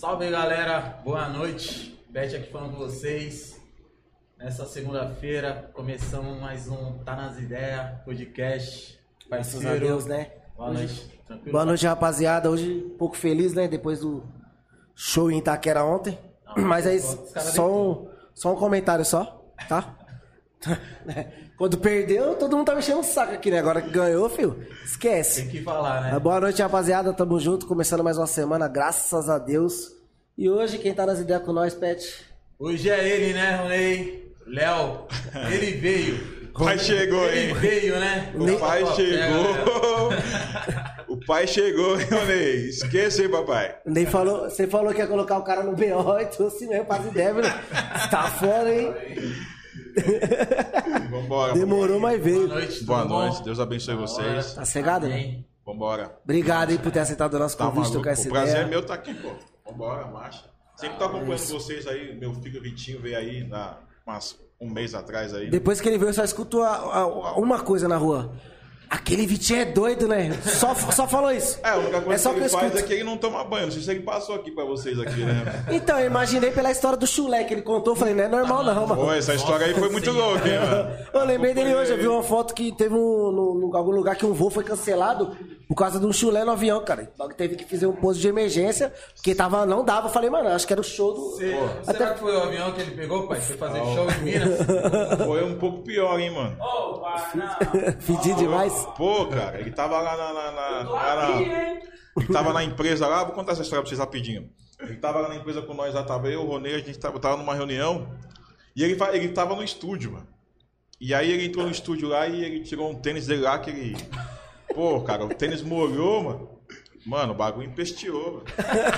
Salve galera, boa noite. Beth aqui falando com vocês. Nessa segunda-feira começamos mais um Tá Nas Ideias podcast. Graças a Deus, né? Boa noite. Tranquilo? Boa noite, rapaziada. Hoje um pouco feliz, né? Depois do show em Itaquera ontem. Não, mas aí só só um comentário só, tá? Quando perdeu, todo mundo tá mexendo o saco aqui, né? Agora que ganhou, filho, esquece. Tem que falar, né? Boa noite, rapaziada. Tamo junto, começando mais uma semana, graças a Deus. E hoje, quem tá nas ideias com nós, Pet? Hoje é ele, né, Ronei? Léo, ele veio. O pai chegou, hein? Ele veio, né? O pai chegou. O pai chegou, hein, Ronei? Esquece, hein, papai? Nem falou, você falou que ia colocar o cara no BO e trouxe mesmo para as ideias, velho. Tá fora, hein? Vambora. Demorou, mas veio. Boa noite, Boa tudo bom? noite, Deus abençoe vocês. Tá cegado, né? Amém. Vambora. Obrigado aí por ter aceitado o nosso Tá convite, maluco? trocar essa O prazer ideia. é meu estar aqui, pô. Vambora, marcha. Sempre tô acompanhando vocês aí. Meu filho Vitinho veio aí um mês atrás aí. Depois que ele veio, eu só escuto uma coisa na rua. Aquele Vitinho é doido, né? Só falou isso. A única coisa só que ele eu faz escuto. é que ele não toma banho. Não sei se ele passou aqui pra vocês aqui, né? Então, eu imaginei pela história do chulé que ele contou. Falei, não é normal não, mano. Pô, essa história aí foi muito louca, hein, mano? Eu lembrei dele hoje, eu vi uma foto que teve algum lugar que um voo foi cancelado por causa de um chulé no avião, cara. Logo teve que fazer um pouso de emergência, porque não dava. Eu falei, mano, acho que era o show do... Será que foi o avião que ele pegou, pai? Foi fazer show em Minas? Foi um pouco pior, hein, mano? Fedi demais. Pô, cara, ele tava lá ele tava na empresa lá, vou contar essa história pra vocês rapidinho. Ele tava lá na empresa com nós, lá tava eu, o Ronei, a gente tava numa reunião e ele tava no estúdio, mano. E aí ele entrou no estúdio lá e ele tirou um tênis dele lá que ele... Pô, cara, o tênis molhou, mano. Mano, o bagulho empesteou, mano.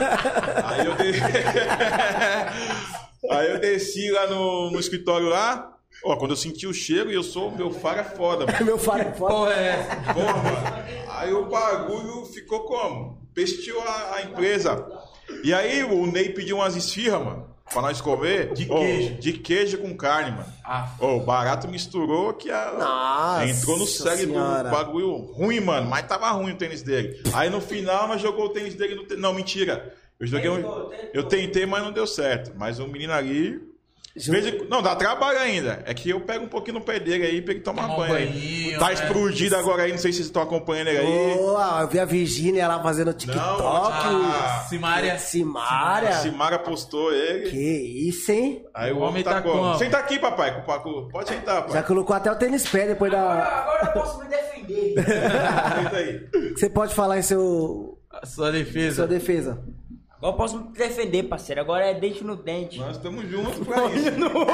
Aí eu desci lá no escritório lá. Ó, quando eu senti o cheiro, meu faro é foda, mano. Meu faro é foda. Porra, é. Pô, mano. Aí o bagulho ficou como? Pesteou a empresa. E aí o Ney pediu umas esfirras, mano, pra nós comer. De queijo. De queijo com carne, mano. Ah. O barato misturou que Nossa entrou no cérebro, senhora. bagulho ruim, mano. Mas tava ruim o tênis dele. Aí no final, nós jogou o tênis dele no Não, mentira. Eu tentei, mas não deu certo. Mas o menino ali... Não, dá trabalho ainda. É que eu pego um pouquinho no pé dele aí pra ele tomar Tomar um banho aí. banhinho, Tá né? explodido agora aí, não sei se vocês estão acompanhando ele aí. Boa, eu vi a Virgínia lá fazendo TikTok. Simária. Simária. Simara postou ele. Que isso, hein? Aí o O homem homem tá tá como? como? Senta aqui, papai. Pode sentar, pai. Já colocou até o tênis pé depois da... Agora eu posso me defender. Senta aí. Você pode falar em A sua defesa. sua defesa. Agora eu posso me defender, parceiro. Agora é dente no dente. Nós estamos juntos pra isso.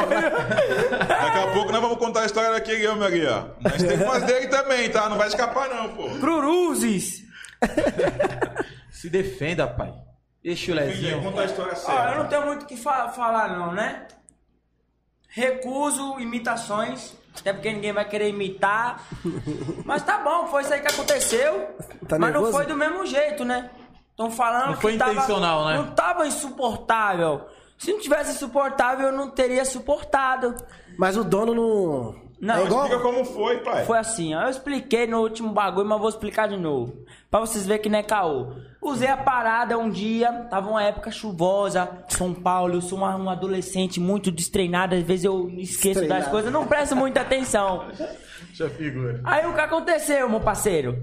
Daqui a pouco nós vamos contar a história daquele homem ali, ó. Mas tem umas dele também, tá? Não vai escapar não, pô. Cruzes! Se defenda, pai. Deixa o Vamos Lezinho. contar a história Ó, eu séria. não tenho muito o que falar não, né? Recuso imitações. Até porque ninguém vai querer imitar. Mas tá bom, foi isso aí que aconteceu. Tá mas nervoso? não foi do mesmo jeito, né? Estão falando Não foi que intencional, né? Não tava insuportável. Se não tivesse insuportável, eu não teria suportado. Mas o dono não... Não, é igual... Explica como foi, pai. Foi assim, ó. Eu expliquei no último bagulho, mas vou explicar de novo. Pra vocês verem que não é caô. Usei a parada um dia, tava uma época chuvosa, São Paulo, eu sou um adolescente muito destreinado, às vezes eu esqueço das Destreinado. coisas, não presto muita atenção. Deixa a figura. Aí o que aconteceu, meu parceiro?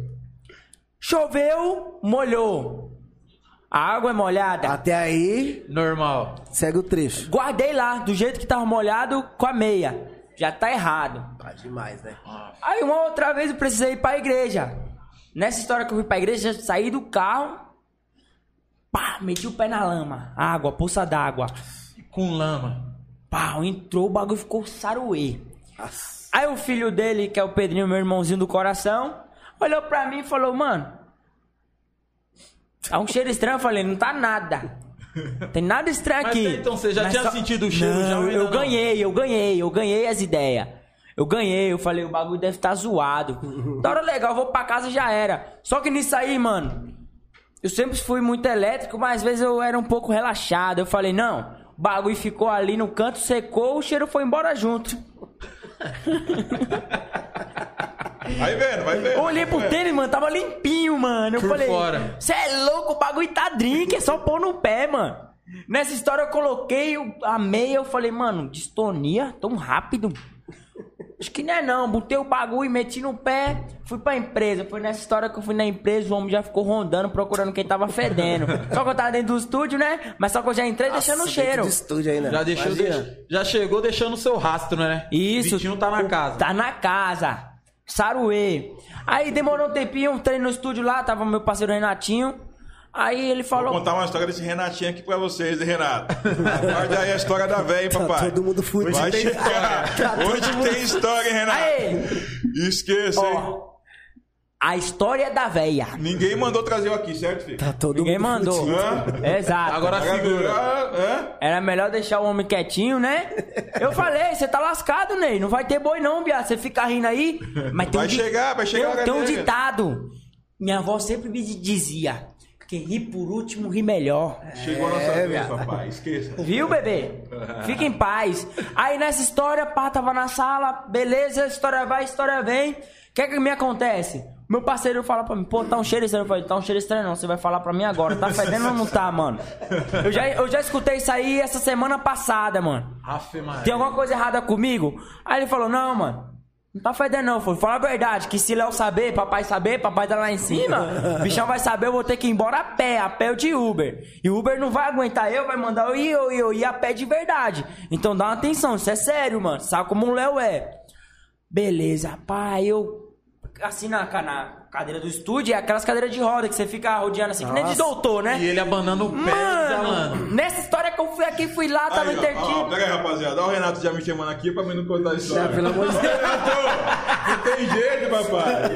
Choveu, molhou. A água é molhada. Até aí, Normal. segue o trecho. Guardei lá, do jeito que tava molhado, com a meia. Já tá errado. Tá demais, né? Aí uma outra vez eu precisei ir pra igreja. Nessa história que eu fui pra igreja, já saí do carro. Pá, meti o pé na lama. Água, poça d'água. Com lama. Pá, entrou, o bagulho ficou saruê. Aí o filho dele, que é o Pedrinho, meu irmãozinho do coração, olhou pra mim e falou, mano, tá um cheiro estranho. Eu falei, não tá nada. Tem nada estranho Mas aqui. então, você já Mas tinha sentido o cheiro? Não, já, ou ainda eu não? ganhei as ideias. Eu falei, o bagulho deve estar zoado. Da hora legal, eu vou pra casa e já era. Só que nisso aí, mano, eu sempre fui muito elétrico, mas às vezes eu era um pouco relaxado. Eu falei, não, o bagulho ficou ali no canto, secou, o cheiro foi embora junto. Vai vendo. Eu olhei pro tênis, mano, tava limpinho, mano. Eu Por falei, fora. cê é louco, o bagulho tá drink, é só pôr no pé, mano. Nessa história eu coloquei a meia, eu falei, mano, distonia? Tão rápido? Acho que não é não, botei o bagulho, meti no pé, fui pra empresa. Foi nessa história que eu fui na empresa, o homem já ficou rondando, procurando quem tava fedendo. Só que eu tava dentro do estúdio, né? Mas só que eu já entrei deixando o cheiro. Do estúdio aí, né? Já chegou deixando o seu rastro, né? Isso. Vitinho tá na casa. Tá na casa. Saruê. Aí demorou um tempinho, eu treino no estúdio lá, tava meu parceiro Renatinho. Aí ele falou... Vou contar uma história desse Renatinho aqui pra vocês, Renato. Aguarde aí a história da véia, hein, papai. Tá todo mundo fudido. Vai chegar. Hoje tem história, hein, Renato? Aí, Esqueça, hein? ó, a história da véia. Ninguém mandou trazer eu aqui, certo, filho? Tá todo Ninguém mundo mandou. fudido. Hã? Exato. Agora segura. Era melhor deixar o homem quietinho, né? Eu falei, você tá lascado, Ney. Não vai ter boi não, viado. Você fica rindo aí. Mas tem Vai chegar a Tem um galera. ditado. Minha avó sempre me dizia: quem ri por último, ri melhor. Chegou a nossa vez, papai. Esqueça. Viu, bebê? Fica em paz. Aí nessa história, pá, tava na sala. Beleza, história vai, história vem. O que é que me acontece? Meu parceiro fala pra mim, pô, tá um cheiro estranho. Eu falei, tá um cheiro estranho não, você vai falar pra mim agora. Tá fedendo ou não tá, mano? Eu já escutei isso aí essa semana passada, mano. Afe, Maria. Tem alguma coisa errada comigo? Aí ele falou, não, mano. Não tá fedendo não, foi. Fala a verdade, que se Léo saber, papai tá lá em cima, o bichão vai saber, eu vou ter que ir embora a pé ou de Uber. E o Uber não vai aguentar eu, vai mandar eu ir a pé de verdade. Então dá uma atenção, isso é sério, mano. Sabe como o Léo é? Beleza, pai, eu... Assim na cadeira do estúdio, é aquelas cadeiras de roda que você fica rodeando assim, que nem de doutor, né? E ele abanando o pé, mano, nessa história que eu fui aqui, fui lá, tava Aí, intertido. pega aí, rapaziada. Olha o Renato já me chamando aqui pra mim não contar a história. Pelo amor de Deus. Não tem jeito, papai.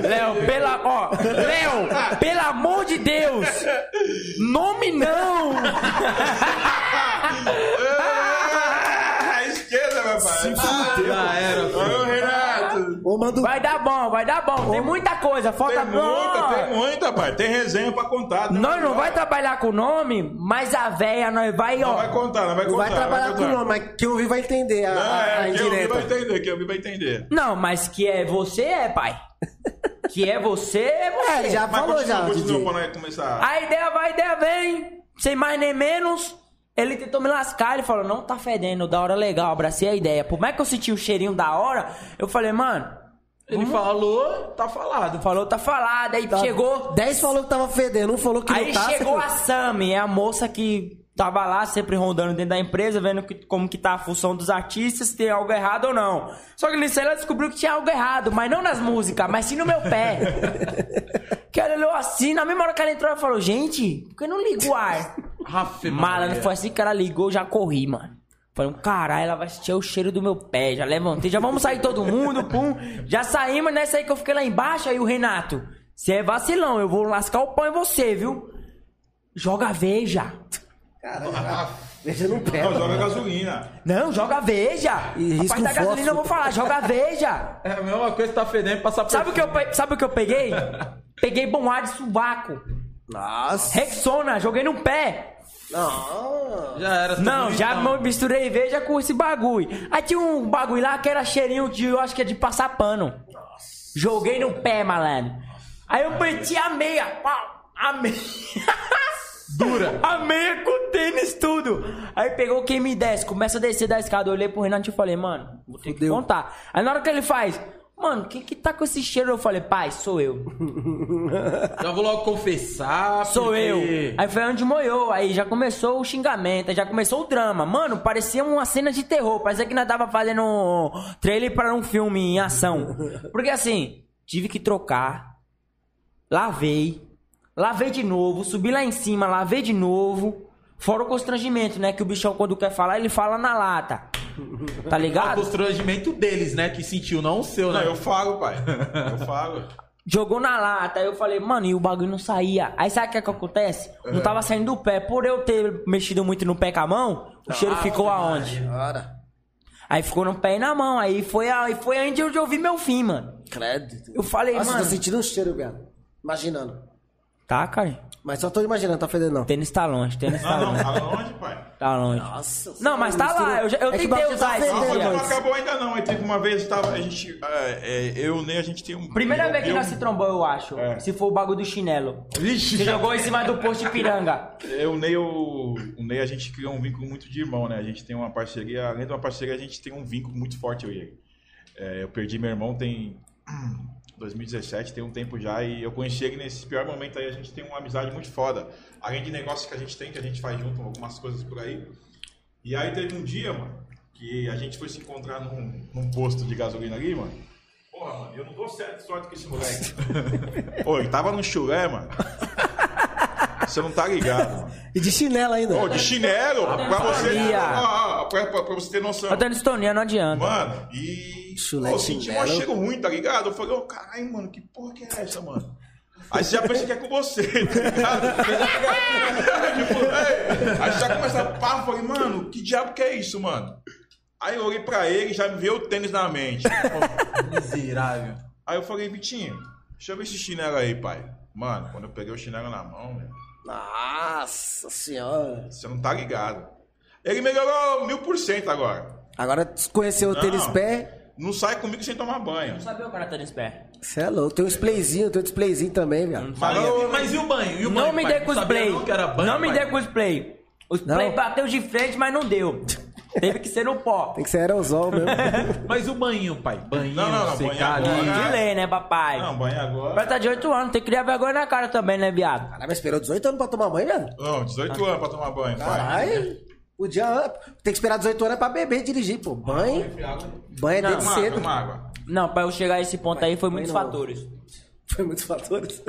Léo, pelo amor de Deus, nome não. Esquerda, papai. Já era. Olha o Renato. Ô, manda... Vai dar bom, tem muita coisa, falta... Tem muita, pai. Tem resenha pra contar. Nós não vai trabalhar com o nome, mas a véia nós vai, ó... Não vai contar, não vai contar. Não vai trabalhar com o nome, mas quem ouvir vai entender a quem ouvir indireta. quem ouvir vai entender. Não, mas que é você, pai. Que é você, É, ele já Mas falou já, continua DJ. pra nós começar. A ideia vai, a ideia vem, sem mais nem menos. Ele tentou me lascar, ele falou, não tá fedendo, da hora legal, abracei a ideia. Por mais que eu senti o cheirinho da hora, eu falei, mano... Ele falou, tá falado. Falou, tá falado, aí chegou... 10 falou que tava fedendo, um falou que Aí não tá. chegou a Sami, é a moça que tava lá sempre rondando dentro da empresa, vendo como que tá a função dos artistas, se tem algo errado ou não. Só que nisso ela descobriu que tinha algo errado, mas não nas músicas, mas sim no meu pé. Que ela olhou assim, na mesma hora que ela entrou, ela falou, gente, por que não liga o ar? Afe, Malandro, foi assim que ela ligou, já corri, mano. Falei, caralho, ela vai sentir o cheiro do meu pé. Já levantei, já vamos sair todo mundo, pum. Já saímos, nessa aí que eu fiquei lá embaixo, aí o Renato, você é vacilão, eu vou lascar o pão em você, viu? Joga Veja. Caralho, veja no pé. Não, joga gasolina. Não, joga Veja. E risca Rapaz da um gasolina fósforo. eu vou falar, joga Veja. É a mesma coisa que tá fedendo passar por... Sabe o que eu peguei? Peguei bom ar de sovaco. Nossa. Rexona, joguei no pé. Não. Já era. Não, já misturei Veja com esse bagulho. Aí tinha um bagulho lá que era cheirinho de, eu acho que é de passar pano. Joguei no pé, malandro. Aí eu meti a meia, pau, a meia. Dura. A meia com tênis, tudo. Aí pegou quem me desce, começa a descer da escada. Eu olhei pro Renato e falei, mano, vou ter que contar. Aí na hora que ele faz, mano, quem que tá com esse cheiro? Eu falei, pai, sou eu. Já vou logo confessar. Sou porque- eu. Aí foi onde moiou. Aí já começou o xingamento, aí já começou o drama. Mano, parecia uma cena de terror. Parecia que nós tava fazendo um trailer para um filme em ação. Porque assim, tive que trocar. Lavei de novo. Subi lá em cima, lavei de novo. Fora o constrangimento, né? Que o bichão, quando quer falar, ele fala na lata. Tá O ligado? constrangimento deles, né? Que sentiu, não o seu, né? Não, eu falo, pai. Eu falo. Jogou na lata, aí eu falei, mano, e o bagulho não saía. Aí sabe o que acontece? Não tava saindo do pé. Por eu ter mexido muito no pé com a mão, o cheiro ficou aonde? Ora. Aí ficou no pé e na mão. Aí foi onde eu ouvi meu fim, mano. Credo. Eu falei, Nossa, mano... tô sentindo um cheiro, viado. Imaginando. Tá, cara. Mas só tô imaginando, tá fedendo não. Tênis tá longe, tênis tá Não, longe. fala onde, pai? Tá longe. Nossa. Não, mas tá lá. Eu É que o tentei bagulho usar tá esse vendendo, Não, dia. não acabou ainda não. Aí teve uma vez, a gente, eu e o Ney, a gente tem um... Primeira vez que nós se trombou, eu acho. É. Se for o bagulho do chinelo. Vixe, Você jogou em cima do posto de piranga. O Ney, a gente criou um vínculo muito de irmão, né? A gente tem uma parceria, além de uma parceria, a gente tem um vínculo muito forte, eu e ele. Eu perdi meu irmão tem 2017, tem um tempo já, e eu conheci ele nesse pior momento aí, a gente tem uma amizade muito foda. Além de negócios que a gente faz junto, algumas coisas por aí. E aí teve um dia, mano, que a gente foi se encontrar num posto de gasolina ali, mano. Porra, mano, eu não dou certo sorte com esse moleque. Pô, ele tava num chulé, mano. Você não tá ligado, mano. E de chinelo ainda. Pô, de chinelo, pra você, Sabia. pra você ter noção. Eu tô estonia, não adianta. Mano, e Chulé eu de senti um chinelo. cheiro ruim, tá ligado? Eu falei, caralho, mano, que porra que é essa, mano? Aí você já pensa que é com você, tá ligado? Tipo, aí você já começa a pá, eu falei, mano, que diabo que é isso, mano? Aí eu olhei pra ele e já me veio o tênis na mente. miserável. Aí eu falei, Vitinho, deixa eu ver esse chinelo aí, pai. Mano, quando eu peguei o chinelo na mão, meu, Nossa senhora. você não tá ligado. Ele melhorou 1000% agora. Agora conheceu o Não. tênis pé. Não sai comigo sem tomar banho. Não sabia o cara tá nesse pé. Você é louco. Tem um displayzinho também, velho. Mas e o banho? E o Não banho, me pai? dê com os sabia play. não que era banho, Não me pai? dê com os play. Os play Não. bateu de frente, mas não deu. Teve que ser no pó. Tem que ser aerosol mesmo. Mas o banho, pai? Banho, Não, secar banho ali. agora. De lei, né, papai? Não, banho agora. Vai estar de 8 anos, tem que criar vergonha na cara também, né, viado? Caralho, mas esperou 18 anos pra tomar banho, velho? Não, 18 anos pra tomar banho, pai. Caralho. Tem que esperar 18 anos pra beber e dirigir, pô. Banho é Não, desde cedo. Uma água. Não, pra eu chegar a esse ponto aí foi muitos não. fatores. Foi muitos fatores.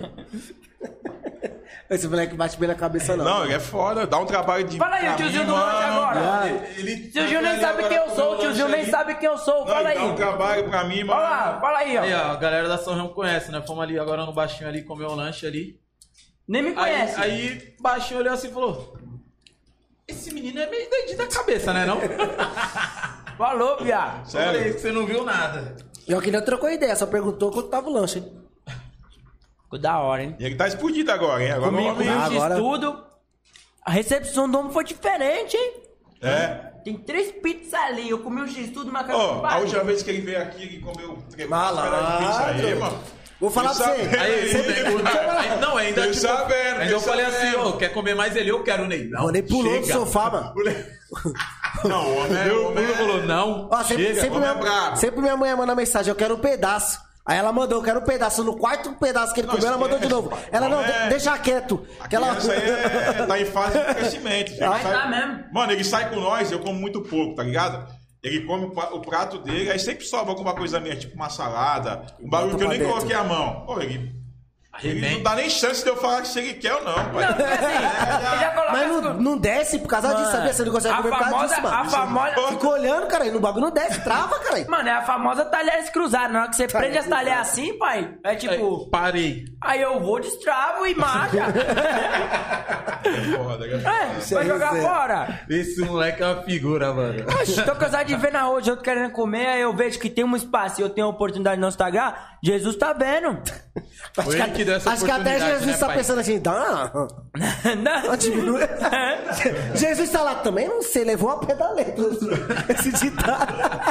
Esse moleque bate bem na cabeça, não. Não, ele é foda, dá um trabalho de. Fala aí, pra o tiozinho mim, do lanche mano. agora. Ele Tiozinho nem sabe quem eu sou, o tiozinho nem sabe quem eu sou. Não, Fala ele aí. dá um trabalho pra mim, mano. Fala aí, Aí, ó. ó, a galera da São Remo conhece, né? Fomos ali agora no baixinho ali, comer um lanche ali. Nem me conhece. Aí baixinho olhou assim e falou: esse menino é meio doidinho da cabeça, né não? Falou, viado. Eu falei, Sério? que você não viu nada. E o que não trocou ideia, só perguntou quanto tava o lanche, hein? Ficou da hora, hein? E ele tá explodido agora, hein? Agora o Comigo, homem. comigo agora- de tudo. A recepção do homem foi diferente, hein? É. Tem 3 pizzas ali. Eu comi um X-tudo, uma Ó, a última vez que ele veio aqui, ele comeu 3 Malandro. pizza aí, mano. Vou falar pra você. Não, ainda Fiquei tipo, sabendo, ainda eu fiquei falei assim, sabendo. ô, quer comer mais ele? Eu quero, Ney. Não, O Ney pulou do chega. sofá, mano. Não, o homem é. O Bruno falou, não, Ó, sempre, chega. sempre, homem é minha, brabo. sempre minha mãe manda mensagem, eu quero um pedaço. Aí ela mandou, eu quero um pedaço. No quarto pedaço que ele Não, comeu, ela mandou de esquece, novo. pai. Ela, não, Não é- deixa quieto. A Que ela... criança aí tá em fase de crescimento. Ele Vai tá mesmo. Mano, ele sai com nós, eu como muito pouco, tá ligado? Ele come o prato dele, aí sempre sobra alguma coisa minha, tipo uma salada, um bagulho que eu nem pra coloquei a mão. Pô, ele não Arrebenta. dá nem chance de eu falar se ele quer ou não, pai. Não, porque assim, ele já coloca Mas as não, coisas. não desce por causa disso, sabia? Você não consegue a comer por causa famosa, disso, mano. a famosa... Fica olhando, cara, e no bagulho não desce, trava, cara. Mano, é a famosa talheres cruzadas. Na hora que você prende as talheres assim, pai, é tipo... Parei. Aí eu vou, destravo e marcha. Porra, daqui a pouco. Vai jogar fora. Esse moleque é uma figura, mano. Oxe, tô cansado de ver na rua os outros querendo comer, aí eu vejo que tem um espaço e eu tenho a oportunidade no Instagram, Jesus tá vendo. Acho Foi ele que deu essa acho que até oportunidade, Jesus né, tá pai? pensando assim, dá Não. uma diminui. Jesus tá lá também, não sei, levou uma pedaleta. Esse ditado.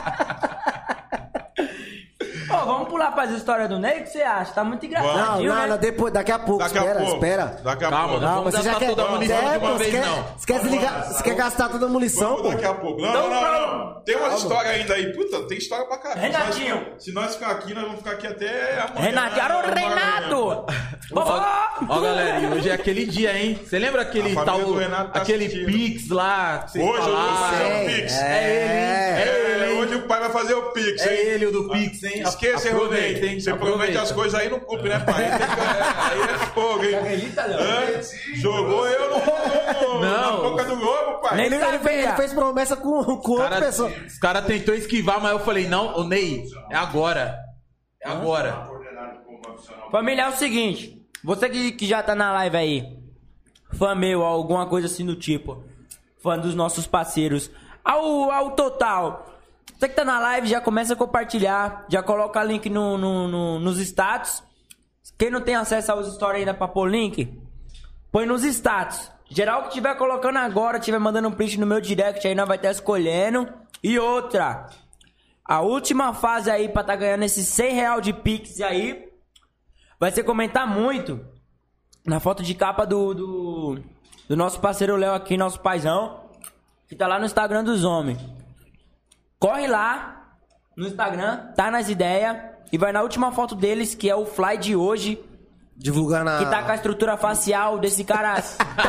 Ô, vamos pular pras histórias do Ney, o que você acha? Tá muito engraçado. Não, depois, daqui a pouco, Daqui a espera, pouco. espera. Daqui a Calma, pouco. não. Não, vamos você já gastar quer, toda a munição de uma vez, não. Você quer desligar, você quer gastar toda a munição, Vamos pô? daqui a pouco. Não, Então, não. Tem uma história ainda aí. Puta, tem história pra caralho. Renatinho. Se nós ficar aqui, nós vamos ficar aqui até amanhã. Renato, era o Renato! Ó, galera, e hoje é aquele dia, hein? Você lembra aquele A família tal, do Renato tá aquele assistindo. Pix lá? Que vocês Hoje eu vou falaram? fazer É, o Pix. É ele, hein? É ele, hein? Hoje o pai vai fazer o Pix, hein? É ele o do Pix, hein? Esqueça, hein, Aproveita, Rodney? hein? Você promete as coisas aí, não cumpre, né, pai? Aí é fogo, hein? Hã? Jogou eu na boca do lobo, pai. Nem Ele fez promessa com outra pessoa. Os caras tentou esquivar, mas eu falei, não, ô Ney, é agora. É agora. Família, é o seguinte, você que já tá na live aí, fã meu, alguma coisa assim do tipo, fã dos nossos parceiros, ao total, você que tá na live já começa a compartilhar, já coloca link nos status. Quem não tem acesso aos stories ainda pra pôr link, põe nos status. Geral que estiver colocando agora, estiver mandando um print no meu direct, aí nós vai estar escolhendo. E outra, a última fase aí pra tá ganhando esses R$100 de Pix aí, vai ser comentar muito na foto de capa do nosso parceiro Léo aqui, nosso paizão, que tá lá no Instagram dos homens. Corre lá no Instagram, tá nas ideias, e vai na última foto deles, que é o fly de hoje. Divulgando a... Que tá com a estrutura facial desse cara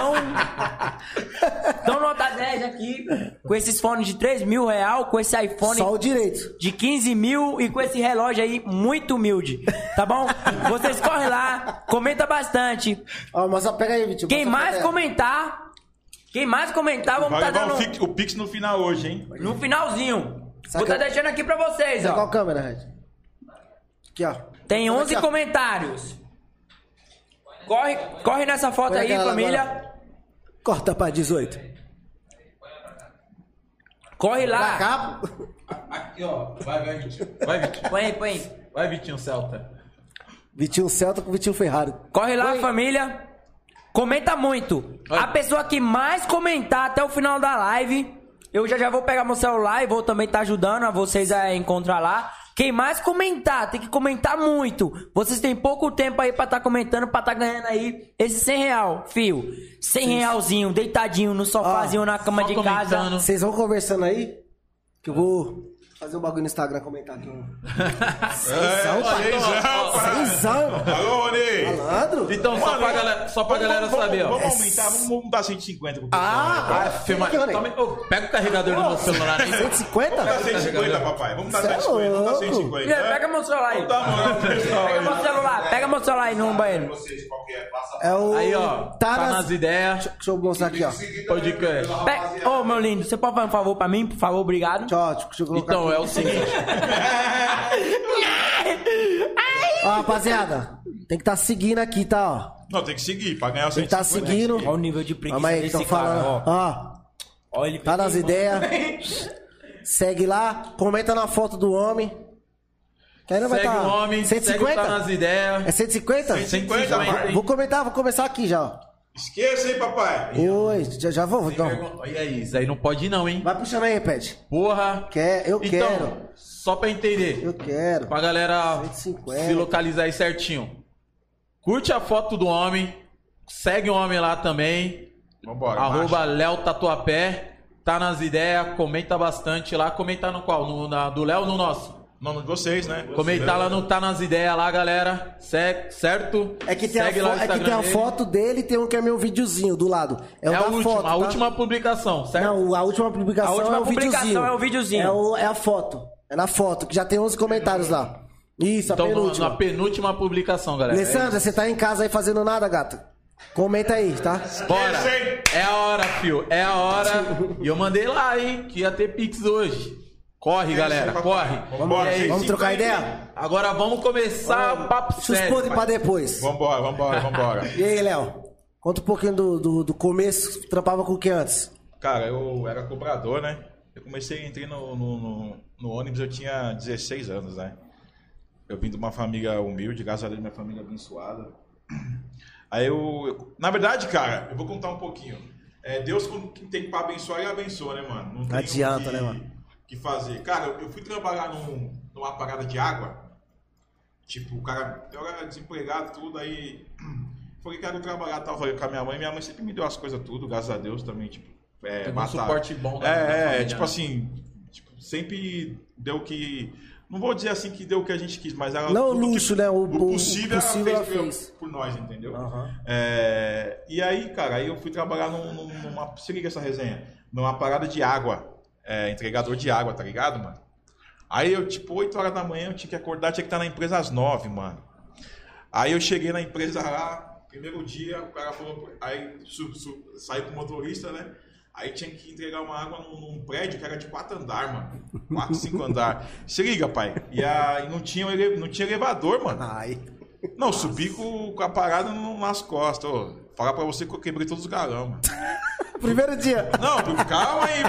tão nota 10 aqui, com esses fones de R$3.000, com esse iPhone Só o direito. de 15 mil e com esse relógio aí muito humilde, tá bom? Vocês correm lá, comenta bastante. Ó, mas pega aí, Vitinho. Quem mais comentar, vamos Vai tá levar dando o Pix no final hoje, hein? no finalzinho. Saca- Vou tá deixando aqui pra vocês, Qual ó. câmera, Red? Aqui, ó. Tem 11 Aqui, ó. comentários. Corre nessa foto Põe aí, aquela família. agora. Corta pra 18. Corre Pra lá. cá. Aqui, ó. Vai, Vitinho. Vai, Vitinho. Põe aí. Vai, Vitinho Celta. Vitinho Celta com Vitinho Ferrari. Corre lá, Oi. família. Comenta muito. Oi. A pessoa que mais comentar até o final da live, eu já vou pegar meu celular e vou também estar ajudando a vocês a encontrar lá. Quem mais comentar, tem que comentar muito. Vocês têm pouco tempo aí pra estar comentando, pra estar ganhando aí esse R$100, fio. R$100, deitadinho no sofazinho na cama só de casa. comentando. Vocês vão conversando aí? Que eu vou fazer um bagulho no Instagram, comentar aqui. Seisão. Alô, Rony! Malandro? Então, só pra galera saber, ó. Vamos aumentar, vamos dar 150 pro pessoal. Ah, filma. Aqui, Rony. Pega o carregador do meu celular aí. 150? Vamos dar 150, papai. Vamos dar Cê é 150, vamos dar louco. 150. Ih, Pega meu celular aí. Dá moral pro pessoal Pega aí. meu celular, pega meu celular aí no banheiro. Vocês, qual que é? Passa É o... Aí, ó. Tá nas ideias. Deixa eu mostrar aqui, ó. Pode crer. Ô, meu lindo, você pode fazer um favor pra mim, por favor, obrigado. Deixa eu colocar Então, aqui. é o seguinte. Ó, rapaziada, tem que estar seguindo aqui, tá, ó. Não, tem que seguir, pra ganhar o Tem que estar 150. seguindo. Olha o nível de preguiça Calma aí, que desse estão cara, falando. ó. Ó, Olha ele tá nas queimando. ideias. Segue lá, comenta na foto do homem. Que aí não vai Segue tá... o homem, 150? segue o Tá nas ideias. É 150? 150, papai. Vou começar aqui já, ó. Esqueça, hein, papai. Oi, já vou. Então. Olha aí, isso aí não pode ir não, hein? Vai puxando aí, repete. Porra. Eu Então, quero. só pra entender. Eu quero. Pra galera 150. se localizar aí certinho. Curte a foto do homem. Segue o homem lá também. Vambora, Arroba Léo Tatuapé. Tá nas ideias. Comenta bastante lá. Comenta no qual? Do Léo ou no nosso? Não, de vocês, né? Comentar lá no Tá nas ideias lá, galera. Certo? É que tem, Segue lá o é que tem Instagram a dele. foto dele e tem um que é meu videozinho do lado. É o É da a última, foto, a tá? última publicação, certo? Não, a última publicação, A última é o publicação videozinho. é o videozinho. É a foto. É na foto, que já tem 11 comentários lá. Isso, a Então, penúltima. na penúltima publicação, galera. Alessandra, você tá em casa aí fazendo nada, gata? Comenta aí, tá? Bora! É a hora, fio. É a hora. E eu mandei lá, hein? Que ia ter Pix hoje. Corre, galera. Corre. Vambora, E aí, gente. Vamos trocar ideia? Agora vamos começar o papo Deixa os sério. podres pra depois. Vambora. E aí, Léo? Conta um pouquinho do começo. Trampava com o que antes? Cara, eu era cobrador, né? Eu entrei no ônibus, eu tinha 16 anos, né? Eu vim de uma família humilde, graças a Deus, minha família abençoada. Aí na verdade, cara, eu vou contar um pouquinho. Deus, quando tem pra abençoar, ele abençoa, né, mano? Não tem Adianta, o que, né, mano? que fazer. Cara, eu fui trabalhar numa parada de água. Tipo, o cara, eu era desempregado, tudo, aí falei, quero trabalhar, tal, falei com a minha mãe sempre me deu as coisas tudo, graças a Deus também, tipo, Teve um batalha. suporte bom da família, tipo né? assim, sempre deu que, não vou dizer assim que deu o que a gente quis, mas ela, Não o tudo luxo, que, né? o possível, ela ela fez fez. por nós, entendeu? Aham. E aí, cara, aí eu fui trabalhar numa, se liga essa resenha, numa parada de água, entregador de água, tá ligado, mano? Aí eu, tipo, 8 horas da manhã, eu tinha que acordar, tinha que estar na empresa às 9, mano. Aí eu cheguei na empresa lá, primeiro dia, o cara falou, aí saí com o motorista, né? Aí tinha que entregar uma água num prédio que era de 4 andares, mano. 4, 5 andares. Se liga, pai. E aí não tinha elevador, mano. Ai. Não, subi com a parada nas costas. Ô, falar pra você que eu quebrei todos os galão, mano. Primeiro dia. Não, calma aí,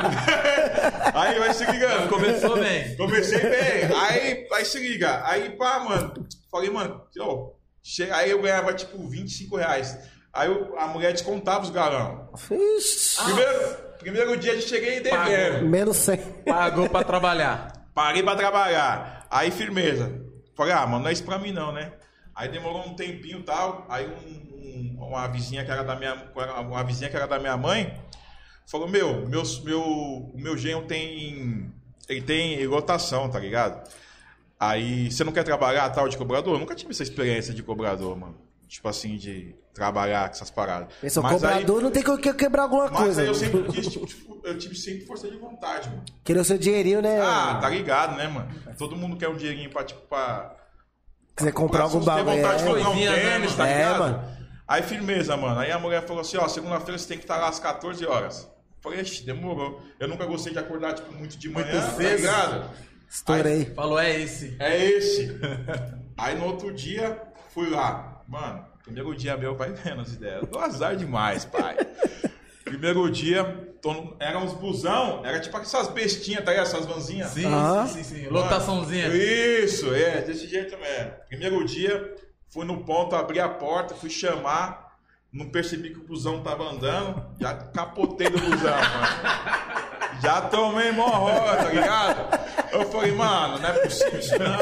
pai. Aí vai se ligando. Começou bem. Comecei bem. Aí se liga. Aí, pá, mano. Falei, mano, aí eu ganhava tipo R$25. Aí a mulher descontava os galão. Ixi. Primeiro dia eu cheguei devendo. Menos 100. Pagou pra trabalhar. Parei pra trabalhar. Aí, firmeza. Falei, mano, não é isso pra mim não, né? Aí demorou um tempinho e tal. Aí uma vizinha que era da minha mãe falou, o meu genro ele tem lotação, tá ligado? Aí, você não quer trabalhar tal de cobrador? Eu nunca tive essa experiência de cobrador, mano. Tipo assim, de trabalhar com essas paradas. Esse cobrador aí, não tem que quebrar alguma coisa. Mas aí eu sempre quis, eu tive sempre força de vontade, mano. Querer o seu dinheirinho, né? Tá ligado, né, mano? Todo mundo quer um dinheirinho pra quiser comprar algum bagulho. Ter vontade de comprar um tênis, tá ligado? Mano. Aí, firmeza, mano. Aí a mulher falou assim, segunda-feira você tem que estar lá às 14 horas. Falei, demorou. Eu nunca gostei de acordar, tipo, muito de manhã, tá ligado? Estourei. Aí, falou, é esse. Aí no outro dia, fui lá. Mano, primeiro dia meu, vai vendo as ideias. Eu tô azar demais, pai. Primeiro dia, era uns busão, era tipo essas bestinhas, tá ligado? Essas vanzinhas. Sim. Lotaçãozinha. Isso, desse jeito mesmo. Primeiro dia, fui no ponto, abri a porta, fui chamar. Não percebi que o busão tava andando, já capotei do busão, mano. Já tomei morró, tá ligado? Eu falei, mano, não é possível isso não.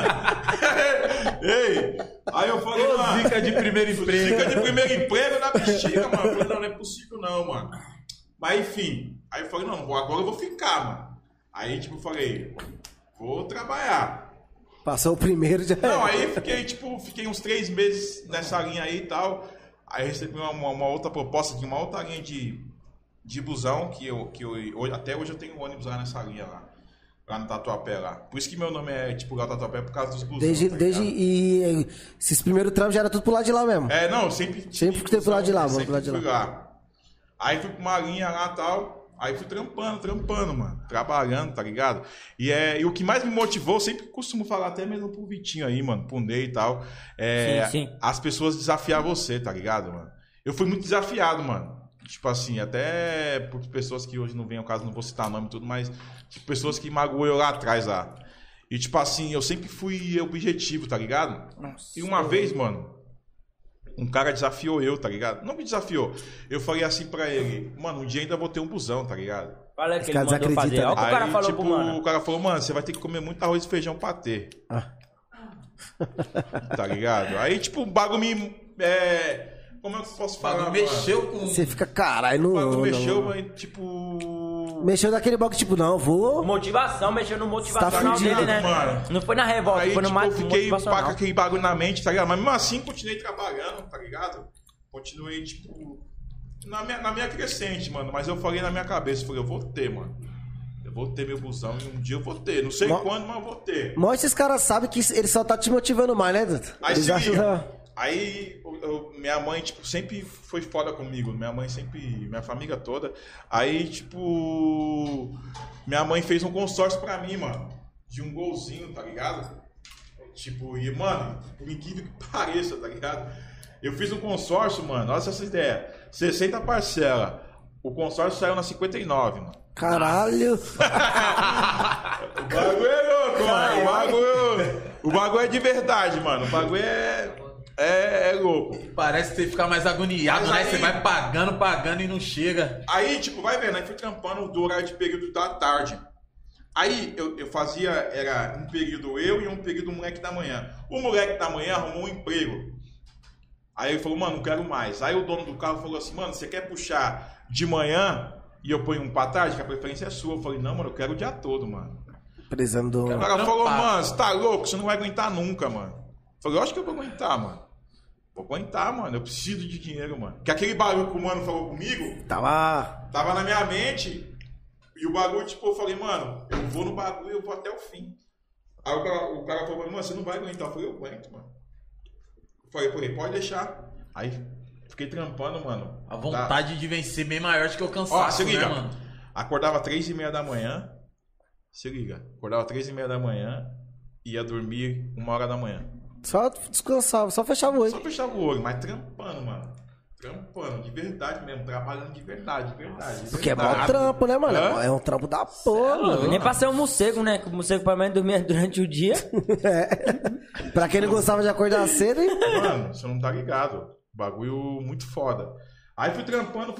Ei, aí eu falei, mano... Zica de primeiro emprego. Zica de primeiro emprego na bexiga, mano. Eu falei, não é possível não, mano. Mas enfim, aí eu falei, não, agora eu vou ficar, mano. Aí, tipo, eu falei, vou trabalhar. Passou o primeiro já. Não, aí fiquei uns 3 meses nessa linha aí e tal. Aí recebi uma outra proposta de uma outra linha de busão, que até hoje eu tenho ônibus lá nessa linha lá no Tatuapé lá. Por isso que meu nome é tipo lá Tatuapé, por causa dos busões. E esses primeiros trampos já era tudo pro lado de lá mesmo? Não, sempre teve pro lado de lá, vamos pro lado de lá. Fui lá. Aí fui pra uma linha lá e tal. Aí fui trampando, mano. Trabalhando, tá ligado? E o que mais me motivou, sempre costumo falar até mesmo pro Vitinho aí, mano, pro Ney e tal. Sim. As pessoas desafiar você, tá ligado, mano? Eu fui muito desafiado, mano. Tipo assim, até por pessoas que hoje não vem ao caso, não vou citar nome e tudo, mas tipo, pessoas que magoou eu lá atrás lá. E tipo assim, eu sempre fui objetivo, tá ligado? Nossa. E uma vez, mano, um cara desafiou eu, tá ligado? Não me desafiou. Eu falei assim pra ele, mano, um dia ainda vou ter um busão, tá ligado? Fala que ele mandou fazer. Olha o que o cara falou pro mano. O cara falou, mano, você vai ter que comer muito arroz e feijão pra ter. Tá ligado? Aí, tipo, o bagulho me... Como é que eu posso falar? Mexeu com... Você fica, caralho, não... O bagulho mexeu, mas tipo... Mexeu daquele bagulho, tipo, não, vou... Motivação, mexeu no motivacional tá fudido, dele, né? Mano. Não foi na revolta, aí, foi no tipo, eu fiquei com motivacional. aquele bagulho na mente, tá ligado? Mas mesmo assim, continuei trabalhando, tá ligado? Continuei, tipo... Na minha crescente, mano. Mas eu falei na minha cabeça, eu falei, eu vou ter, mano. Eu vou ter meu busão e um dia eu vou ter. Não sei quando, mas eu vou ter. Mas esses caras sabem que ele só tá te motivando mais, né, Dudu? Aí Eles se acham... liga. Aí minha mãe, tipo, sempre foi foda comigo. Minha mãe sempre... Minha família toda. Aí, tipo... Minha mãe fez um consórcio pra mim, mano. De um golzinho, tá ligado? Tipo, e, mano, por incrível que pareça, tá ligado? Eu fiz um consórcio, mano. Olha essa ideia. 60 parcelas. O consórcio saiu na 59, mano. Caralho! O bagulho é louco, mano. O bagulho é de verdade, mano. O bagulho é louco. Parece que você fica mais agoniado, né? Você vai pagando e não chega. Aí, tipo, vai vendo. Aí fui trampando do horário de período da tarde. Aí eu fazia, era um período eu e um período o moleque da manhã. O moleque da manhã arrumou um emprego. Aí ele falou, mano, não quero mais. Aí o dono do carro falou assim, mano, você quer puxar de manhã e eu ponho um pra tarde, que a preferência é sua? Eu falei, não, mano, eu quero o dia todo, mano. Precisando do... O cara falou, mano, você tá louco? Você não vai aguentar nunca, mano. Eu falei, eu acho que eu vou aguentar, mano. Vou aguentar, mano. Eu preciso de dinheiro, mano. Que aquele bagulho que o mano falou comigo... Tava na minha mente. E o bagulho, tipo, eu falei, mano, eu vou no bagulho e eu vou até o fim. Aí o cara falou, mano, você não vai aguentar. Eu falei, eu aguento, mano. Eu falei, pode deixar. Aí fiquei trampando, mano. A vontade de vencer bem maior do que o cansaço, se liga, né, mano? Acordava 3h30 da manhã. Se liga. Acordava 3h30 da manhã. Ia dormir 1h da manhã. Só descansava, só fechava o olho. Só fechava o olho, mas trampando, mano. Trampando, de verdade mesmo. Trabalhando de verdade. Porque é mó trampo, né, mano? É um trampo da porra, mano. Nem pra ser um morcego, né? O morcego pra mim dormia durante o dia. Pra quem não gostava de acordar cedo, hein? Mano, você não tá ligado. Bagulho muito foda. Aí fui trampando.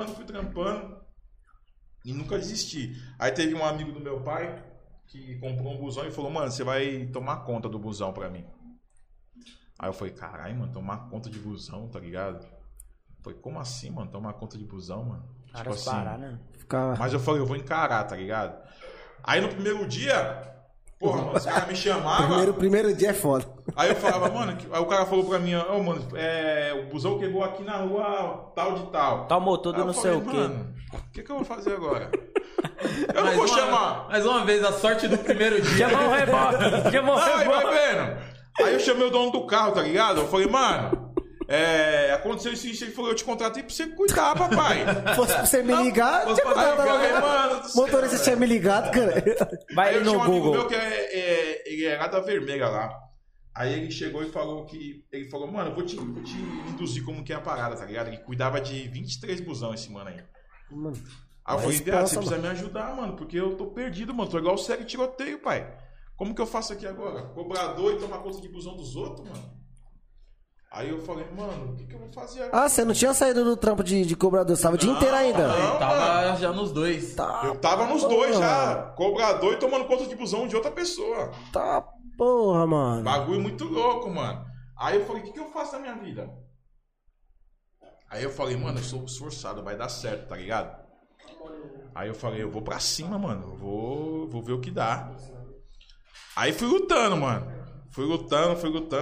E nunca desisti. Aí teve um amigo do meu pai que comprou um busão e falou, mano, você vai tomar conta do busão pra mim. Aí eu falei, caralho, mano, tomar conta de busão, tá ligado? Eu falei, como assim, mano, tomar conta de busão, mano? Tipo assim. Parar, né? Mas eu falei, eu vou encarar, tá ligado? Aí no primeiro dia, porra, mano, os caras me chamavam. Primeiro dia é foda. Aí eu falava, mano, aí o cara falou pra mim, ó, mano, o busão quebrou aqui na rua tal de tal. Tá o motor do não sei o quê. Mano, o que eu vou fazer agora? Eu não vou chamar. Mais uma vez, a sorte do primeiro dia. Chamou o reboque. Aí vai vendo. Aí eu chamei o dono do carro, tá ligado? Eu falei, mano, aconteceu isso. Ele falou, eu te contratei pra você cuidar, papai. Fosse pra você me ligar, aí eu falei, mano, motorista tinha me ligado, cara. Vai aí no eu tinha um amigo Google. meu que ele era da Vermelha lá. Aí ele chegou e falou ele falou, mano, eu vou te induzir como que é a parada, tá ligado? Ele cuidava de 23 busão esse mano aí. Mano, Aí eu falei, viado, você precisa me ajudar, mano, porque eu tô perdido, mano. Tô igual o série tiroteio, pai. Como que eu faço aqui agora? Cobrador e tomar conta de busão dos outros, mano? Aí eu falei, mano, o que eu vou fazer agora? Ah, você não tinha saído do trampo de cobrador, você tava o dia inteiro ainda. Não, Tava mano. já nos dois. Eu tava nos dois já. Cobrador e tomando conta de busão de outra pessoa. Tá, porra, mano. Bagulho muito louco, mano. Aí eu falei, o que eu faço na minha vida? Aí eu falei, mano, eu sou esforçado, vai dar certo, tá ligado? Aí eu falei, eu vou pra cima, mano. Eu vou ver o que dá. Aí fui lutando, mano. Fui lutando.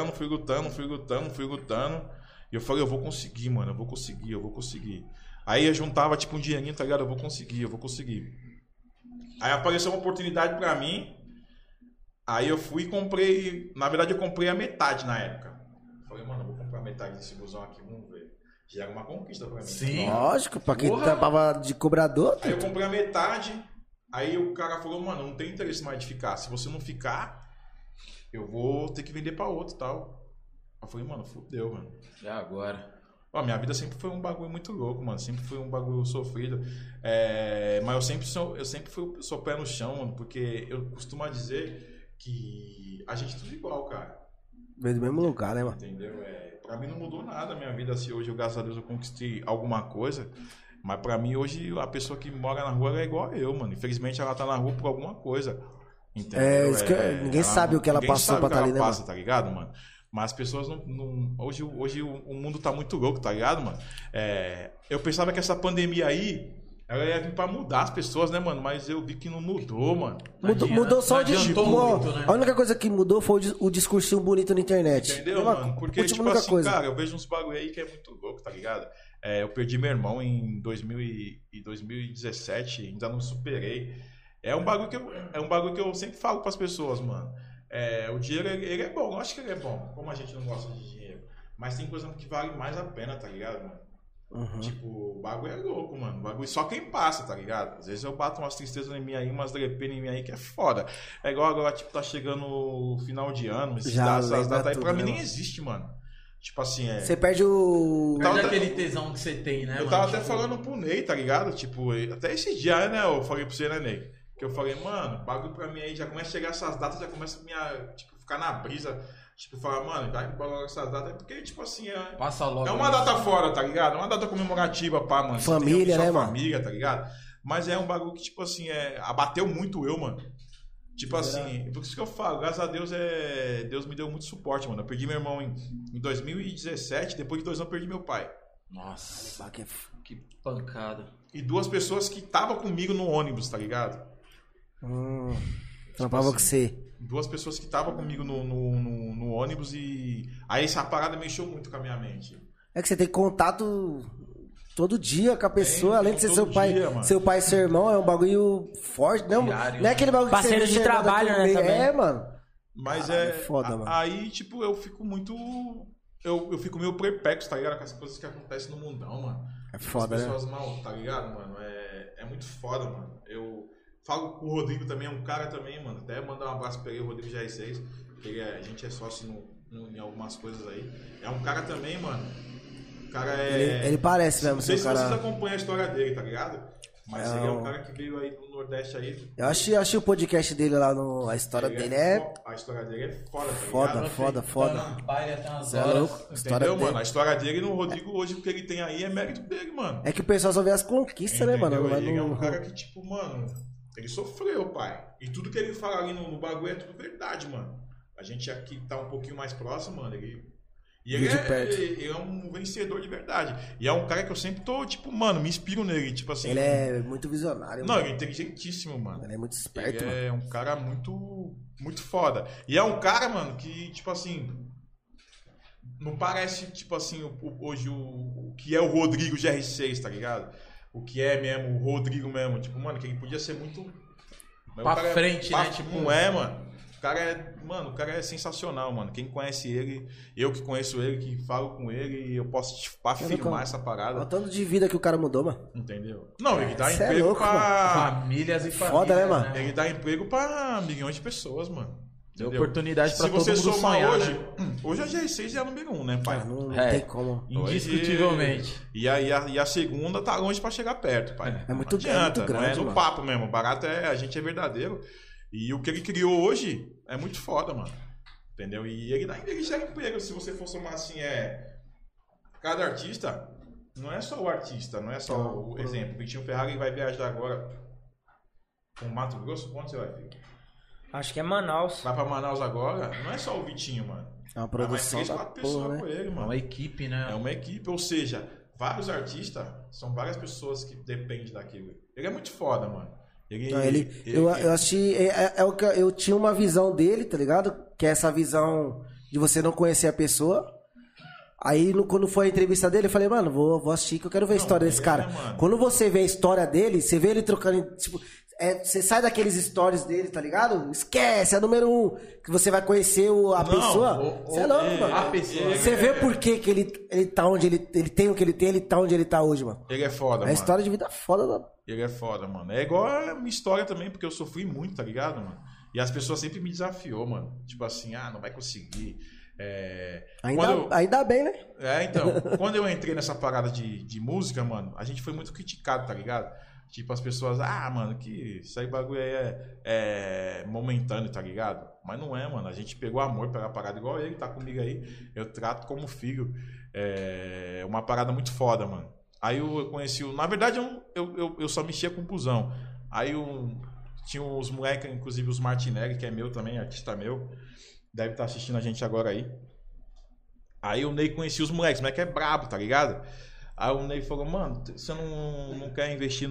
E eu falei, eu vou conseguir, mano. Eu vou conseguir. Aí eu juntava tipo um dinheirinho, tá ligado? Eu vou conseguir. Aí apareceu uma oportunidade pra mim. Aí eu fui e comprei. Na verdade, eu comprei a metade na época. Falei, mano, eu vou comprar metade desse busão aqui, vamos ver. Já era uma conquista pra mim. Sim. Lógico, pra quem trampava de cobrador. Aí eu comprei a metade. Aí o cara falou, mano, não tem interesse mais de ficar. Se você não ficar, eu vou ter que vender pra outro e tal. Eu falei, mano, fudeu, mano. E agora? Ó, minha vida sempre foi um bagulho muito louco, mano. Sempre foi um bagulho sofrido. Mas eu sempre sou pé no chão, mano. Porque eu costumo dizer que a gente é tudo igual, cara. Veio do mesmo lugar, né, mano? Entendeu? Pra mim não mudou nada a minha vida. Se hoje, graças a Deus, eu conquistei alguma coisa. Mas pra mim, hoje, a pessoa que mora na rua ela é igual a eu, mano. Infelizmente, ela tá na rua por alguma coisa. Entendeu? Isso que ninguém sabe o que ela passou pra estar ali, né, mano? Tá ligado, mano? Mas as pessoas não... Hoje o mundo tá muito louco, tá ligado, mano? Eu pensava que essa pandemia aí, ela ia vir pra mudar as pessoas, né, mano? Mas eu vi que não mudou, mano. Mudou só o discurso. Muito, né? A única coisa que mudou foi o discursinho bonito na internet. Entendeu, mano? Porque, tipo assim, coisa. cara, eu vejo uns bagulho aí que é muito louco, tá ligado? Eu perdi meu irmão em 2017, ainda não superei. É um bagulho que eu sempre falo pras pessoas, mano. O dinheiro, ele é bom, eu acho que ele é bom, como a gente não gosta de dinheiro. Mas tem coisa que vale mais a pena, tá ligado, mano? Uhum. Tipo, o bagulho é louco, mano. O bagulho só quem passa, tá ligado? Às vezes eu bato umas tristezas em mim aí, umas drepenas em mim aí que é foda. É igual agora, tipo, tá chegando o final de ano, essas datas aí, pra mim nem existe, mano. Tipo assim, Você perde o... Perde aquele tesão que você tem, né, eu tava até falando pro Ney, tá ligado? Tipo, até esse dia, né, eu falei pra você, né, Ney? Que eu falei, mano, bagulho pra mim aí, já começa a chegar essas datas, já começa a ficar na brisa. Tipo, falar, mano, vai embora essas datas, porque, tipo assim, Passa logo uma data fora, tá ligado? É uma data comemorativa, pá, mano. Família, né, mano? Família, tá ligado? Mas é um bagulho que, tipo assim, abateu muito eu, mano. Tipo assim, por isso que eu falo, graças a Deus, Deus me deu muito suporte, mano. Eu perdi meu irmão em 2017, depois de 2 anos eu perdi meu pai. Nossa, que pancada. E 2 pessoas que estavam comigo no ônibus, tá ligado? Trampava com você. 2 pessoas que estavam comigo no ônibus e... Aí essa parada mexeu muito com a minha mente. É que você tem contato todo dia com a pessoa, além de ser seu pai, mano. seu pai e seu irmão, é um bagulho forte, não, Diário, não é aquele bagulho parceiro que de trabalho, né, também. mano. Mas foda, mano. Aí, tipo, eu fico muito... Eu fico meio perplexo, tá ligado? Com as coisas que acontecem no mundão, mano. É foda, as né? pessoas mal, tá ligado, mano? É muito foda, mano. Eu falo com o Rodrigo também, é um cara também, mano. Até mandar um abraço pra ele, o Rodrigo GR6. A gente é sócio em algumas coisas aí. É um cara também, mano. O cara Ele parece mesmo Não sei ser se um cara... vocês acompanham a história dele, tá ligado? Mas ele é um cara que veio aí do Nordeste aí. Eu achei o podcast dele lá, a história dele é... A história dele é foda, tá ligado? Foda. Tá no baile até umas Cê é horas. louco. História Entendeu, dele. mano? A história dele no Rodrigo hoje, o que ele tem aí é mérito dele, mano. É que o pessoal só vê as conquistas, né, mano? Entendeu? Não Ele é um cara que, tipo, mano, ele sofreu, pai. E tudo que ele fala ali no bagulho é tudo verdade, mano. A gente aqui tá um pouquinho mais próximo, mano. E ele é um vencedor de verdade. E é um cara que eu sempre tô, tipo, mano, me inspiro nele. Tipo assim. Ele é muito visionário. Não, mano. ele é inteligentíssimo, mano. Ele é muito esperto, Ele mano. é um cara muito, muito foda. E é um cara, mano, que, tipo assim. Não parece, tipo assim, hoje o que é o Rodrigo GR6, tá ligado? O que é mesmo, o Rodrigo mesmo. Tipo, mano, que ele podia ser muito. Pra frente, né? Tipo, não é, mano. O cara é sensacional, mano. Quem conhece ele, eu que conheço ele, que falo com ele, eu posso te afirmar essa parada. Olha o tanto de vida que o cara mudou, mano. Entendeu? Não, ele dá Cê é emprego louco, pra. Famílias e famílias. Foda, né, mano? Ele dá emprego pra milhões de pessoas, mano. Deu Entendeu? oportunidade pra Se todo você mundo somar sonhar, hoje, né? hoje a GR6 é a número 1, né, pai? Ah, não É. tem como. Indiscutivelmente. E a segunda tá longe pra chegar perto, pai. É muito Não adianta, muito grande, não é no mano. papo mesmo. O barato é, a gente é verdadeiro. E o que ele criou hoje é muito foda, mano. Entendeu? E ele gera emprego. Se você for somar assim, cada artista, não é só o artista, não é só o exemplo. O Vitinho Ferrari vai viajar agora com o Mato Grosso. Quanto você vai, filho? Acho que é Manaus. Vai pra Manaus agora, não é só o Vitinho, mano. É uma produção mais 3, da 4 pessoas porra, com né? ele, É mano. uma equipe, né? É uma equipe, ou seja, vários artistas, são várias pessoas que dependem daquilo. Ele é muito foda, mano. Eu achei. Eu tinha uma visão dele, tá ligado? Que é essa visão de você não conhecer a pessoa. Aí, quando foi a entrevista dele, eu falei, mano, vou assistir que eu quero ver a história desse cara. mano. Quando você vê a história dele, você vê ele trocando. Tipo, você sai daqueles stories dele, tá ligado? Esquece, é número 1. Que você vai conhecer a pessoa. Você é louco, mano. A pessoa. Você vê por que ele tá onde ele tem o que ele tem, ele tá onde ele tá hoje, mano. Ele é foda, É mano. a história de vida foda da. Ele é foda, mano. É igual a minha história também, porque eu sofri muito, tá ligado, mano? E as pessoas sempre me desafiou, mano. Tipo assim, não vai conseguir. Ainda bem, né? Então, quando eu entrei nessa parada de música, mano, a gente foi muito criticado, tá ligado? Tipo, as pessoas, mano, que isso aí bagulho aí é momentâneo, tá ligado? Mas não é, mano. A gente pegou amor pela parada, igual ele tá comigo aí. Eu trato como filho. É uma parada muito foda, mano. Aí eu conheci Na verdade, eu só mexia com busão. Aí tinha uns moleques, inclusive os Martinelli, que é meu também, artista meu. Deve estar assistindo a gente agora aí. Aí o Ney conhecia os moleques, o moleque é brabo, tá ligado? Aí o Ney falou, mano, você não quer investir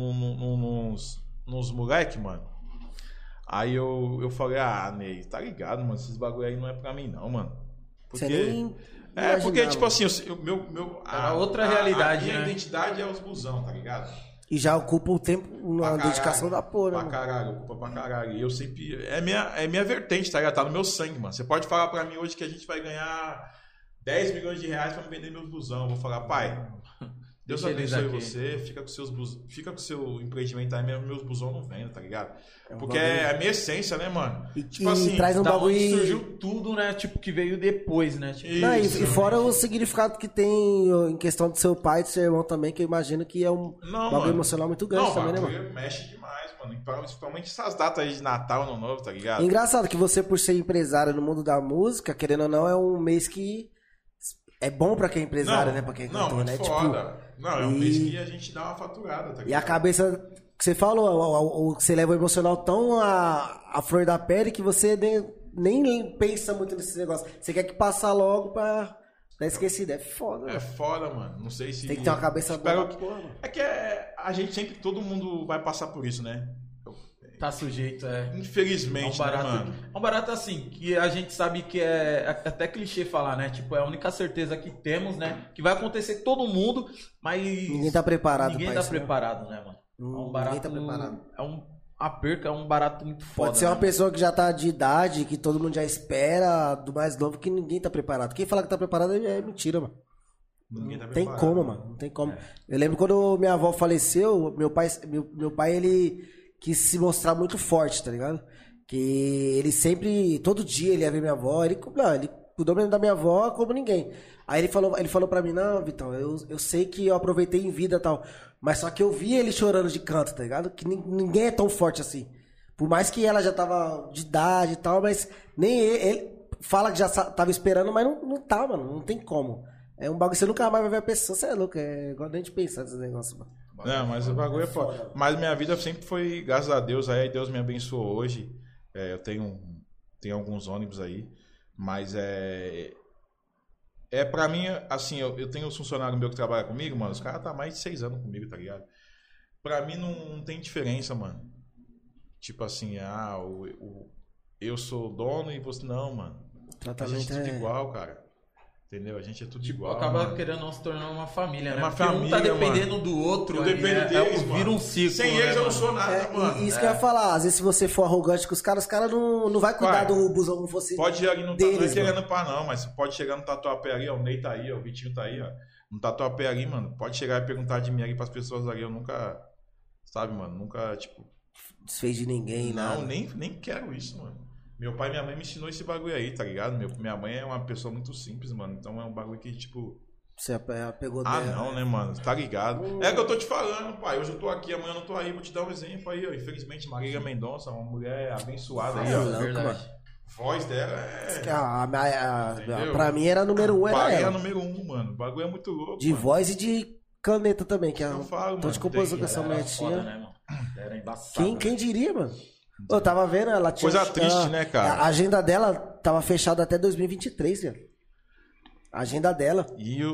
nos moleques, mano? Aí eu falei, Ney, tá ligado, mano, esses bagulho aí não é pra mim não, mano. Você nem porque, imaginava. tipo assim, Era outra realidade, a minha né? identidade é os busão, tá ligado? E já ocupa o tempo na dedicação da porra, Pra mano. caralho, ocupa pra caralho. E eu sempre... É minha vertente, tá ligado? Tá no meu sangue, mano. Você pode falar pra mim hoje que a gente vai ganhar 10 milhões de reais pra me vender meus busão. Eu vou falar, pai, Deus Deixa eles abençoe aqui. você, fica com o seu empreendimento aí, meus busão não vendem, tá ligado? Porque bagulho. é a minha essência, né, mano? E traz Da bagulho. onde surgiu tudo, né? Tipo, que veio depois, né? Tipo, Não, e Isso. fora o significado que tem em questão do seu pai e do seu irmão também, que eu imagino que é um Não, bagulho mano. emocional muito grande também, né, mano? Mexe demais, mano. Principalmente essas datas aí de Natal, Ano Novo, tá ligado? É engraçado que você, por ser empresário no mundo da música, querendo ou não, é um mês que é bom pra quem é empresário, né? Pra quem é cantor, muito né? foda. Não, é um e- mês que a gente dá uma faturada, tá ligado? E a cabeça que você falou, você leva o emocional tão a flor da pele que você nem pensa muito nesse negócio. Você quer que passar logo pra esquecer. É foda, É né? foda, mano. Não sei se... Tem que ter uma cabeça boa Espero pra que... porra, mano. É que a gente sempre, todo mundo vai passar por isso, né? tá sujeito, Infelizmente, é um barato, né, mano? é um barato assim, que a gente sabe que é até clichê falar, né? Tipo, é a única certeza que temos, né? Que vai acontecer todo mundo, mas... Ninguém tá preparado Ninguém pra tá isso, né? preparado, né, mano? É um barato... Ninguém tá preparado. A perca é um barato muito foda. Pode ser uma né? pessoa que já tá de idade, que todo mundo já espera, do mais novo, que ninguém tá preparado. Quem fala que tá preparado é mentira, mano. Ninguém tá Não tem preparado. como, mano. Não tem como. Eu lembro quando minha avó faleceu, meu pai, ele quis se mostrar muito forte, tá ligado? Que ele sempre, todo dia ele ia ver minha avó, ele cuidou da minha avó como ninguém. Aí ele falou pra mim, não, Vitão, eu sei que eu aproveitei em vida e tal, mas só que eu vi ele chorando de canto, tá ligado? Que ninguém é tão forte assim. Por mais que ela já tava de idade e tal, mas nem ele fala que já tava esperando, mas não tá, mano, não tem como. É um bagulho, você nunca mais vai ver a pessoa, você é louco, é igual a gente pensar nesses negócios, mano. Não, mas o bagulho é foda. Mas minha vida sempre foi, graças a Deus, aí Deus me abençoou hoje. Eu tenho alguns ônibus aí, mas pra mim, assim, eu tenho um funcionário meu que trabalha comigo, mano, os caras tá mais de 6 anos comigo, tá ligado? Pra mim não tem diferença, mano. Tipo assim, eu sou dono e você não, mano. A gente é tudo igual, cara. Entendeu? A gente é tudo igual. Acaba mano. querendo não se tornar uma família, né? Uma Porque família, um tá dependendo mano. do outro. Eu dependo deles, mano. Vira um ciclo. Sem eles eu não sou nada, mano. Isso que eu ia falar. Às vezes se você for arrogante com os caras não vai cuidar do busão como fosse pode chegar ali no deles, não é querendo pá não, mas pode chegar no Tatuapé ali, ó, o Ney tá aí, ó, o Vitinho tá aí, ó. No Tatuapé ali, mano, pode chegar e perguntar de mim ali pras pessoas ali, eu nunca, sabe, mano, nunca, tipo... Desfez de ninguém, não, nada. nem quero isso, mano. Meu pai e minha mãe me ensinou esse bagulho aí, tá ligado? Minha mãe é uma pessoa muito simples, mano, então é um bagulho que, tipo... Você pegou dela. não, né, mano? Tá ligado? É que eu tô te falando, pai. Hoje eu tô aqui, amanhã eu não tô aí. Vou te dar um exemplo aí, ó. Infelizmente, Marília Mendonça, uma mulher abençoada aí, ó. Verdade. A voz dela é... Pra mim era número 1, era ela. Número 1, mano. O bagulho é muito louco. De mano. voz e de caneta também, que é eu falo, tô de composição que essa mulher tinha. Né, mano? Era embaçado. Quem diria, mano? Eu tava vendo, ela tinha... Coisa triste, né, cara? A agenda dela tava fechada até 2023, velho. A agenda dela. E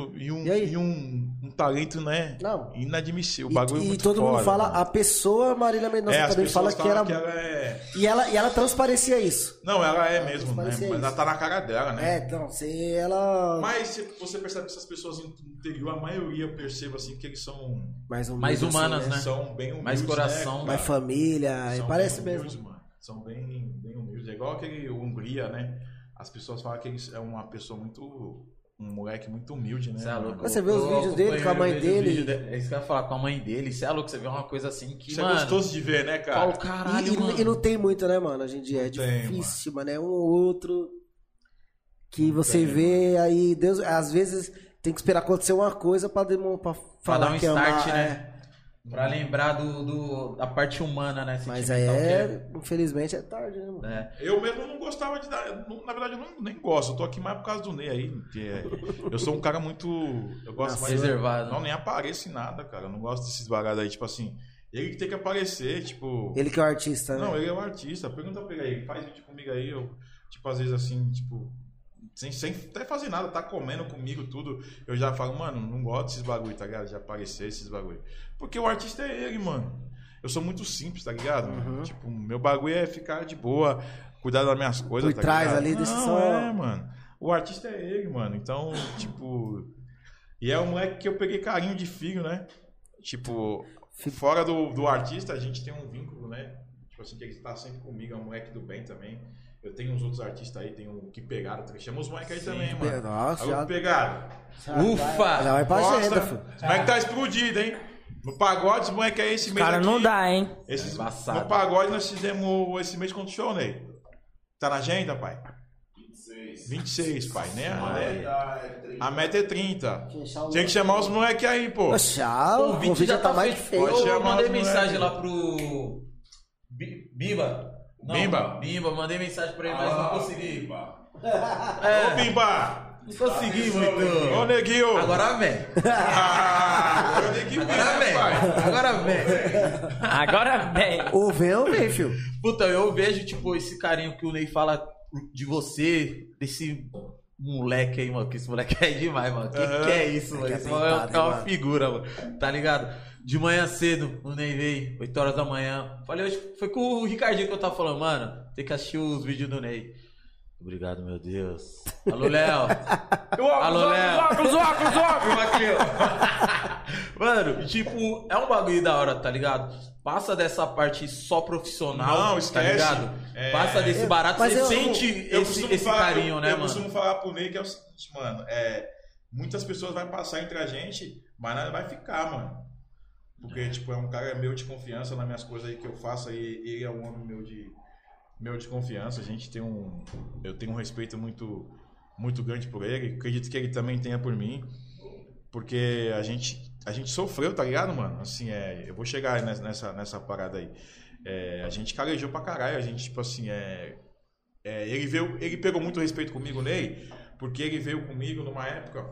um talento, né? Não. Inadmissível. O bagulho é muito todo mundo foda, fala, mano. a pessoa Marília Mendonça também fala que era... que ela é... E ela transparecia isso. Não, ela é mesmo, né? Mas ela tá na cara dela, né? Ela... Mas você percebe que essas pessoas no interior, a maioria eu percebo assim que eles são... Mais humanas, assim, né? São bem humildes, mais coração. né, mais família, são parece bem humildes, mesmo. Mano. São bem humildes. É igual aquele Hungria, né? As pessoas falam que ele é uma pessoa muito... Um moleque muito humilde, né? Você é louco. Você vê os vídeos dele com a mãe dele. É isso que eu ia falar, com a mãe dele. Você é louco, você vê uma coisa assim que, Você mano... é gostoso de ver, né, cara? Fala, caralho, mano. E não tem muito, né, mano? Hoje em dia é difícil, mano. É um ou outro que não você vê, mano. Aí Deus... Às vezes tem que esperar acontecer uma coisa pra falar dar um que start, ama, né? Pra lembrar da parte humana, né? Mas aí infelizmente é tarde, né, mano? Eu mesmo não gostava de dar. Na verdade, eu nem gosto. Eu tô aqui mais por causa do Ney aí. Eu sou um cara muito. Eu gosto mais. Reservado. Não, nem apareço em nada, cara. Eu não gosto desses bagados aí. Tipo assim, ele que tem que aparecer, tipo. Ele que é o artista, né? Não, ele é o artista. Pergunta pra ele aí. Faz vídeo comigo aí. Eu, tipo, às vezes assim, tipo. Sem até fazer nada, tá comendo comigo tudo. Eu já falo, mano, não gosto desses bagulho, tá ligado? De aparecer esses bagulho. Porque o artista é ele, mano. Eu sou muito simples, tá ligado? Uhum. Tipo, meu bagulho é ficar de boa, cuidar das minhas coisas, tá ligado? Ali desse som. Mano. O artista é ele, mano. Então, tipo... E é um moleque que eu peguei carinho de filho, né? Tipo, fora do artista, a gente tem um vínculo, né? Tipo assim, que ele tá sempre comigo, é um moleque do bem também. Eu tenho uns outros artistas aí, tem um que pegaram, chama os moleques aí também, mano. Nossa, já pegaram. Ufa! Já vai pra agenda, filho. Os moleques tá explodido, hein? No pagode, os moleques é esse mês cara, aqui. não dá, hein? No pagode nós fizemos esse mês quanto show, Ney? Tá na agenda, pai? 26, pai, né? A meta é 30. Tinha que chamar os moleques aí, pô. O convite já tá mais feio. Eu mandei mensagem lá pro... Bimba. Não, Bimba, mandei mensagem pra ele, mas não consegui. Ô, Bimba! Não consegui muito. Ô, Neguinho! Agora vem. Agora vem. Ou vem, filho. Puta, eu vejo, tipo, esse carinho que o Ney fala de você, desse moleque aí, mano. Que esse moleque é demais, mano. Que é isso, mano? Esse moleque é uma figura, mano. Tá ligado? De manhã cedo, o Ney veio, 8 horas da manhã. Falei, hoje foi com o Ricardinho que eu tava falando, mano, tem que assistir os vídeos do Ney. Obrigado, meu Deus. Alô, Léo. Alô, Léo. Óculos. Mano, tipo, é um bagulho da hora, tá ligado? Passa dessa parte só profissional, não, esquece. Tá ligado? Passa desse barato, você sente esse carinho, né, mano? Eu costumo falar pro Ney que é o seguinte, mano, muitas pessoas vão passar entre a gente, mas nada vai ficar, mano. Porque, tipo, é um cara meu de confiança nas minhas coisas aí que eu faço aí. Ele é um homem meu de confiança. Eu tenho um respeito muito muito grande por ele. Acredito que ele também tenha por mim. Porque a gente sofreu, tá ligado, mano? Assim, eu vou chegar nessa parada aí. A gente calejou pra caralho. A gente, tipo assim, ele pegou muito respeito comigo nele, porque ele veio comigo numa época...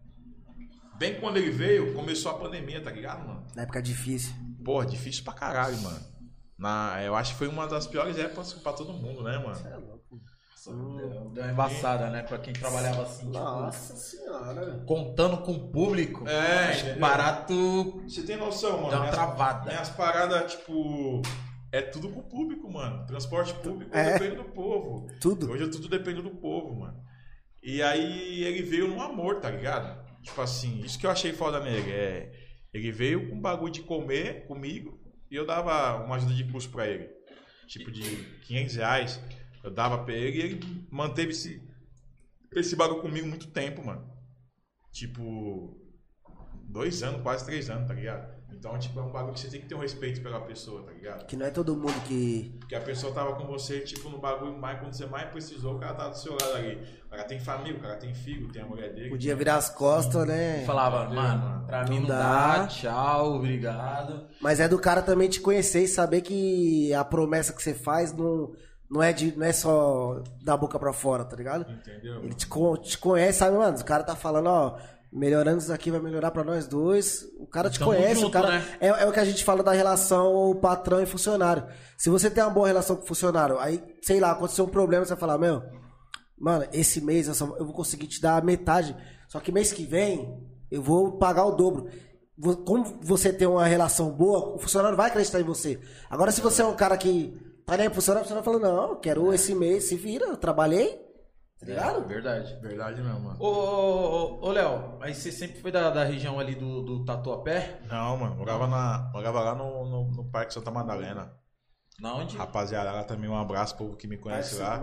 Bem quando ele veio, começou a pandemia, tá ligado, mano? Na época difícil. Porra, difícil pra caralho, mano. Eu acho que foi uma das piores épocas pra todo mundo, né, mano? Você é louco. Deu uma embaçada, né? Pra quem trabalhava assim. Nossa senhora. Contando com o público. Barato. Você tem noção, mano? Deu uma travada. Minhas paradas, tipo... É tudo com o público, mano. Transporte público depende do povo. Tudo. Hoje tudo depende do povo, mano. E aí ele veio no amor, tá ligado? Tipo assim, isso que eu achei foda nele. Ele veio com um bagulho de comer comigo e eu dava uma ajuda de custo pra ele. Tipo de R$500. Eu dava pra ele e ele manteve esse bagulho comigo muito tempo, mano. Tipo, 2 anos, quase 3 anos, tá ligado? Então, tipo, é um bagulho que você tem que ter um respeito pela pessoa, tá ligado? Que não é todo mundo que... Porque a pessoa tava com você, tipo, no bagulho, quando você mais precisou, o cara tava do seu lado ali. O cara tem família, o cara tem filho, tem a mulher dele. Podia virar as costas, né? Falava, mano, pra mim não dá, tchau, obrigado. Mas é do cara também te conhecer e saber que a promessa que você faz não é só da boca pra fora, tá ligado? Entendeu? Ele te conhece, sabe, mano? O cara tá falando, ó, melhorando isso aqui vai melhorar pra nós dois. O cara te conhece, junto, o cara... né? É o que a gente fala da relação patrão e funcionário. Se você tem uma boa relação com o funcionário, aí, sei lá, aconteceu um problema, você vai falar, meu, mano, esse mês eu vou conseguir te dar a metade, só que mês que vem eu vou pagar o dobro. Como você tem uma relação boa, o funcionário vai acreditar em você. Agora, se você é um cara que tá nem funcionário, o funcionário fala, não, eu quero esse mês, se vira, eu trabalhei, tá ligado? Verdade. Verdade mesmo, mano. Ô, Léo, aí você sempre foi da região ali do Tatuapé? Não, mano, morava lá no Parque Santa Madalena. Na onde? Rapaziada, lá também um abraço pro povo que me conhece lá.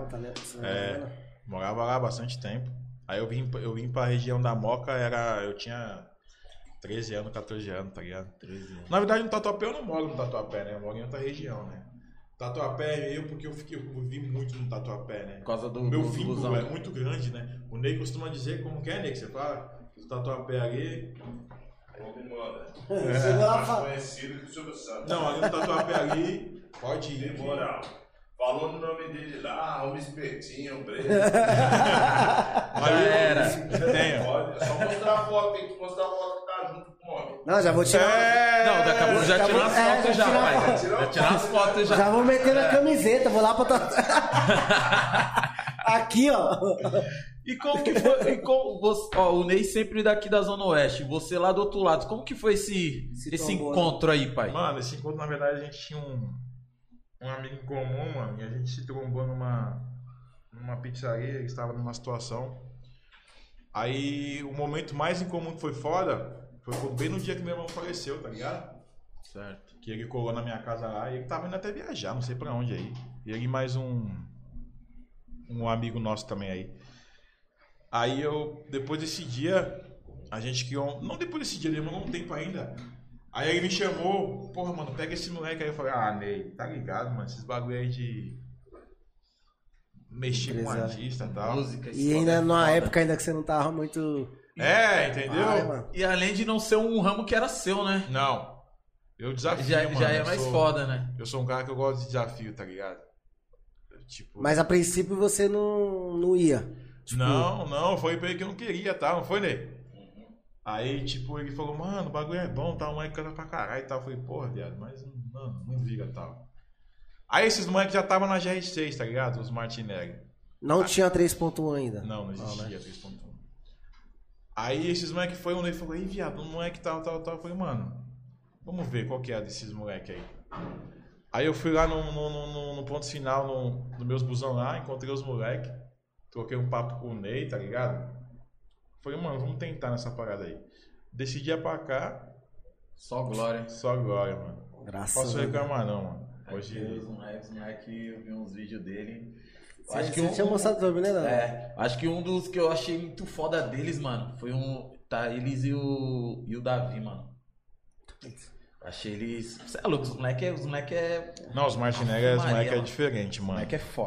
Morava lá há bastante tempo. Aí eu vim pra região da Moca, eu tinha 13 anos, 14 anos, tá ligado? 13 anos. Na verdade, no Tatuapé eu não moro no Tatuapé, né? Eu moro em outra região, né? Tatuapé porque eu vivi muito no Tatuapé, né? Por causa do meu vínculo é muito grande, né? O Ney costuma dizer, como que é, Ney? Que você fala? O Tatuapé ali... Mais conhecido que o Silvio Santos. Não, ali no Tatuapé ali, pode ir. Tem moral. Falou no nome dele lá, homem espetinho, preto. Já era. Pode, é só mostrar a foto, tem que mostrar a foto que tá junto com o homem. Não, já vou tirar... Não, daqui a pouco já tirou as fotos já, pai. Já tirou as fotos já. Já vou meter na camiseta, vou lá pra... Aqui, ó. E como que foi? O Ney sempre daqui da Zona Oeste, você lá do outro lado. Como que foi esse encontro aí, pai? Mano, esse encontro, na verdade, a gente tinha um amigo em comum, mano, e a gente se trombou numa pizzaria, ele estava numa situação. Aí, o momento mais incomum que foi foda, foi bem no dia que meu irmão faleceu, tá ligado? Certo. Que ele colou na minha casa lá e ele tava indo até viajar, não sei pra onde aí. E ele mais um amigo nosso também aí. Aí depois desse dia, a gente criou não depois desse dia, ele demorou um tempo ainda. Aí ele me chamou, porra, mano, pega esse moleque. Aí eu falei, Ney, tá ligado, mano, esses bagulho aí de mexer com artista e tal. Música, E ainda numa época ainda que você não tava muito... Entendeu? E além de não ser um ramo que era seu, né? Não. Eu desafio, mano. Já é mais foda, né? Eu sou um cara que eu gosto de desafio, tá ligado? Tipo... Mas a princípio você não ia. Tipo... Não, foi pra ele que eu não queria, tá? Não foi, Ney? Aí, tipo, ele falou, mano, o bagulho é bom, tá? O moleque canta pra caralho e tal. Eu falei, porra, viado, mas não vira tal. Aí esses moleques já estavam na GR6, tá ligado? Os Martinelli. Não tinha 3.1 ainda. Não existia 3.1. Aí esses moleques foi, o Ney falou, aí, viado, um moleque tal. Eu falei, mano, vamos ver qual que é desses moleques aí. Aí eu fui lá no ponto final, no meus busão lá, encontrei os moleques, troquei um papo com o Ney, tá ligado? Falei, mano, vamos tentar nessa parada aí. Decidi ir pra cá. Só glória. Só glória, mano. Graças Posso a Deus. reclamar não, mano. Hoje... Os moleques, eu vi uns vídeos dele. Acho que tinha mostrado também, né? Não? Acho que um dos que eu achei muito foda deles, mano, foi eles e o Davi, mano. Achei eles... Você é louco, os moleque é... Não, os Martinelli, os moleque é diferente, mano. Os moleque é foda.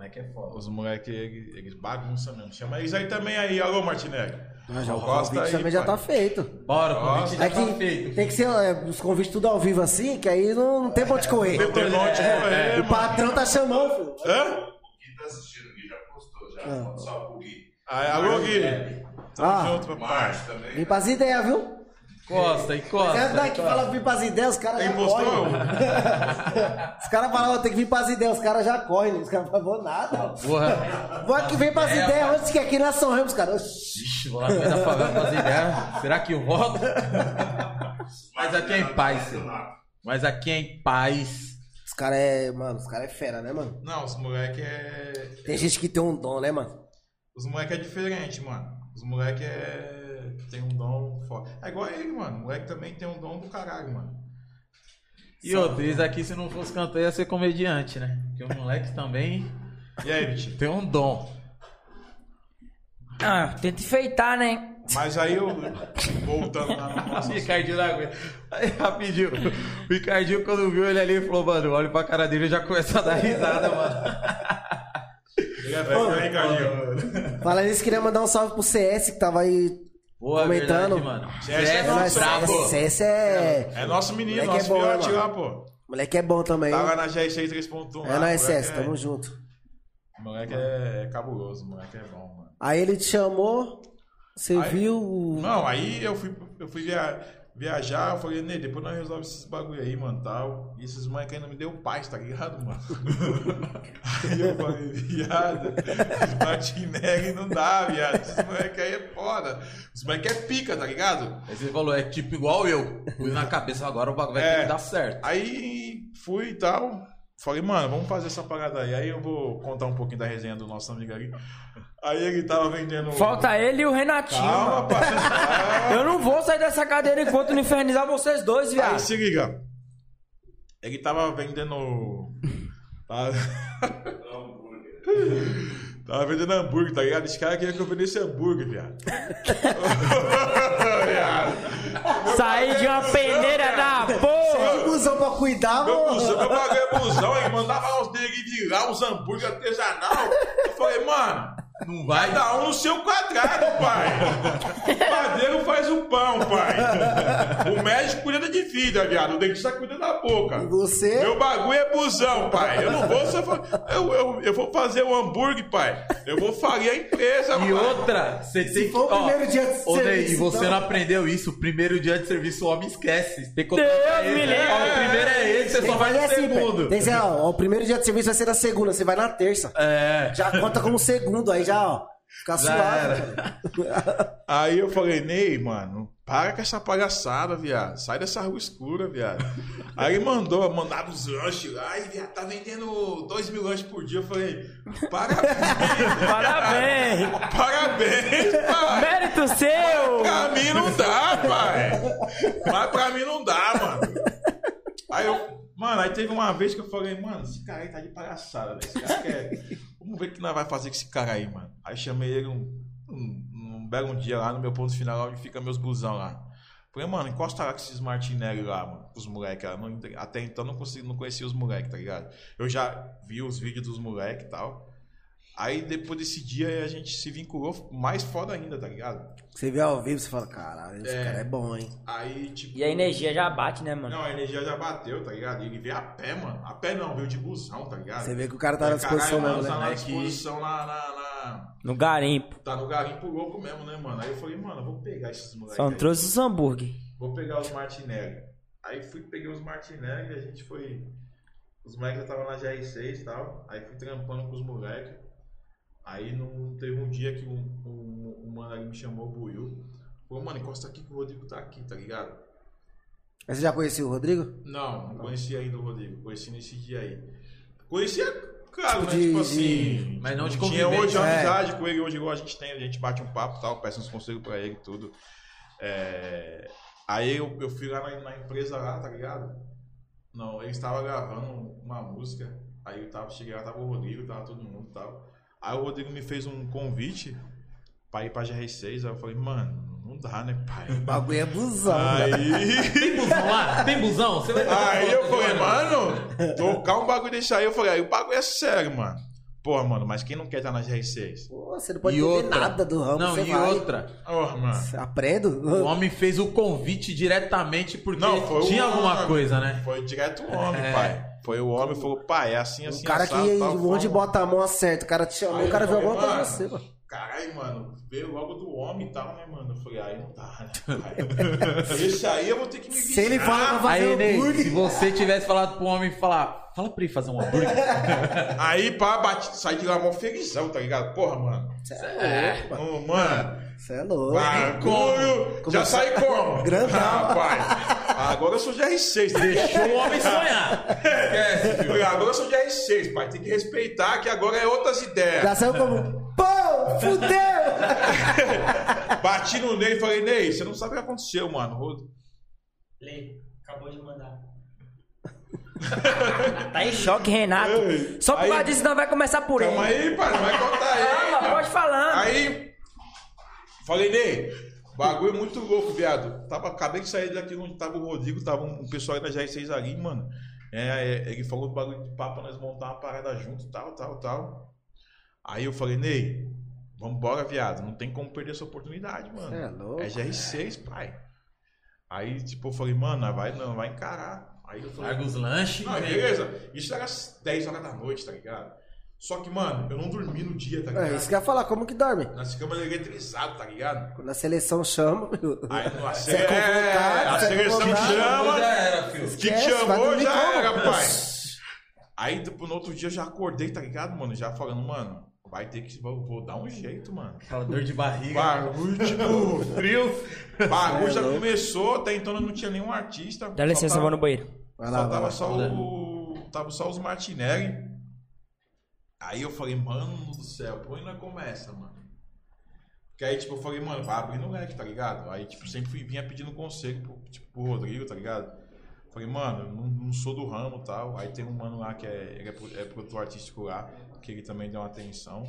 moleque é foda. Os moleques, eles bagunçam mesmo. Chama eles aí também aí. Alô, Martinelli. Já o convite também já tá feito. Bora, o convite já tá feito. Tem que ser os convites tudo ao vivo assim, que aí não tem pra onde correr. Não tem pra onde correr, o patrão tá chamando, filho. Hã? O Gui tá assistindo, o Gui já postou, já. Só pro Gui. Alô, Gui. Tamo junto, papai. Também. Vem pras ideias, viu? Encosta. É daqui fala vir pras ideias, os caras já correm. Os caras falam, tem que vir pras ideias, os caras já correm. Os caras não falam nada. Porra. Vou aqui, vem pras ideias, onde que aqui na São Ramos, cara? Ixi, vou lá no meio da favela pras ideias. Será que eu volto? Mas aqui é em paz, senhor. Mas aqui é em paz. Os caras é, mano, os caras é fera, né, mano? Não, os moleques é... Tem gente que tem um dom, né, mano? Os moleques é diferente, mano. Os moleques tem um dom forte. É igual ele, mano. O moleque também tem um dom do caralho, mano. E outro, eles aqui, se não fosse cantor, ia ser comediante, né? Porque o moleque também... E aí, Vitinho? Tem um dom. Tenta enfeitar, né? Mas aí eu... Voltando lá no nosso... Ricardinho não aguenta. Aí, rapidinho. O Ricardinho, quando viu ele ali, falou, mano, olha pra cara dele e já começa a dar risada, mano. Fala nisso, queria mandar um salve pro CS, que tava aí comentando. Verdade, mano. CS é nosso menino, nosso filhote lá, pô. Moleque é bom também. Tava na GR6 3.1. É nóis, CS, tamo junto. O moleque é cabuloso, o moleque é bom, mano. Aí ele te chamou, você viu... Não, aí eu fui viajar, eu falei, Ney, depois nós resolvemos esses bagulho aí, mano, tal. E esses moleques ainda me deu paz, tá ligado, mano? Aí eu falei, viado, Martinelli não dá, viado. Esses moleques aí é foda. Os moleques é pica, tá ligado? Aí você falou, é tipo igual eu. Fui na cabeça, agora o bagulho vai ter que dar certo. Aí fui e tal. Falei, mano, vamos fazer essa parada aí. Aí eu vou contar um pouquinho da resenha do nosso amigo ali. Aí ele tava vendendo... Falta ele e o Renatinho. Calma, pai. Eu não vou sair dessa cadeira enquanto não infernizar vocês dois, viado. Aí se liga. Ele tava vendendo... Tava vendendo hambúrguer, tá ligado? Esse cara queria que eu vendesse hambúrguer, viado. Saí de uma peneira da porra. Sem busão pra cuidar, meu mano. Busão, eu paguei busão, ele mandava os dele virar uns hambúrguer artesanal. Eu falei, mano, não vai dar um no seu quadrado, pai. O padeiro faz o pão, pai. O médico cuida de vida, viado. O dentista cuida da boca. E você? Meu bagulho é busão, pai. Eu não vou só eu vou fazer o hambúrguer, pai. Eu vou falir a empresa, E outra, você tem que... for o primeiro dia de serviço, E você então... não aprendeu isso. O primeiro dia de serviço o homem esquece. Tem que contar Deus pra ele. me livre. O primeiro é esse, você só vai no segundo. Tem que ser, ó, o primeiro dia de serviço vai ser na segunda, você vai na terça. É. Já conta como segundo, aí já, ó. Fica suave. Aí eu falei, Ney, mano, para com essa palhaçada, viado. Sai dessa rua escura, viado. Aí ele mandava os lanches lá. Ai, viado, tá vendendo 2.000 lanches por dia. Eu falei, parabéns. Parabéns. Parabéns, pai. Mérito seu. Pra mim não dá, pai. Mas pra mim não dá, mano. Aí teve uma vez que eu falei, mano, esse cara aí tá de palhaçada, né? Esse cara quer... Vamos ver o que nós vai fazer com esse cara aí, mano. Aí chamei ele um belo dia lá no meu ponto final, onde fica meus busão lá. Falei, mano, encosta lá com esses Martinelli lá, mano, os moleques lá. Até então não conhecia os moleques, tá ligado? Eu já vi os vídeos dos moleques e tal. Aí depois desse dia a gente se vinculou mais foda ainda, tá ligado? Você vê ao vivo, você fala, caralho, esse cara é bom, hein? Aí, tipo... E a energia já bate, né, mano? Não, a energia já bateu, tá ligado? E ele veio a pé, mano. A pé não, veio de busão, tá ligado? Você vê que o cara tá na disposição mesmo, né? Tá na disposição No garimpo. Tá no garimpo louco mesmo, né, mano? Aí eu falei, mano, eu vou pegar esses moleques. Só não trouxe os hambúrguer. Vou pegar os Martinelli. Aí peguei os Martinelli e a gente foi... Os moleques já estavam na GR6 e tal. Aí fui trampando com os moleques. Aí teve um dia que um mano ali me chamou, o Buiu. Falou, mano, encosta aqui que o Rodrigo tá aqui, tá ligado? Mas você já conhecia o Rodrigo? Não conhecia ainda o Rodrigo. Conheci nesse dia aí. Conhecia, claro, né? Tipo assim... Mas não de tinha convivência. hoje amizade com ele, hoje igual a gente tem. A gente bate um papo e tal, peço uns conselhos pra ele e tudo. Aí eu fui lá na empresa lá, tá ligado? Não, ele estava gravando uma música. Aí cheguei lá, tava o Rodrigo, tava todo mundo e tal. Aí o Rodrigo me fez um convite pra ir pra GR6. Aí eu falei, mano, não dá, né, pai? O bagulho é busão. Aí... Tem busão lá? Tem busão? Você vai Aí eu falei, mano, tocar um bagulho desse aí. Eu falei, aí o bagulho é sério, mano. Porra, mano, mas quem não quer estar na GR6? Pô, você não pode entender nada do ramo, não, você e vai. outra. Porra, mano. Você aprende? O homem fez o convite diretamente porque tinha alguma coisa, né? Foi direto o homem, pai. Foi o homem e falou, pai, é assim, assim, o cara assado, que tal, onde bota a mão acerta, o cara te chamou, o cara viu alguma coisa em você, mano. Caralho, mano, veio logo do homem e tal, né, mano? Eu falei, aí não dá, né? Esse aí eu vou ter que me Se ele fala pra fazer aí, Ney, hambúrguer... se você tivesse falado pro homem fala pra ele fazer um hambúrguer. Aí, pá, sai de lá mó felizão, tá ligado? Porra, mano. Você é louco, mano. Você é louco. Bagulho. Já sai como? Grandão. Rapaz. Agora eu sou GR6. Deixou o homem sonhar. Esquece, filho. Agora eu sou GR6, pai. Tem que respeitar que agora é outras ideias. Já saiu como... Pô, fudeu! Bati no Ney e falei, Ney, você não sabe o que aconteceu, mano. Lê, acabou de mandar. Tá em choque, Renato. Só por causa disso não vai começar por ele. Calma aí, pai, não vai contar aí. Calma, pode falando. Aí, falei, Ney, bagulho muito louco, viado. Acabei de sair daqui onde tava o Rodrigo, tava um pessoal aí da GR6 ali, mano. Ele falou do bagulho de papo, nós montar uma parada junto, tal. Aí eu falei, Ney, vambora, viado. Não tem como perder essa oportunidade, mano. É louco. É GR6, pai. Aí, tipo, eu falei, mano, vai encarar. Aí eu falei, Larga os lanches. não, beleza. Isso era às 10 horas da noite, tá ligado? Só que, mano, eu não dormi no dia, tá ligado? É isso que eu ia falar, como que dorme? Nós ficamos eletrizados, tá ligado? Quando a seleção chama, meu. Aí a Você é convocado, a você é seleção convocado. chama. Já era, filho. Que Esquece, vai chamou, dormir já como? era, pai. Aí, tipo, no outro dia eu já acordei, tá ligado, mano? Já falando, mano, vai ter que. Vou dar um jeito, mano. Aquela dor de barriga. Bagulho, tipo, frio. Bagulho já começou, até então não tinha nenhum artista. Dá licença, eu vou no banheiro. Vai lá, vai lá. Tava só os Martinelli. Aí eu falei, mano do céu, por onde nós começa, mano? Porque aí, tipo, eu falei, mano, vai abrir no leque, tá ligado? Aí, tipo, sempre vinha pedindo conselho pro Rodrigo, tá ligado? Falei, mano, não sou do ramo e tal. Aí tem um mano lá que ele é produtor artístico lá, que ele também deu uma atenção.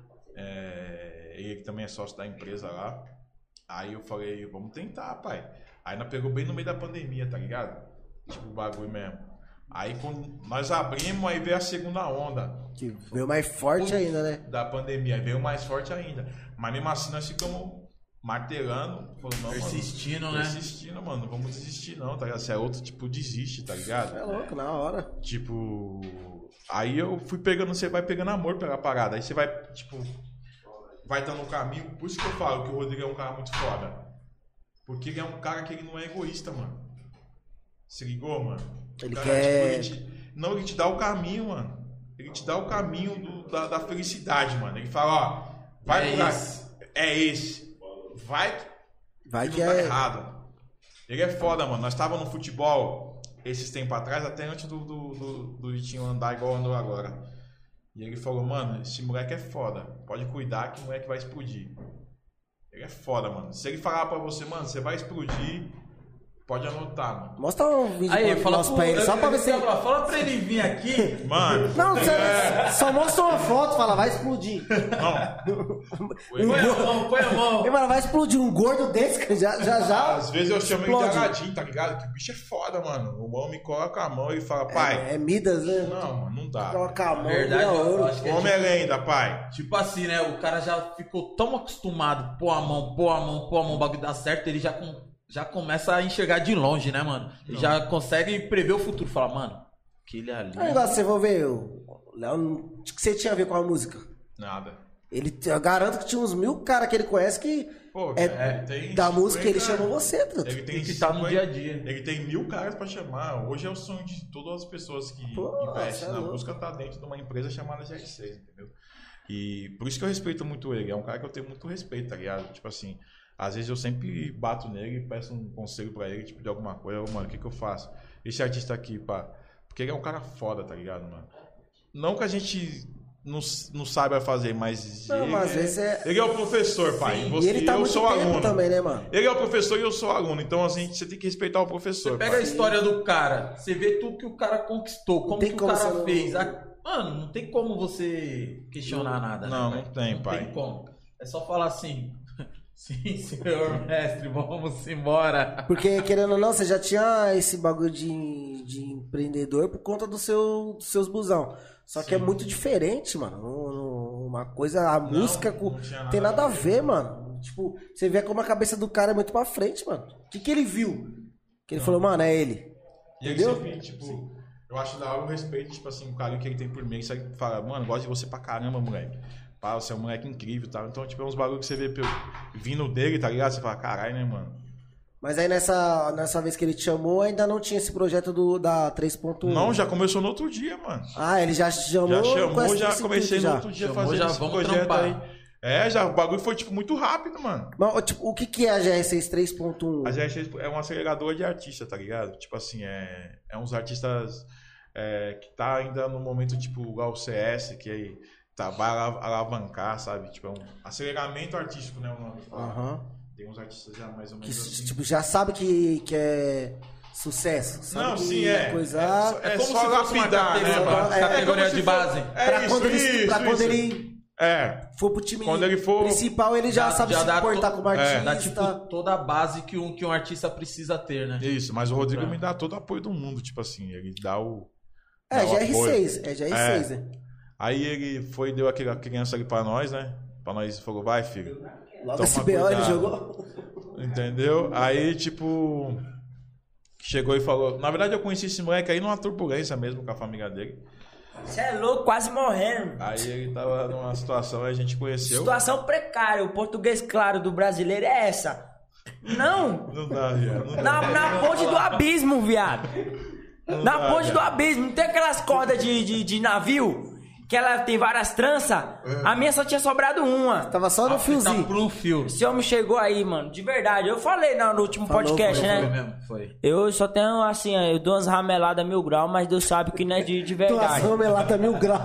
Ele também é sócio da empresa lá. Aí eu falei, vamos tentar, pai. Aí nós pegou bem no meio da pandemia, tá ligado? Tipo, o bagulho mesmo. Aí quando nós abrimos, aí veio a segunda onda. Que veio mais forte ainda, né? Da pandemia, veio mais forte ainda. Mas mesmo assim nós ficamos martelando. Falando, não, Persistindo, mano, né? Persistindo, mano. Não vamos desistir não, tá ligado? Se é outro, tipo, desiste, tá ligado? É louco, na hora. Tipo... Aí eu fui pegando, você vai pegando amor pela parada. Aí você vai, tipo... Vai estar no caminho. Por isso que eu falo que o Rodrigo é um cara muito foda. Porque ele é um cara que ele não é egoísta, mano. Se ligou, mano? Ele Cara, quer... tipo, ele te dá o caminho, mano. Ele te dá o caminho da felicidade, mano. Ele fala, ó, vai por aí. É esse. Vai que não tá é... errado. Ele é foda, mano. Nós estávamos no futebol esses tempos atrás, até antes do Vitinho andar igual andou agora. E ele falou, mano, esse moleque é foda. Pode cuidar que o moleque vai explodir. Ele é foda, mano. Se ele falar pra você, mano, você vai explodir... Pode anotar, mano. Mostra um vídeo Aí, fala pra ele, só pra ver se... Fala pra ele vir aqui. Mano. Não, só mostra uma foto, fala, vai explodir. Não. Põe a mão. E, mano, vai explodir um gordo desse, cara, já. Às vezes eu chamo ele explode. de Aladim, tá ligado? Que o bicho é foda, mano. O homem coloca a mão e fala, pai. É Midas, né? Não, mano, não dá. Coloca a mão, Verdade, vira eu ouro. acho que O homem é lenda, pai. Tipo assim, né? O cara já ficou tão acostumado, pôr a mão, o bagulho dá certo, ele já começa a enxergar de longe, né, mano? Ele já consegue prever o futuro. Fala, mano, aquele ali. É um negócio, você vai ver, o Léo, o que você tinha a ver com a música? Nada. Eu garanto que tinha uns 1000 caras que ele conhece que Pô, tem da música ele chamou você, truta. Ele tem que estar no dia a dia. Ele tem 1000 caras pra chamar. Hoje é o sonho de todas as pessoas que investem na música tá dentro de uma empresa chamada GR6, entendeu? E por isso que eu respeito muito ele. É um cara que eu tenho muito respeito, tá ligado? Tipo assim, às vezes eu sempre bato nele e peço um conselho pra ele, tipo, de alguma coisa. Mano, o que eu faço? Esse artista aqui, pá. Porque ele é um cara foda, tá ligado, mano? Não que a gente não saiba fazer, mas. Não, mas às vezes ele é o professor, pai. Sim, Você, e ele tá eu muito sou tempo aluno. também, né, mano? Ele é o professor e eu sou aluno. Então, assim, você tem que respeitar o professor. Você pega pai. a história do cara, você vê tudo que o cara conquistou, como tem que o como cara você fez. Mano, não tem como você questionar nada. Não, né, não tem, não pai. Não tem como. É só falar assim. Sim, senhor mestre, vamos embora. Porque, querendo ou não, você já tinha esse bagulho de empreendedor por conta dos seus busão. Só que é muito diferente, mano. Uma coisa, a música não tem nada a ver, mano. Tipo, você vê como a cabeça do cara é muito pra frente, mano. O que ele viu? Que ele falou, mano, é ele. E entendeu? Ele sempre, tipo, eu acho da hora o respeito, tipo assim, o carinho que ele tem por mim. Você fala, mano, gosto de você pra caramba, moleque. Pá, você é um moleque incrível e tal. Então, tipo, é uns bagulho que você vê vindo dele, tá ligado? Você fala, caralho, né, mano? Mas aí nessa vez que ele te chamou, ainda não tinha esse projeto da 3.1. Não, já começou no outro dia, mano. Ah, ele já chamou? Já comecei no outro dia fazendo esse projeto aí. O bagulho foi, tipo, muito rápido, mano. Mas, tipo, o que é a GR6 3.1? A GR6 é um acelerador de artista, tá ligado? Tipo assim, é uns artistas que tá ainda no momento, tipo, igual o CS, que aí vai alavancar, sabe? Tipo, é um aceleramento artístico, né? O nome que fala. Tem uns artistas já mais ou menos assim. Tipo, já sabe que é sucesso. Sabe? Não, sim, coisa... É como só lapidar, né? Categoria de base. Pra quando ele for pro time principal, ele já sabe se comportar como artista. Dá tipo toda a base que um artista precisa ter, né? Isso, mas o Rodrigo me dá todo o apoio do mundo, tipo assim, ele dá o... GR6, né? Aí ele deu aquela criança ali pra nós, né? Pra nós, falou, vai, filho. Logo esse BO ele jogou. Entendeu? Aí, tipo, chegou e falou... Na verdade, eu conheci esse moleque aí numa turbulência mesmo com a família dele. Você é louco, quase morrendo. Aí ele tava numa situação, aí a gente conheceu. Situação precária. O português claro do brasileiro é essa. Não. Não dá, viado. Na ponte do abismo, viado. Na ponte do abismo. Não tem aquelas cordas de navio? Que ela tem várias tranças. A minha só tinha sobrado uma. Tava só no fiozinho. Tá por um fio. Esse homem chegou aí, mano. De verdade. Eu falei no último podcast, né? Foi mesmo, foi. Eu só tenho, assim, eu dou umas rameladas 1000 graus, mas Deus sabe que não é de verdade. Duas rameladas 1000 graus.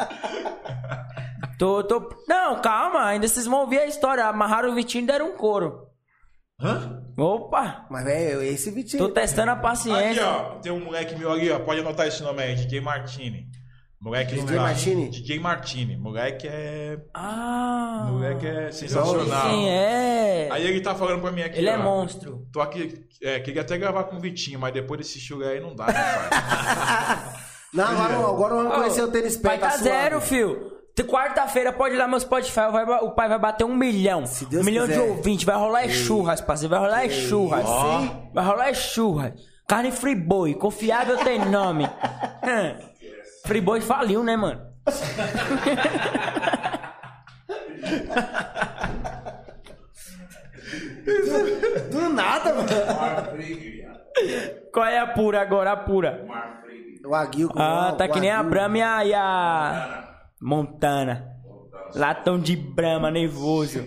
Não, calma. Ainda vocês vão ouvir a história. Amarraram o Vitinho e deram um couro. Hã? Opa. Mas, velho, esse Vitinho... Tô testando a paciência. Aqui, ó. Tem um moleque meu ali, ó. Pode anotar esse nome aí. DJ Martini. Moleque DJ Martini? DJ Martini. Moleque é sensacional. Sim, é. Aí ele tá falando pra mim aqui, ele ó, é monstro. Tô aqui, queria até gravar com o Vitinho, mas depois desse show aí não dá, né, pai? Não, agora vamos conhecer o tênis pé. Vai tá zero, fio. Quarta-feira pode ir lá no meu Spotify, o pai vai bater 1 milhão. Se Deus 1 milhão quiser. de ouvintes, vai rolar churras, parceiro. Vai rolar churras. Vai rolar churras. Carne Friboi, confiável tem nome. Friboi faliu, né, mano? Do nada, mano. Qual é a pura agora? A pura. O Aguil. Tá que nem a Brahma e a Montana. Latão de Brahma, nervoso.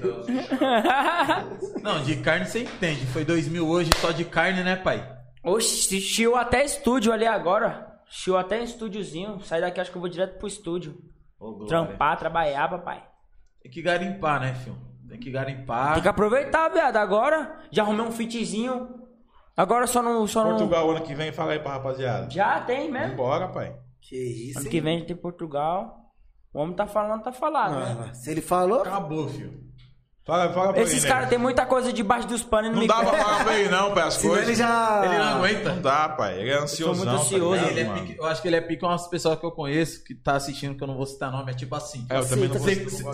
Não, de carne você entende. Foi 2000 hoje só de carne, né, pai? Oxi, chiou até estúdio ali agora. Chiou até estúdiozinho. Sai daqui, acho que eu vou direto pro estúdio. Trampar, trabalhar, papai. Tem que garimpar, né, filho? Tem que garimpar. Tem que aproveitar, viado. Agora já arrumei um fitzinho. Agora só não... Portugal ano que vem, fala aí pra rapaziada. Já tem mesmo. Bora, pai. Que isso, ano que vem tem Portugal. O homem tá falando, tá falado, né? Se ele falou... Acabou, filho. Fala pra esses caras tem muita coisa debaixo dos panos e não dá pra falar pra ele não, pai, as coisas. Ele não aguenta. Não dá, pai. Ele é ansiosão. Muito ansioso. Tá ele pique, eu acho que ele é pique umas pessoas que eu conheço que tá assistindo, que eu não vou citar nome, é tipo assim. Eu também não vou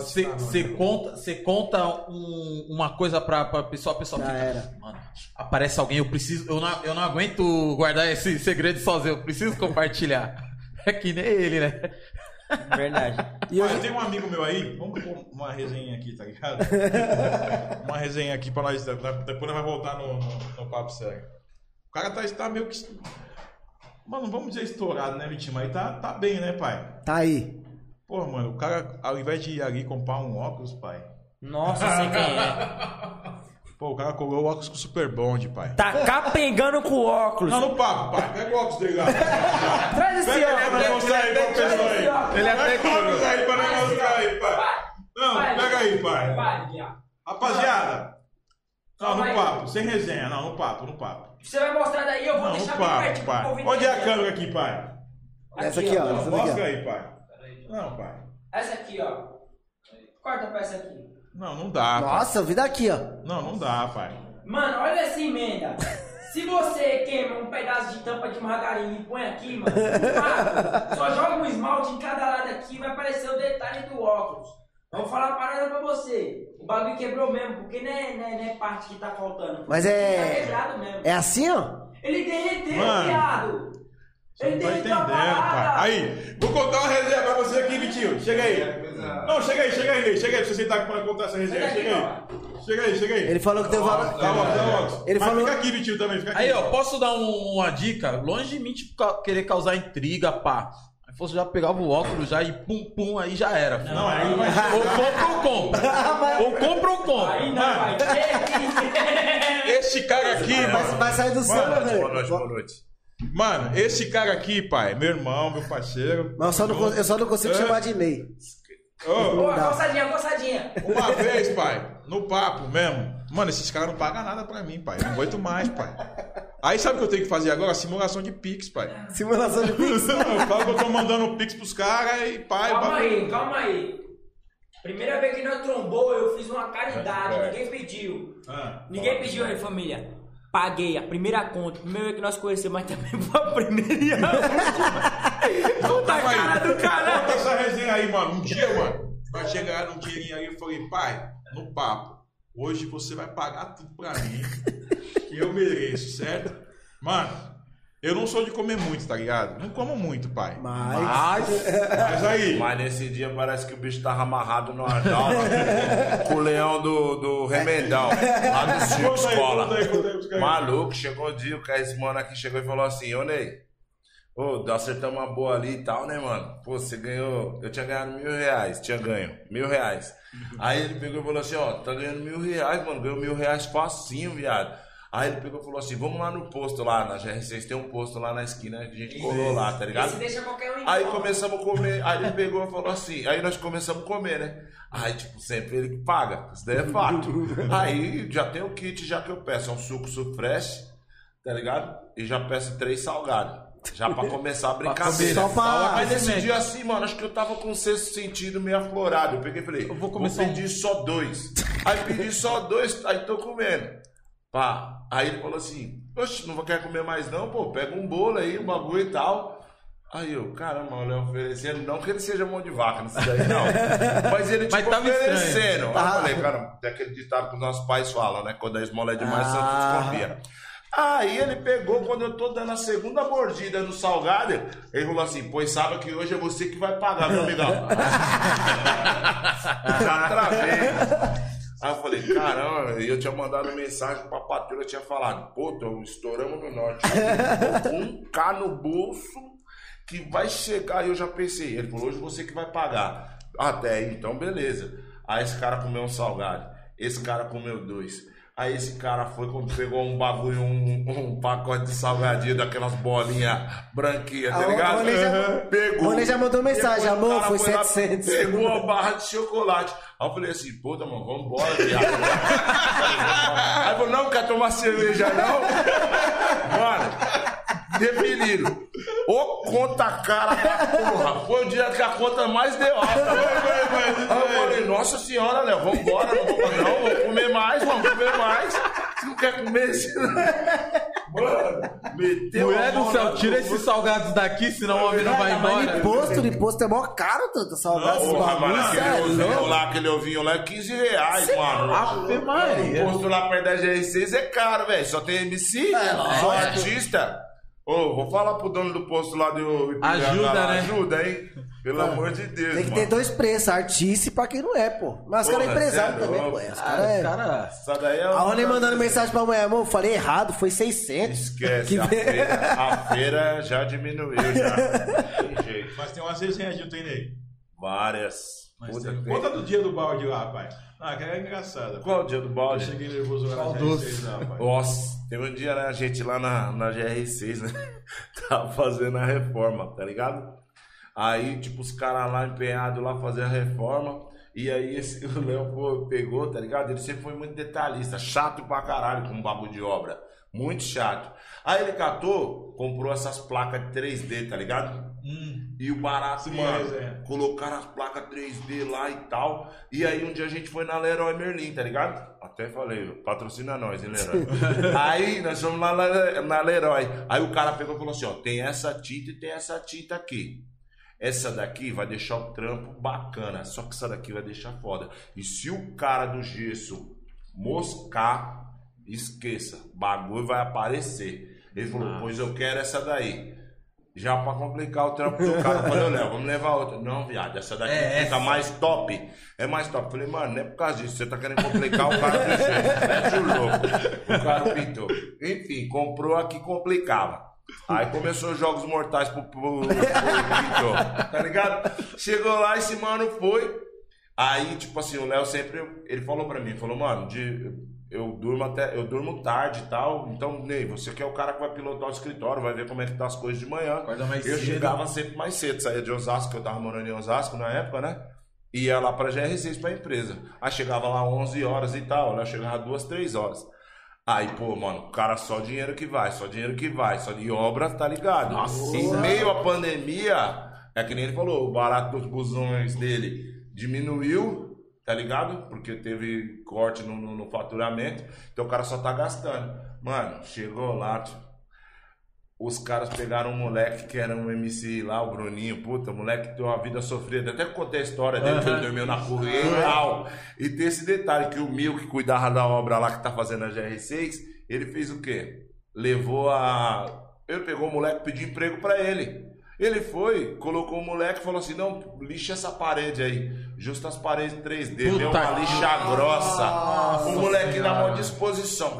Você conta uma coisa pra pessoa, a pessoa fica. Mano, aparece alguém, eu não aguento guardar esse segredo sozinho, eu preciso compartilhar. É que nem ele, né? Verdade. Mas tem um amigo meu aí, vamos pôr uma resenha aqui, tá ligado? Uma resenha aqui pra nós, depois nós vai voltar no papo sério. O cara tá meio que... Mano, vamos dizer estourado, né, Vitinho? Mas tá bem, né, pai? Tá aí. Pô, mano, o cara, ao invés de ir ali comprar um óculos, pai... Nossa, sei quem é. Pô, o cara colou o óculos com Super Bond, pai. Tá capengando com o óculos. Não, no papo, pai. Pega o óculos dele lá. Traz esse óculos. Pra mostrar aí pra pessoa aí. Ele até pega o óculos aí pra mostrar aí, pai. Não, pega aí, pai. Rapaziada. Não, no papo. Sem resenha. Não, no papo. Você vai mostrar daí, eu vou não, deixar no papo, bem pertinho pro pai. povo Onde é a entender. câmera aqui, pai? Essa aqui, ó. Mostra aí, pai. Não, pai. Essa aqui, ó. Corta pra essa aqui. Não dá. Nossa, eu vi daqui, ó. Não dá, pai. Mano, olha essa emenda. Se você queima um pedaço de tampa de margarina e põe aqui, mano, só joga um esmalte em cada lado aqui, vai aparecer o detalhe do óculos. Vou falar uma parada pra você. O bagulho quebrou mesmo, porque não é parte que tá faltando. Mas Tá quebrado mesmo. É assim, ó? Ele derreteu, Mano, viado. Você não tá entendendo, pai. Aí, vou contar uma resenha pra você aqui, Vitinho. Chega aí. Não, chega aí, pra você sentar aqui pra contar essa resenha. Chega aí. Ele falou que deu valor. Dá óculos. Ele falou... Fica aqui, Vitinho, também, fica aqui. Aí, ó, posso dar uma dica? Longe de mim, tipo, querer causar intriga, pá. Aí fosse já pegava o óculos já e pum, aí já era. Não, aí vai... Ou compra ou compra. Aí não vai ter. Esse cara aqui, mano... Vai sair do céu, velho. Boa noite. Mano, esse cara aqui, pai, meu irmão, meu parceiro... Mas eu só não consigo chamar de Ney. Boa, coçadinha. Uma vez, pai, no papo mesmo. Mano, esses caras não pagam nada pra mim, pai. Eu não aguento mais, pai. Aí sabe o que eu tenho que fazer agora? Simulação de Pix, pai. Simulação de Pix? Não, eu falo que eu tô mandando Pix pros caras e pai... Calma aí. Primeira vez que nós trombou, eu fiz uma caridade. Ninguém pediu. Ninguém pediu aí, família. Paguei a primeira conta. Primeira vez que nós conhecemos, mas também foi a primeira e a última. Puta cara do caralho. Conta essa resenha aí, mano. Um dia, mano, vai chegar um dinheirinho aí, eu falei, pai, no papo, hoje você vai pagar tudo pra mim, que eu mereço, certo? Mano, eu não sou de comer muito, tá ligado? Não como muito, pai. Mas aí... Mas nesse dia parece que o bicho tava amarrado numa jaula com o leão do Remendão, lá do Circo Escola. Conta aí, Maluco, chegou o dia, esse mano aqui chegou e falou assim, ô Ney, acertamos uma boa ali e tal, né, mano? Pô, você ganhou, eu tinha ganhado R$1.000, tinha ganho R$1.000. Aí ele pegou e falou assim, ó, tá ganhando R$1.000, mano, ganhou R$1.000 facinho, viado. Aí ele pegou e falou assim, vamos lá no posto lá, na GR6 tem um posto lá na esquina, a gente colou lá, tá ligado? Deixa qualquer um Aí começamos a comer, aí ele pegou e falou assim, aí nós começamos a comer, né? Aí, tipo, sempre ele que paga, isso daí é fato. Aí já tem o kit já que eu peço, é um suco fresh, tá ligado? E já peço 3 salgados, já pra começar a brincadeira. Mas nesse dia assim, mano, acho que eu tava com o sexto sentido meio aflorado, eu peguei e falei, vou pedir só 2. Aí pedi só 2, aí tô comendo. Pá. Aí ele falou assim, oxe, não quer comer mais não, pô, pega um bolo aí, um bagulho e tal. Aí eu, caramba, o Léo oferecendo, não que ele seja mão de vaca nisso daí, não. Mas ele tipo oferecendo. Aí eu falei, cara, tem aquele ditado que os nossos pais falam, né? Quando a esmola é demais, santo desconfia. Aí ele pegou, quando eu tô dando a segunda mordida no salgado, ele falou assim, pois sabe que hoje é você que vai pagar, meu amigão. Já travei. Aí eu falei, caramba, e eu tinha mandado mensagem pra patrulha, tinha falado, pô, estouramos no norte, com 1K no bolso, que vai chegar, aí eu já pensei, ele falou, hoje você que vai pagar. Até aí, então beleza. Aí esse cara comeu um salgado, esse cara comeu 2. Aí esse cara foi, pegou um bagulho, um pacote de salgadinho, daquelas bolinhas branquinhas, tá ligado? O Rony já mandou mensagem, amor, foi 700. Pegou uma barra de chocolate. Aí eu falei assim, puta, mano, vambora, viado. Aí falou, não, quer tomar cerveja, não? Mano, definido. Ô conta cara da porra. Foi o dia que a conta mais deu alta. Aí eu falei, nossa senhora, Léo, vambora, não, vamos comer mais, vamos comer mais. Você não quer comer esse... Mano, meteu mulher do céu, tira esses salgados daqui, senão o homem não vai embora. Imposto é mó caro, tanto salgado. Aquele ovinho lá é R$15, mano. Ave Maria. O imposto lá perto da GR6 é caro, velho. Só tem MC, só artista. Vou falar pro dono do posto lá do ajuda, né? Ajuda, hein? Pelo amor de Deus. Tem que ter 2 preços, artista e pra quem não é, pô. Mas os caras é empresário também, pô. Os caras a Rony mandando mensagem pra mulher, amor, falei errado, foi 600. Esquece, a feira já diminuiu, já. Tem jeito. Mas tem umas resenhas de Ney. Várias. Conta do dia do balde lá, pai. Que é engraçado. Qual o dia do balde? Eu cheguei nervoso lá na GR6 lá, pai. Nossa, teve um dia, né, a gente lá na GR6, né? Tava fazendo a reforma, tá ligado? Aí, tipo, os caras lá empenhados lá fazendo a reforma. E aí o Léo pegou, tá ligado? Ele sempre foi muito detalhista, chato pra caralho com um bagulho de obra. Muito chato. Aí ele comprou essas placas de 3D, tá ligado? E o barato, mano, colocaram as placas 3D lá e tal. E aí um dia a gente foi na Leroy Merlin, tá ligado? Até falei, patrocina nós, hein, Leroy? Aí nós fomos lá na Leroy. Aí o cara pegou e falou assim, ó, tem essa tinta e tem essa tinta aqui. Essa daqui vai deixar o trampo bacana, só que essa daqui vai deixar foda. E se o cara do gesso moscar, esqueça, bagulho vai aparecer. Ele falou, pois eu quero essa daí. Já pra complicar o trampo do cara. Eu falei, Léo, vamos levar outra. Não, viado, essa daqui fica mais top. É mais top. Eu falei, mano, não é por causa disso. Você tá querendo complicar o cara do gesso. Mete o louco. O cara pintou. Enfim, comprou a que complicava. Aí começou os jogos mortais pro pintor, tá ligado? Chegou lá, esse mano foi. Aí, tipo assim, o Léo sempre, ele falou pra mim, falou, mano, eu durmo tarde e tal, então, Ney, você que é o cara que vai pilotar o escritório, vai ver como é que tá as coisas de manhã. Eu chegava sempre mais cedo, saía de Osasco, eu tava morando em Osasco na época, né? Ia lá pra GR6 pra empresa. Aí chegava lá 11 horas e tal, né? Chegava 2, 3 horas. Aí, pô, mano, o cara só dinheiro que vai, só de obra, tá ligado? Nossa. Em meio à pandemia, é que nem ele falou, o barato dos busões dele diminuiu, tá ligado? Porque teve corte no faturamento, então o cara só tá gastando. Mano, chegou lá, os caras pegaram um moleque que era um MC lá, o Bruninho, puta, o moleque tem uma vida sofrida. Até contei a história dele, que ele dormiu na correia e tal. E tem esse detalhe, que o Mil, que cuidava da obra lá, que tá fazendo a GR6, ele fez o quê? Ele pegou o moleque e pediu emprego pra ele. Ele foi, colocou o moleque e falou assim, não, lixa essa parede aí. Justo as paredes 3D, deu uma lixa grossa. O moleque na maior disposição.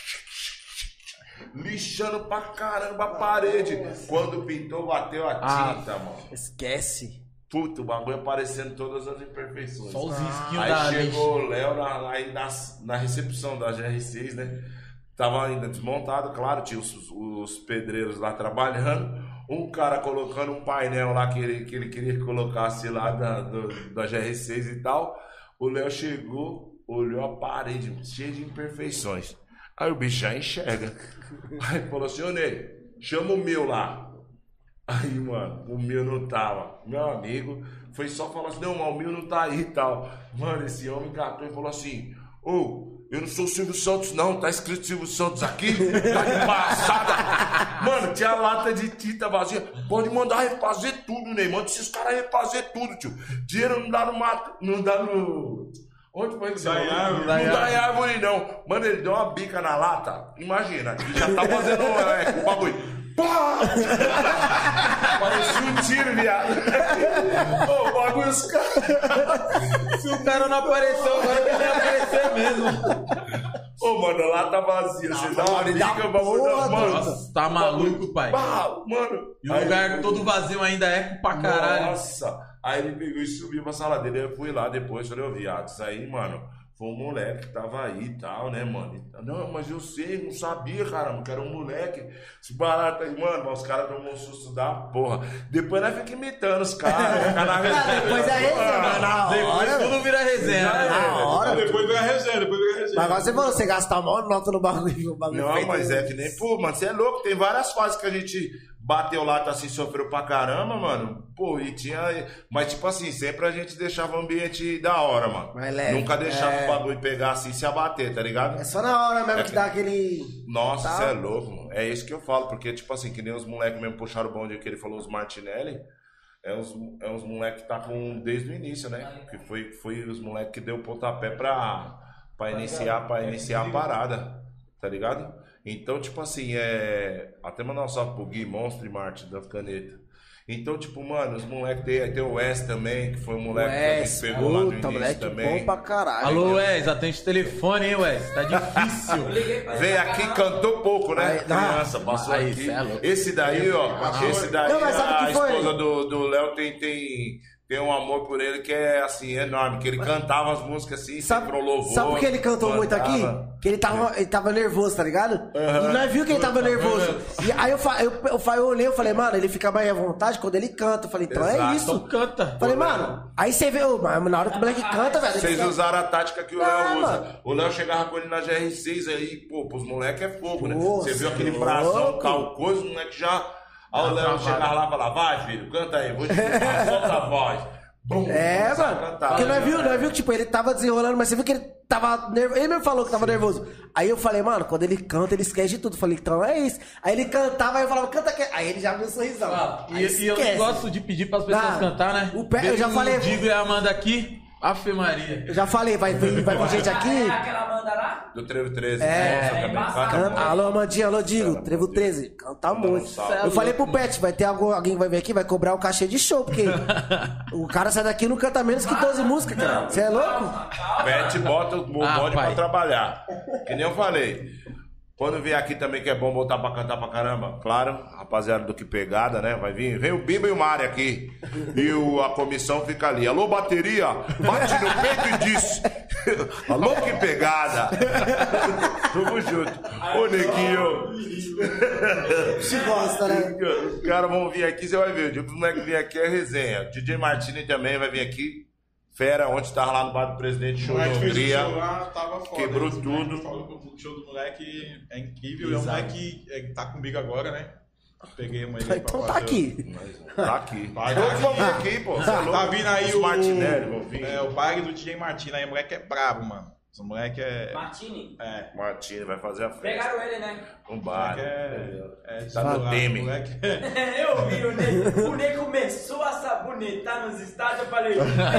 Lixando pra caramba a parede. Quando pintou, bateu a tinta, mano. Esquece. Puta, o bagulho aparecendo todas as imperfeições. Só os risquinhos da Aí chegou o Léo na recepção da GR6, né? Tava ainda desmontado, claro, tinha os pedreiros lá trabalhando. Um cara colocando um painel lá que ele queria que colocasse lá da GR6 e tal. O Léo chegou, olhou a parede cheia de imperfeições. Aí o bicho já enxerga. Aí falou assim, ô Ney, chama o Mil lá. Aí, mano, o Mil não tava. Meu amigo foi só falar assim, não, mas o Mil não tá aí e tal. Mano, esse homem catou e falou assim, eu não sou o Silvio Santos não, tá escrito Silvio Santos aqui, tá de passada. Mano, tinha lata de tinta vazia. Pode mandar refazer tudo, Ney, manda esses caras refazer tudo, tio. Dinheiro não dá no mato, não dá no... Onde foi que você não dá em árvore, não. Mano, ele deu uma bica na lata. Imagina, ele já tá fazendo o bagulho. Pá! Parecia um tiro, viado. Ô, o bagulho, os caras. Se o cara não apareceu, agora que ele vai aparecer mesmo. Ô, mano, a lata vazia. Você dá uma bica, o bagulho. Mano, nossa, tá maluco, pai. Mano. E o lugar todo vazio ainda é pra caralho. Nossa. Aí ele pegou e subiu pra sala dele. Eu fui lá depois, falei, ô viado, isso aí, mano, foi um moleque que tava aí e tal, né, mano? Não, mas eu sei, não sabia, caramba, que era um moleque. Esse barato aí, mano, mas os caras tomam um susto da porra. Depois nós ficamos imitando os caras. Depois é resenha, na hora. Depois tudo vira resenha. Na hora. Depois vira resenha, Mas agora você falou, você gasta a maior nota no bagulho. Não, mas é que nem, pô, mano, você é louco. Tem várias fases que a gente bateu lá, tá assim, sofreu pra caramba, mano. Pô, e tinha... Mas, tipo assim, sempre a gente deixava o ambiente da hora, mano. Nunca deixava o bagulho pegar assim e se abater, tá ligado? É só na hora mesmo que dá aquele... Nossa, você é louco, mano. É isso que eu falo, porque, tipo assim, que nem os moleques mesmo puxaram o bonde que ele falou, os Martinelli. É uns moleques que tá com desde o início, né? Que foi os moleques que deu o pontapé pra iniciar a parada, tá ligado? Então, tipo assim, até mandar um salve pro Gui, Monstro e Marte da Caneta. Então, tipo, mano, os moleques tem o Wes também, que foi um moleque que a gente pegou lá no início também. Bom pra caralho. Alô, Wes, atende o telefone, hein, Wes? Tá difícil. Veio aqui, cantou pouco, né? Criança, passou aqui. Esse daí, ó, a esposa do Léo tem um amor por ele que é, assim, enorme. Que ele cantava as músicas assim, sempre pro louvor. Sabe por que ele cantou muito aqui? Que ele tava nervoso, tá ligado? E nós viu que ele tava nervoso. E aí eu olhei, eu falei, mano, ele fica mais à vontade quando ele canta. Eu falei, então é isso. Então canta. Falei, mano, aí você vê, na hora que o moleque canta, velho. Vocês usaram a tática que o Léo usa. Mano. O Léo chegava com ele na GR6 aí, pô, pros moleques é fogo, né? Você viu aquele bração calcoso, os moleques já... Aí o Léo chegava lá e falava, vai, filho, canta aí, vou te falar, solta a voz. Bum, mano. Porque nós viu, tipo, ele tava desenrolando, mas você viu que ele tava nervoso. Ele mesmo falou que tava nervoso. Aí eu falei, mano, quando ele canta, ele esquece de tudo. Falei, então é isso. Aí ele cantava, aí eu falava, canta aqui. Aí ele já abriu um sorrisão. E eu gosto de pedir pras pessoas cantar, né? Eu já falei. O Digo e a Amanda aqui. Ave Maria. Eu já falei, vai vir gente aqui. É aquela banda lá? Do Trevo 13. Canta. Alô, Amandinha, alô, Digo, Trevo 13. Canta muito. Eu falei pro Pet, vai ter alguém que vai vir aqui, vai cobrar o cachê de show, porque o cara sai daqui e não canta menos que 12 músicas, cara. Você é louco? Pet bota o bonde pra trabalhar. Que nem eu falei. Quando vier aqui também, que é bom botar pra cantar pra caramba, claro, rapaziada do Que Pegada, né? Vai vir, vem o Bimba e o Mari aqui. E a comissão fica ali. Alô, bateria, bate no peito e diz. Alô, Que Pegada. Tamo junto. Ô, neguinho. Se gosta, né? Os caras vão vir aqui, você vai ver. O moleque vir aqui é resenha. DJ Martini também vai vir aqui. Fera, onde tava lá no bar do Presidente, show de Hungria. Quebrou tudo. O show do moleque é incrível. E é um moleque que tá comigo agora, né? Peguei uma ele então tá aqui. Tá aqui. Todos vão vir aqui, pô. Tá vindo aí o Martinelli, vão vir. O baile do DJ Martini. Aí o moleque é brabo, mano. Esse moleque é... Martini? Martini vai fazer a festa. Pegaram ele, né? Um bar. Tá no time. Eu vi o Ney começou a sabonetar nos estádios, eu falei...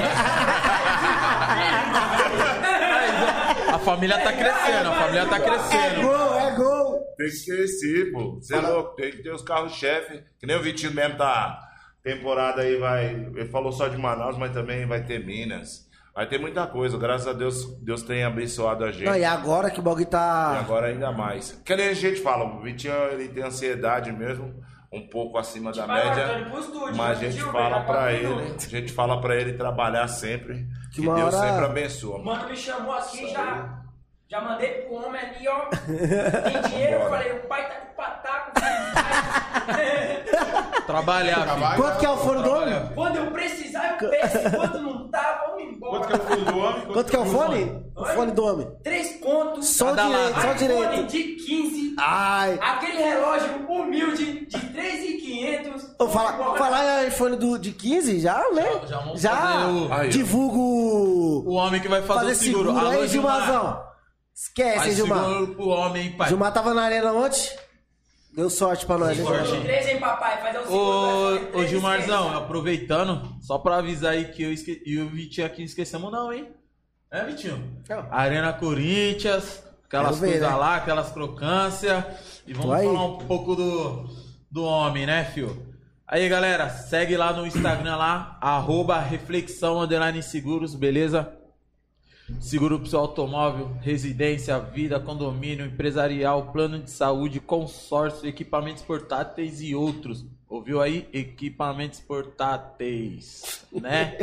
A família tá crescendo, É gol. Tem que crescer, pô. Você é louco, tem que ter os carros-chefe. Que nem o Vitinho mesmo tá... Temporada aí vai... Ele falou só de Manaus, mas também vai ter Minas. Vai ter muita coisa, graças a Deus, Deus tem abençoado a gente. Não, e agora que o bagulho tá... E agora ainda mais. Que nem a gente fala, o Vitinho, ele tem ansiedade mesmo, um pouco acima da média, mas a gente fala pra ele trabalhar sempre, que Deus sempre abençoa. Mano, me chamou aqui, já mandei pro homem ali, ó, tem dinheiro, eu falei, o pai tá com pataco, Trabalhar. Quanto que é o fone do homem? Quando eu precisar, eu peço. Quando não tá, vamos embora. Quanto que é o fone do homem? Quanto que é o fone? O fone do homem. 3 contos. Só direito. iPhone de 15. Ai. Aquele relógio humilde de 3.500. Falar em iPhone de 15 já, né? Já divulgo o homem que vai fazer o seguro. Alô, aí, Gilmarzão. Esquece, Gilmar. Seguro pro homem, pai. Gilmar tava na arena ontem. Deu sorte pra nós, né? 3, hein, papai? Fazer o seguro. Ô, Gilmarzão, aproveitando, só pra avisar aí que eu e o Vitinho aqui não esquecemos não, hein? É, Vitinho? Arena Corinthians, aquelas coisas lá, aquelas crocâncias. E vamos falar um pouco do homem, né, fio? Aí, galera, segue lá no Instagram lá, @reflexão_seguros, beleza? Seguro pro seu automóvel, residência, vida, condomínio, empresarial, plano de saúde, consórcio, equipamentos portáteis e outros. Ouviu aí? Equipamentos portáteis, né?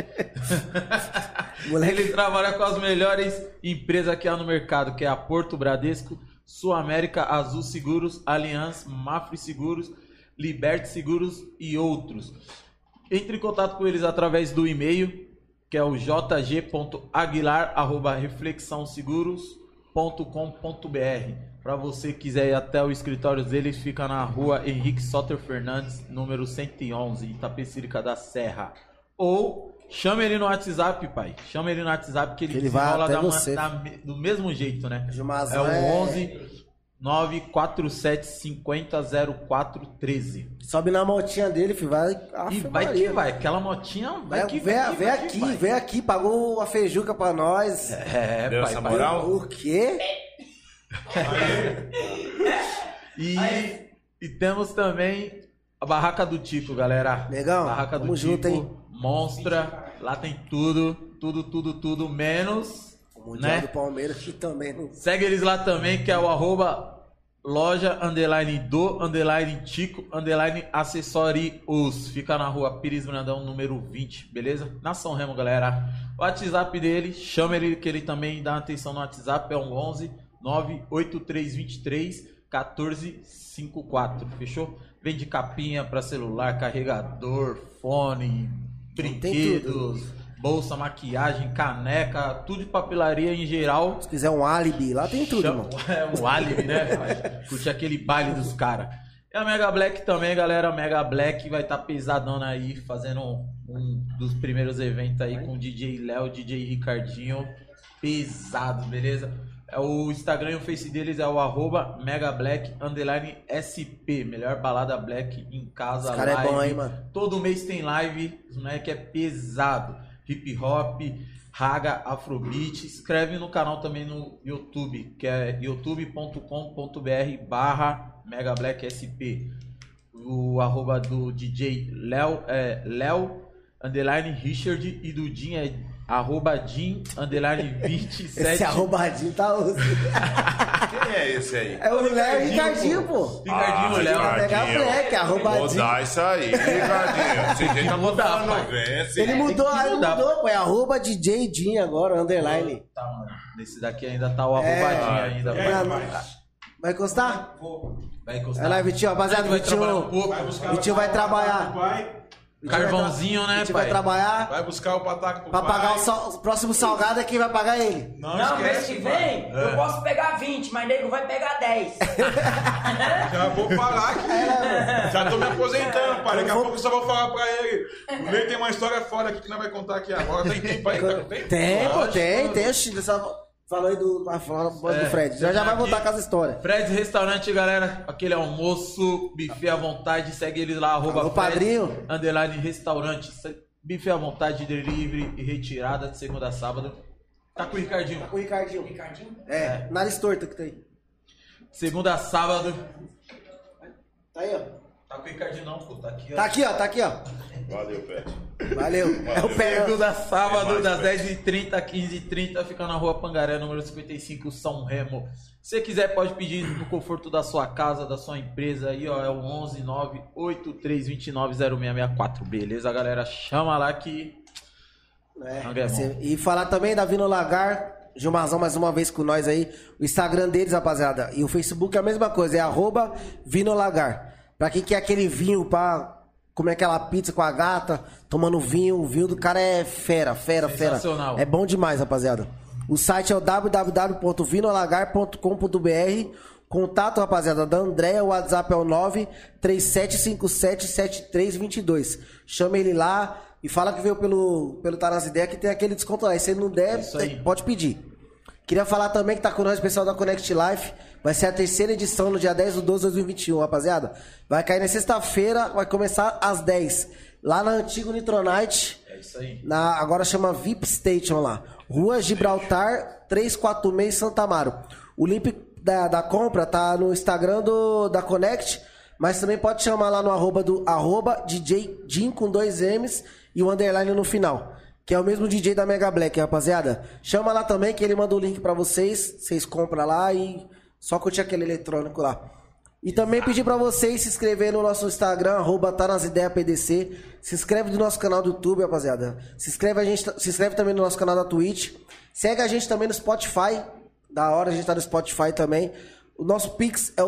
Ele trabalha com as melhores empresas que há no mercado, que é a Porto Bradesco, Sul América, Azul Seguros, Allianz, Mafre Seguros, Liberte Seguros e outros. Entre em contato com eles através do e-mail, que é o jg.aguilar@reflexãoseguros.com.br. Para você que quiser ir até o escritório deles, fica na rua Henrique Soter Fernandes, número 111, Itapecerica da Serra. Ou chama ele no WhatsApp, pai. Chama ele no WhatsApp que ele vai até do mesmo jeito, né? É o 11 947500413. Sobe na motinha dele, filho, vai. E vai que vai, aquela motinha vai que vai. Vem aqui, pagou a feijuca pra nós. Deu essa moral? O quê? E temos também a Barraca do Tico, galera. Legal. Barraca do Tico, junto, hein? Monstra. Lá tem tudo, menos. O Mundial do Palmeiras que também não. Segue eles lá também, que é o @loja_Tico_acessórios. Fica na rua Pires Brandão, número 20, beleza? Na São Remo, galera. O WhatsApp dele, chama ele que ele também dá atenção no WhatsApp, é um 11 98323 1454, fechou? Vende capinha pra celular, carregador, fone, brinquedos, bolsa, maquiagem, caneca, tudo de papelaria em geral. Se quiser um álibi, lá tem tudo, irmão. É um álibi, né? Curte aquele baile dos caras. E a Mega Black também, galera. A Mega Black vai estar pesadona aí, fazendo um dos primeiros eventos aí com o DJ Léo, DJ Ricardinho. Pesado, beleza? O Instagram e o Face deles é o @megablack_SP. Melhor balada black em casa. Esse cara live. É bom, hein, mano? Todo mês tem live. Os moleque é pesado. Hip hop, raga, afrobeat. Inscreve no canal também no YouTube, que é youtube.com.br/megablacksp. O @ do DJ Léo é Léo_Richard e do Jim é @Jim_27. Esse arrombadinho tá osso. Quem é esse aí? É o Léo Ricardinho, pô. Ricardinho, Léo. Mega Black, arrombadinho. Mudar isso aí, Ricardinho. Esse jeito tá mudando, Ele mudou, pô. É @DJ Jim agora, underline. Tá, mano. Nesse daqui ainda tá o arrombadinho ainda. Vai encostar? Vai encostar. É lá, Vitinho, rapaziada. Vitinho vai trabalhar. Carvãozinho, né, pai? vai trabalhar. Vai buscar o pataco pro pra pai. pagar o próximo salgado é quem vai pagar ele. Não, mês que vem eu posso pegar 20, mas nego vai pegar 10. Já vou falar aqui. Já tô me aposentando, pai. Daqui a pouco eu só vou falar pra ele. O Ney tem uma história foda aqui que nós vai contar aqui agora. Tem tempo aí? Tem. Falou aí do Fred. Já vai voltar com as histórias. Fred's Restaurante, galera. Aquele almoço, buffet à vontade. Segue eles lá, padrinho. _restaurante. Buffet à vontade, delivery e retirada de segunda a sábado. Tá com o Ricardinho. Ricardinho? É, nariz torto que tem. Segunda a sábado. Tá aí, ó. Tá com o Ricardinho não, pô. Tá aqui, ó. Tá aqui, ó. Valeu, Pet. Valeu. É o pé. Segunda a sábado, das 10h30 às 15h30. Fica na rua Pangaré, número 55, São Remo. Se quiser, pode pedir no conforto da sua casa, da sua empresa. Aí, ó, é o 11983290664. Beleza, galera? Chama lá que... E falar também da Vino Lagar, Gilmarzão mais uma vez com nós aí. O Instagram deles, rapaziada. E o Facebook é a mesma coisa, é @vinolagar. Pra quem quer aquele vinho pra comer aquela pizza com a gata, tomando vinho, o vinho do cara é fera. Sensacional. É bom demais, rapaziada. O site é o www.vinolagar.com.br. Contato, rapaziada, da Andréia, o WhatsApp é o 937577322. Chama ele lá e fala que veio pelo Tá Nas Ideias, que tem aquele desconto lá. E se ele não der, pode pedir. Queria falar também que tá com nós o pessoal da Connect Life. Vai ser a terceira edição no dia 10/12/2021, rapaziada. Vai cair na sexta-feira, vai começar às 10. Lá na antiga Nitronite. É isso aí. Agora chama VIP Station lá. Rua Gibraltar, 346, Santa Amaro. O link da compra tá no Instagram da Connect, mas também pode chamar lá no @ DJ Jim com 2 M's e o underline no final. Que é o mesmo DJ da Mega Black, rapaziada. Chama lá também que ele manda o link pra vocês. Vocês compram lá e só curtir aquele eletrônico lá. E também pedir pra vocês se inscreverem no nosso Instagram, @TaNasIdeiasPDC. Se inscreve no nosso canal do YouTube, rapaziada. Se inscreve também no nosso canal da Twitch. Segue a gente também no Spotify. Da hora, a gente tá no Spotify também. O nosso Pix é o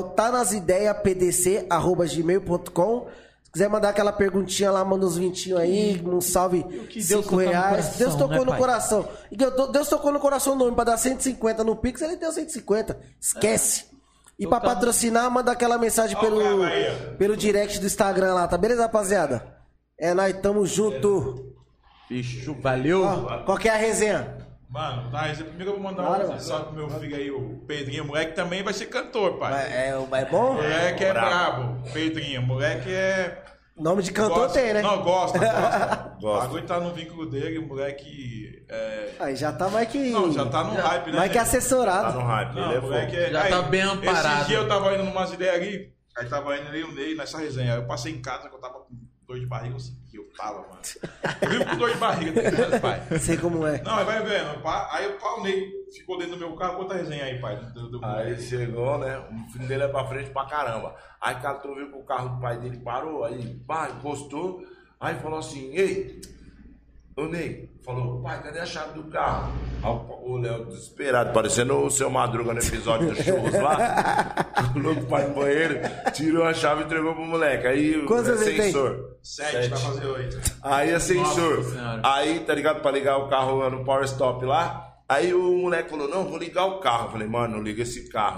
TaNasIdeiaPDC@gmail.com. Se quiser mandar aquela perguntinha lá, manda uns 20 aí, um salve, R$5. Deus tocou no coração. E Deus tocou no coração do homem pra dar 150 no Pix, ele deu 150. Esquece. E pra patrocinar, manda aquela mensagem pelo direct do Instagram lá, tá beleza, rapaziada? É, nós tamo junto. Bicho, valeu. Ó, qual que é a resenha? Mano, primeiro eu vou mandar um salve pro meu filho aí, o Pedrinho. O moleque também vai ser cantor, pai. É bom? O moleque é brabo. Pedrinho, o moleque é... Nome de cantor tem, né? Não, gosta. Agora tá no vínculo dele, o moleque... Aí já tá mais que... Não, já tá no hype, né? Mais que assessorado. Tá no hype, não, ele é moleque já tá bem amparado. Esse dia eu tava indo numas ideias ali, aí tava indo ali o Ney nessa resenha. Aí eu passei em casa que eu tava com dor de barriga, eu senti, eu tava, mano. Eu vivo com dor de barriga, tá ligado, pai? Sei como é. Não, vai vendo. Aí o Ney ficou dentro do meu carro, conta a resenha aí, pai. Aí chegou, né? O filho dele é pra frente pra caramba. Aí catou, viu que o carro do pai dele parou, aí, pá, encostou. Aí falou assim, ei, ô Ney, falou, pai, cadê a chave do carro? Aí o Léo desesperado, parecendo o Seu Madruga no episódio do Churros lá. Colocou o pai no banheiro, tirou a chave e entregou pro moleque. Aí o sensor. 7, vai fazer 8. Aí é sensor. Aí, tá ligado, pra ligar o carro no Power Stop lá. Aí o moleque falou, não, vou ligar o carro. Eu falei, mano, não liga esse carro, mano.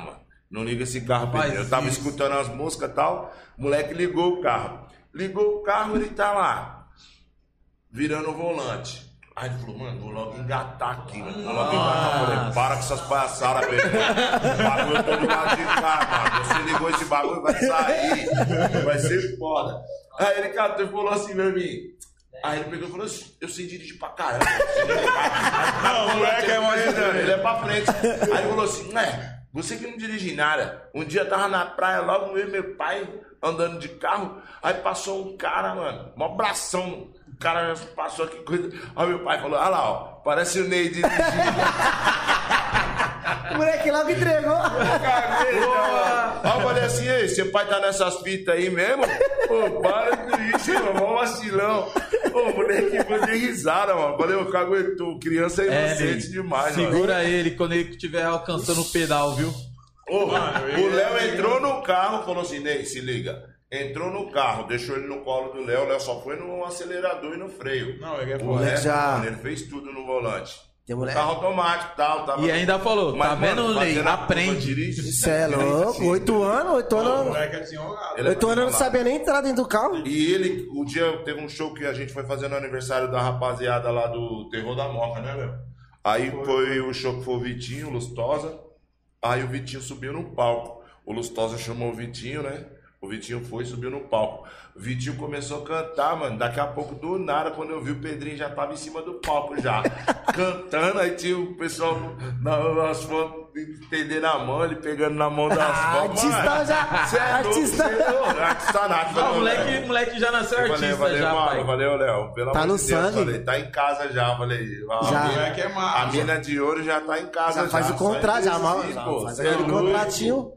Não liga esse carro, Pedrinho. Eu tava escutando as músicas e tal, o moleque ligou o carro. Ligou o carro, ele tá lá, virando o volante. Aí ele falou, mano, vou logo engatar aqui, mano. Vou logo engatar. Eu falei, para com essas palhaçadas, Pedro. O bagulho eu tô do lado de cá, mano. Você ligou esse bagulho, vai sair. Vai ser foda. Aí ele catou e falou assim pra mim. Aí ele pegou e falou assim, eu sei dirigir pra caramba. Não, o moleque é mais ele é pra frente. Aí ele falou assim, você que não dirige nada. Um dia eu tava na praia, logo eu e meu pai andando de carro. Aí passou um cara, mano, mó bração. O cara passou aqui, coisa. Aí meu pai falou, olha lá, ó, parece o Ney dirigindo. O moleque logo entregou. Aí eu falei assim, ei, seu pai tá nessas fitas aí mesmo? Pô, para com isso, mano, mó vacilão. Pô, o moleque foi de risada, mano. Falei, eu caguetou, criança é inocente demais, mano. Segura ele quando ele estiver alcançando o pedal, viu? Ô, o Léo entrou no carro, falou assim, Ney, se liga. Entrou no carro, deixou ele no colo do Léo. O Léo só foi no acelerador e no freio. Não, ele é o resto, mano, ele fez tudo no volante. Carro automático e tal. Tava e ainda falou, mas, tá vendo, Ney? Aprende. Isso é louco. 8 anos. 8 anos não sabia nem entrar dentro do carro. E ele, o dia, teve um show que a gente foi fazer no aniversário da rapaziada lá do Terror da Moca, né, Léo? Aí foi o show que foi o Vitinho, o Lustosa. Aí o Vitinho subiu no palco. O Lustosa chamou o Vitinho, né? O Vitinho foi e subiu no palco. O Vitinho começou a cantar, mano. Daqui a pouco, do nada, quando eu vi o Pedrinho, já tava em cima do palco já. Cantando, aí tinha o pessoal nas fotos estendendo a mão, ele pegando na mão das fotos. Artista já! Artista o moleque já nasceu artista, valeu, já, mano, pai. Valeu, Léo. Pelo tá amor no de Deus, sangue. Falei, tá em casa já, falei. Já. A mina de ouro já tá em casa. Já faz o contrato, já, faz aquele contratinho.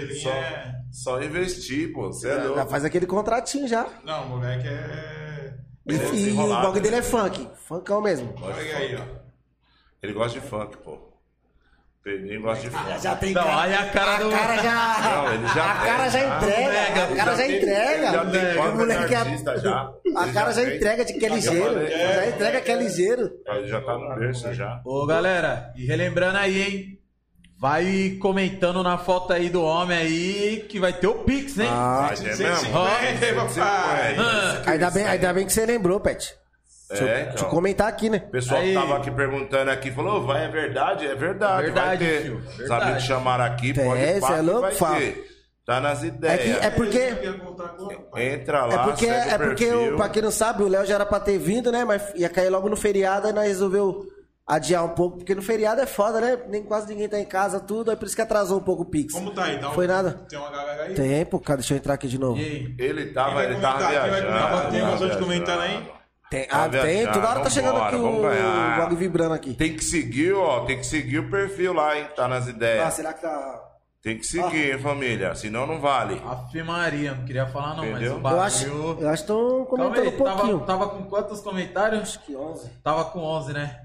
Só investir, pô. Você é louco. Já faz aquele contratinho já. Não, o moleque é. E o bagulho dele é funk. Funkão mesmo. Olha aí, ó. Ele gosta de funk, pô. Pedrinho gosta de funk. Já tem cara. Aí a cara do. Não, ele já. A cara já entrega. A cara já entrega. Já tem o moleque artista já. A cara já entrega de que é ligeiro. Já entrega que é ligeiro. Ele já tá no berço já. Ô, galera, e relembrando aí, hein? Vai comentando na foto aí do homem aí que vai ter o Pix, hein? É mesmo? Ainda bem que você lembrou, Pet. Deixa eu comentar aqui, né? O pessoal que tava aqui perguntando aqui falou, vai, é verdade? É verdade, vai ter. Filho, os amigos chamaram aqui, pode é louco, vai fala. ter. Tá nas ideias. É porque... Entra lá, pra quem não sabe, o Léo já era pra ter vindo, né? Mas ia cair logo no feriado, aí nós resolveu adiar um pouco, porque no feriado é foda, né? Nem quase ninguém tá em casa, tudo, é por isso que atrasou um pouco o Pix. Como tá aí? Então, foi nada. Tem uma galera aí? Tem, pô, cara, deixa eu entrar aqui de novo. Ele tava viajando. Tem bastante comentando aí? Tem, toda hora tá chegando aqui o bagulho vibrando aqui. Tem que seguir, ó, tem que seguir o perfil lá, hein, tá nas ideias. Será que tá... Tem que seguir, hein, família, senão não vale. Afe Maria, não queria falar não, entendeu? Mas o bagulho... Eu acho que estão comentando um pouquinho. Tava com quantos comentários? Acho que 11. Tava com 11, né?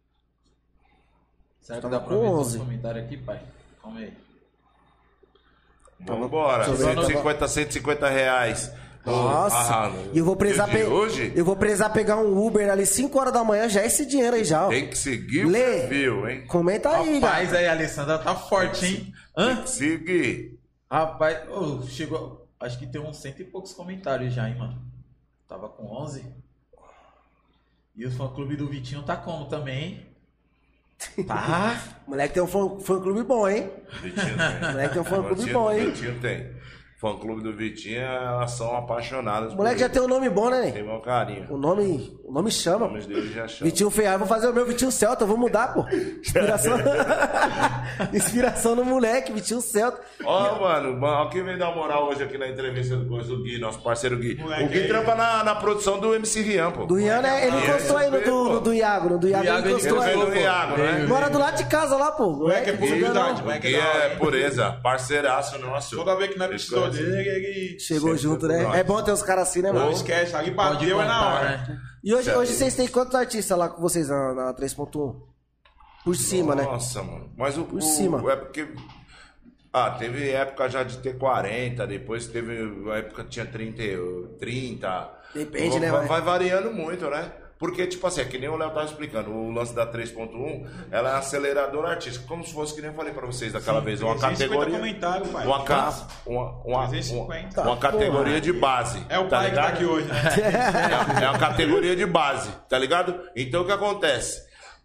Será que dá pra ver os comentários aqui, pai? Calma aí. Vambora, 150 reais. Nossa, e eu vou precisar pegar um Uber ali 5 horas da manhã, já é esse dinheiro aí já, ó. Tem que seguir o perfil, hein? Comenta aí, rapaz. Rapaz, aí, a Alessandra tá forte, hein? Tem que seguir. Rapaz, chegou, acho que tem uns 100 e poucos comentários já, hein, mano? Tava com 11. E o fã-clube do Vitinho tá como também, hein? Tá. Moleque tem um fã-clube bom, hein? Vitinho tem. Moleque tem um fã-clube bom, hein? Vitinho tem. Fã-clube do Vitinho, elas são apaixonadas. O moleque já tem um nome bom, né? Tem bom carinho. O nome chama. O nome dele já chama. Vitinho Ferraz, vou fazer o meu Vitinho Celta, vou mudar, pô. Inspiração no moleque, Vitinho Celta. Ó, quem vem dar moral hoje aqui na entrevista do Gui, nosso parceiro Gui. Moleque, o Gui trampa na produção do MC Rian, pô. Do Rian, né? Ele encostou aí no do Iago. No do Iago ele encostou aí. No Iago, né? Mora do lado de casa lá, pô. Moleque é pura humildade. Moleque é pureza. Parceiraço nosso. Toda vez que não é pistola dele, ele... Chegou junto, né? É bom ter uns caras assim, né, mano? Não esquece, ali bateu é na hora. Né? E hoje vocês têm quantos artistas lá com vocês na 3.1? Por cima, né? Nossa, mano. Mas por cima. É porque... teve época já de ter 40, depois teve época que tinha 30. Depende, né? Vai variando muito, né? Porque, tipo assim, é que nem o Léo tava explicando, o lance da 3.1, ela é aceleradora artística, como se fosse, que nem eu falei pra vocês daquela vez, uma categoria... Uma categoria de base. É o tá pai ligado? que tá aqui hoje, né? É uma categoria de base, tá ligado? Então o que acontece?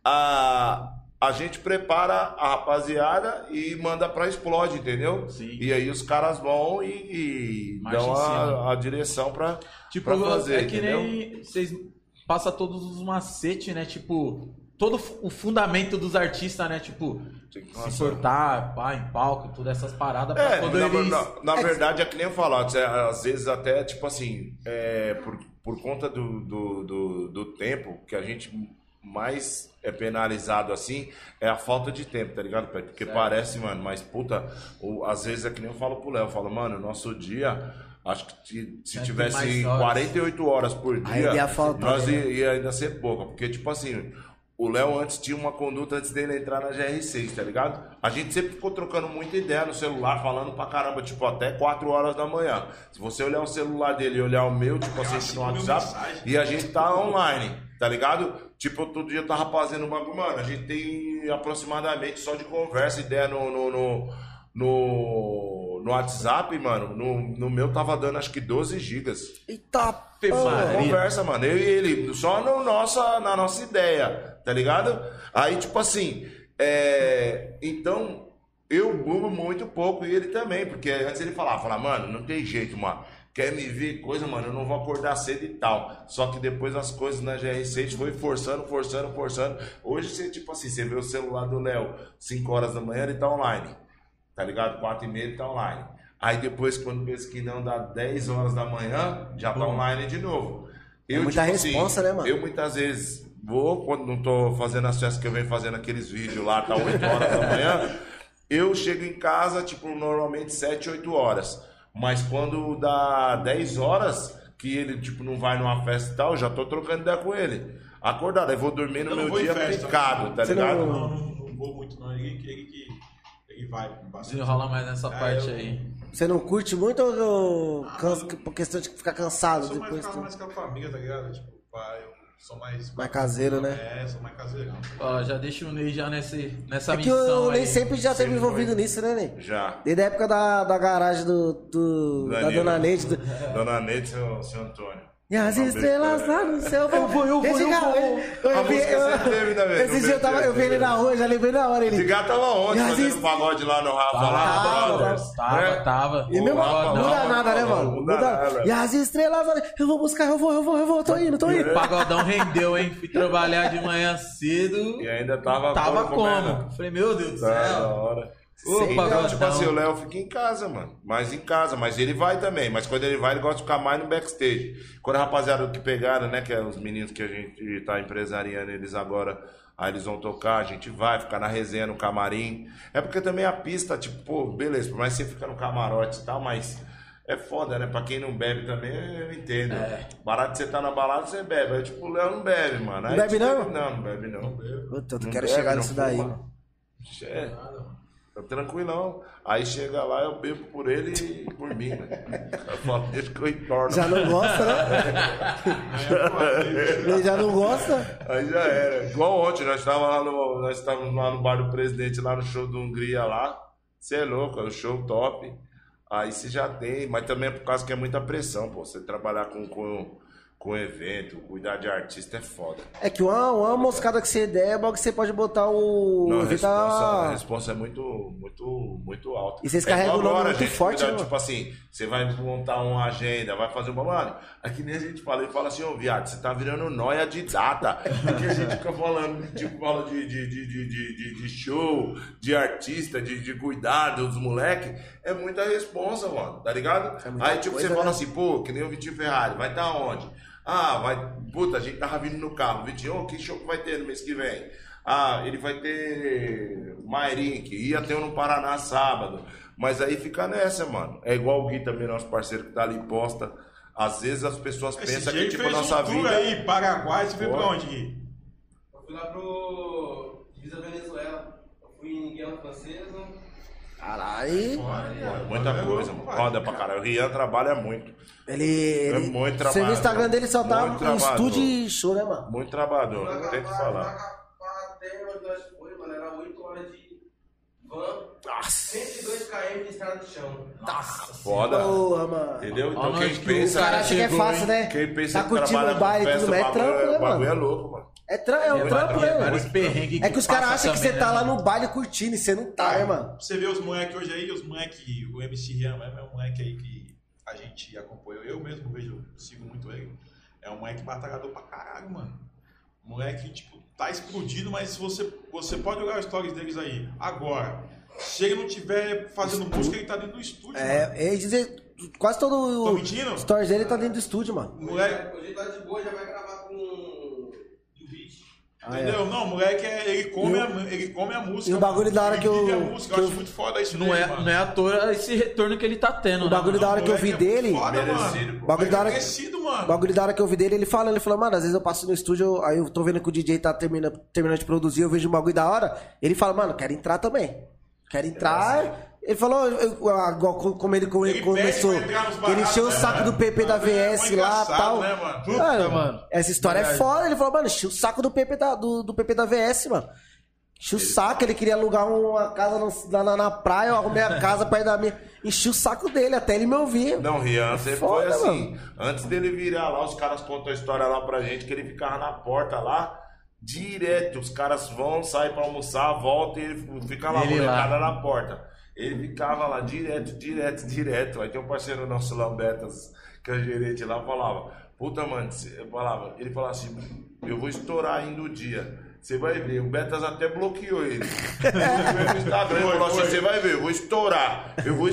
A gente prepara a rapaziada e manda pra explode, entendeu? Sim. E aí os caras vão e dão a direção pra, tipo, pra fazer, é que entendeu? nem vocês passam todos os macetes, né? Tipo, todo o fundamento dos artistas, né? Tipo, se portar, pá, em palco, todas essas paradas. Pra quando na verdade, é que nem eu falo, às vezes até, tipo assim, por conta do tempo que a gente mais é penalizado assim, é a falta de tempo, tá ligado? Porque parece, mano, mas puta, às vezes é que nem eu falo pro Léo, eu falo, mano, nosso dia, acho que se tivesse 48 horas por dia, nós ia ainda ser pouca, porque tipo assim, o Léo antes tinha uma conduta antes dele entrar na GR6, tá ligado? A gente sempre ficou trocando muita ideia no celular, falando pra caramba, tipo, até 4 horas da manhã. Se você olhar o celular dele e olhar o meu, tipo assim, no WhatsApp, e a gente tá online, tá ligado? Tipo, outro dia eu tava fazendo um bagulho, mano, a gente tem aproximadamente só de conversa, ideia no WhatsApp, mano, no meu tava dando acho que 12 gigas. Eita, conversa, mano, eu e ele, só na nossa ideia, tá ligado? Aí, tipo assim, então, eu bumo muito pouco e ele também, porque antes ele falava, mano, não tem jeito, mano. Quer me ver coisa, mano, eu não vou acordar cedo e tal. Só que depois as coisas na GR6 foi forçando. Hoje, você, tipo assim, você vê o celular do Léo, 5 horas da manhã, ele tá online. Tá ligado? 4h30 ele tá online. Aí depois, quando pensa que não dá 10 horas da manhã, já tá online de novo. Muita responsa, né, mano? Eu muitas vezes vou, quando não tô fazendo as festas que eu venho fazendo aqueles vídeos lá, tá 8 horas da manhã, eu chego em casa, tipo, normalmente 7, 8 horas. Mas quando dá 10 horas, que ele, tipo, não vai numa festa e tal, eu já tô trocando ideia com ele. Acordado, aí vou dormir no meu dia picado, tá ligado? Não vou muito, não. Ele vai bastante. Desenrola mais nessa parte aí. Você não curte muito ou por questão de ficar cansado Eu depois? sou mais com a família, tá ligado? Tipo, pai, eu sou mais caseiro, né? Sou mais caseiro. Ó, já deixa o Ney já nessa é que o Ney sempre já esteve envolvido nisso, né, Ney? Já. Desde a época da garagem da Dona Neide. Dona Neide, seu Antônio. E as estrelas lá no céu. Eu vou. Esse dia eu vi ele na rua, já lembrei na hora. Ele... Esse gato tava ontem fazendo pagode lá no Rafa. Tava. E mesmo não muda nada, né, mano? Muda. E as estrelas lá. Eu vou buscar, eu vou, tô indo. O pagodão rendeu, hein? Fui trabalhar de manhã cedo. E ainda tava como? Falei, meu Deus do céu. Da hora. Então, tipo assim, o Léo fica em casa, mano. Mais em casa, mas ele vai também. Mas quando ele vai, ele gosta de ficar mais no backstage. Quando a rapaziada que pegaram, né, que é os meninos que a gente tá empresariando eles agora, aí eles vão tocar, a gente vai ficar na resenha, no camarim. É porque também a pista, tipo, pô, beleza, por mais que você fica no camarote e tal, mas é foda, né? Pra quem não bebe também, eu entendo. Barato de você tá na balada, você bebe. Aí, tipo, o Léo não bebe, mano. Aí, não bebe, não? Não bebe, não. Puta, eu quero chegar nisso daí, mano. Tá tranquilão. Aí chega lá, eu bebo por ele e por mim, né? Eu falo, deixa que eu entorno. Já não gosta, né? Ele já não gosta? Aí já era. Igual ontem, nós estávamos lá no bar do presidente, lá no show do Hungria lá. Você é louco, é um show top. Aí você já tem, mas também é por causa que é muita pressão, pô. Você trabalhar com evento, cuidar de artista é foda. É que uma moscada que você der, é bom que você pode botar o... Não, a responsa é muito alta. E vocês carregam o nome muito forte, cuida, né? Tipo assim, você vai montar uma agenda, vai fazer uma... Mano, aqui nem a gente fala, ele fala assim, ô viado, você tá virando nóia de data. Porque a gente fica falando, tipo, fala de show, de artista, de cuidar dos moleques. É muita responsa, mano, tá ligado? Aí tipo, você fala assim, pô, que nem o Vitinho Ferrari, vai estar onde? Ah, puta, a gente tava vindo no carro. Vitinho, que show que vai ter no mês que vem? Ah, ele vai ter Mairim, que ia ter no Paraná sábado. Mas aí fica nessa, mano. É igual o Gui também, nosso parceiro que tá ali posta. Às vezes as pessoas pensam que, tipo, a nossa vida... aí, Paraguai, você foi pra onde, Gui? Eu fui lá pro... Divisa Venezuela. Eu fui em Guiana Francesa, Caralho. Muita coisa, mano. Roda pra caralho. O Rian trabalha muito. Ele é muito você vê o Instagram dele só tá no estúdio e show, né, mano? Muito trabalhador, não tem o que falar. Até onde nós foi, mano, era 8 horas de van. 102 km de estrada de chão. Nossa, foda. Porra, mano. Entendeu? Então Olha quem pensa. O cara acha que é fácil, né? Quem pensa tá que curtindo o baile e tudo mais, é trampo, né, mano? O bagulho é mano? louco, mano. É um trampo, né, mano? É que os caras acham que você tá lá no baile curtindo e você não tá, né, mano? Você vê os moleques hoje aí, o MC Rian é um moleque aí que a gente acompanhou, eu mesmo sigo muito ele. É um moleque batalhador pra caralho, mano. Moleque, tipo, tá explodido, mas você pode olhar as stories deles aí. Agora, se ele não tiver fazendo música, ele tá dentro do estúdio, mano. Quase todo o stories dele tá dentro do estúdio, mano. Moleque... Hoje tá de boa, já vai gravar com o beat. Entendeu? Não, o moleque, ele come a música. E o bagulho da hora que eu... Eu acho muito foda isso não dele, não é à toa esse retorno que ele tá tendo, o bagulho da hora que eu vi dele... O bagulho da hora que eu vi dele, ele falou, mano, às vezes eu passo no estúdio, aí eu tô vendo que o DJ tá terminando de produzir, eu vejo um bagulho da hora, ele fala, mano, quero entrar também. Quero entrar... Ele falou, como ele começou, ele encheu o saco do PP da VS lá e tal. Né, mano? Mano, essa história é foda. Ele falou, mano, encheu o saco do PP do PP da VS, mano. Encheu o saco, ele queria alugar uma casa na praia, eu arrumei a casa perto da minha. Enchi o saco dele, até ele me ouvir. Não, Rian, sempre foi assim. Mano. Antes dele virar lá, os caras contam a história lá pra gente, que ele ficava na porta lá, direto. Os caras vão, saem pra almoçar, voltam e ele fica lá, molecada na porta. Ele ficava lá direto. Aí tem um parceiro nosso, Lambetas, que é o gerente lá, falava, puta, mano, ele falava assim, eu vou estourar ainda o dia. Você vai ver, o Betas até bloqueou ele. No Instagram, ele falou assim, você vai ver, eu vou estourar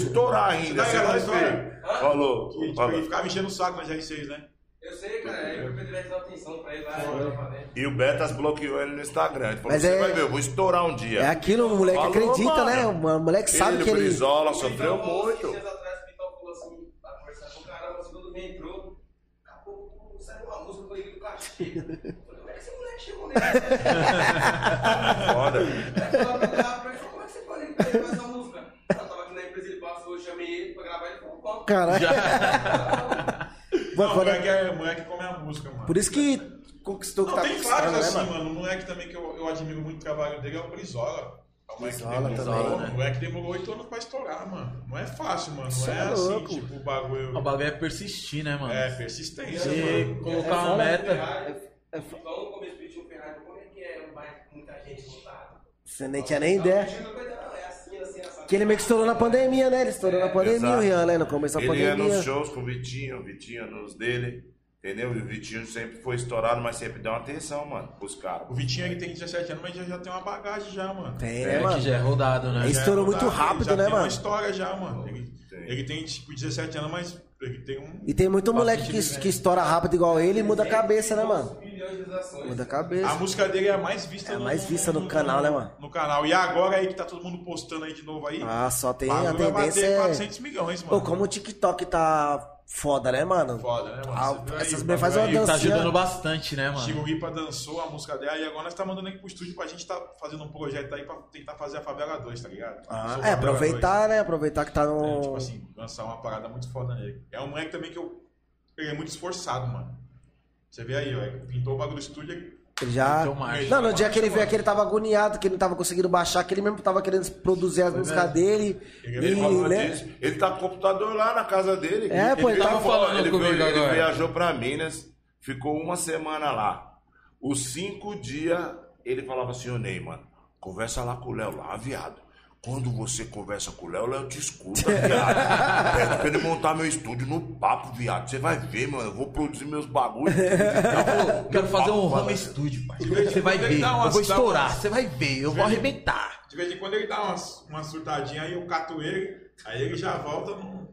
ainda, você vai ver. Falou. Ele ficava enchendo o saco nas R6, né? Eu sei, cara, eu pedi atenção pra ele lá. E o Betas bloqueou ele no Instagram. Ele falou, você vai ver, eu vou estourar um dia. É aquilo, o moleque acredita, né? O moleque sabe que ele... Brizola sofreu muito. Dias atrás, o Pitão falou assim, tá conversando com o cara, mas quando ele entrou, acabou, saiu uma música com ele do cachê. Eu falei, como é que esse moleque chegou nele? Foda. Como é que você pode fazer essa música? Eu tava aqui na empresa, ele passou, eu chamei ele pra gravar, ele falou, bom. Caralho. Não, o moleque come a música, mano. Por isso que conquistou que tá tem vários assim, né, mano? O moleque também que eu admiro muito o trabalho dele é o Brizola. O moleque demorou 8 anos pra estourar, mano. Não é fácil, mano. Não é assim, tipo, o bagulho... O bagulho é persistir, né, mano? É, persistência, você mano. colocar uma meta... Então, no começo do Vitinho Ferrari, como é que é um bairro com muita gente voltada? Você nem tinha nem ideia. Que ele meio que estourou na pandemia, né? Ele estourou na pandemia, o Rian, né? No começo da pandemia. Ele ia nos shows com o Vitinho nos dele, entendeu? E o Vitinho sempre foi estourado, mas sempre deu uma atenção, mano, pros caras. O Vitinho, ele tem 17 anos, mas já tem uma bagagem já, mano. Tem, né, mano? Que já é rodado, né? Ele estourou muito rápido, né, mano? Ele tem uma história já, mano. Ele tem, tipo, 17 anos, mas ele tem um... E tem muito moleque que estoura rápido igual ele e muda a cabeça, né, mano? Muda a cabeça. A música dele é a mais vista no canal, né, mano? No canal. E agora aí que tá todo mundo postando aí de novo aí. Ah, só tem a tendência. 400 milhões, mano. Pô, como o TikTok tá foda, né, mano? Foda, né, mano? Essas mulheres fazem uma dancinha. Tá ajudando bastante, né, mano? Chico Ripa dançou a música dela e agora nós tá mandando aqui pro estúdio pra gente tá fazendo um projeto aí pra tentar fazer a Favela 2, tá ligado? Aproveitar, né? Aproveitar que tá no... tipo assim, lançar uma parada muito foda nele. É um moleque também que ele é muito esforçado, mano. Você vê aí, ó, ele pintou o bagulho do estúdio, ele já... Não, no dia que ele veio aqui, ele tava agoniado, que ele não tava conseguindo baixar, que ele mesmo tava querendo produzir as músicas dele. Ele tá com o computador lá na casa dele. Ele tava falando comigo agora. Ele viajou pra Minas, ficou uma semana lá. Os 5 dias, ele falava assim, ô Ney, mano, conversa lá com o Léo lá, viado. Quando você conversa com o Léo te escuta, viado. Pede pra ele montar meu estúdio no papo, viado. Você vai ver, mano. Eu vou produzir meus bagulhos. Eu quero fazer um home studio, pai. Você vai ver. Eu vou estourar. Você vai ver. Eu vou arrebentar. De vez em quando ele dá uma surtadinha aí, eu cato ele. Aí ele já volta no...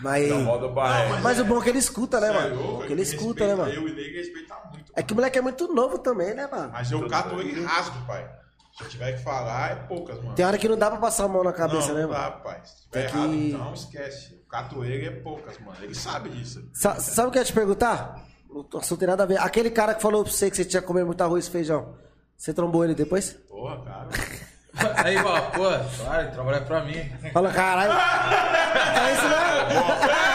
Mas o bom é que ele escuta, né, mano? Porque ele escuta, né, mano? Eu e ele respeita muito. É que o moleque é muito novo também, né, mano? Mas eu cato ele e rasgo, pai. Se eu tiver que falar, é poucas, mano. Tem hora que não dá pra passar a mão na cabeça, né, mano? Não dá, pai. Se tiver errado, então esquece. O catoeiro é poucas, mano. Ele sabe disso. Sabe o que eu ia te perguntar? Não tem nada a ver. Aquele cara que falou pra você que você tinha que comer muito arroz e feijão. Você trombou ele depois? Porra, cara. Aí fala, pô, claro, trabalha pra mim. Fala, caralho. É isso mesmo?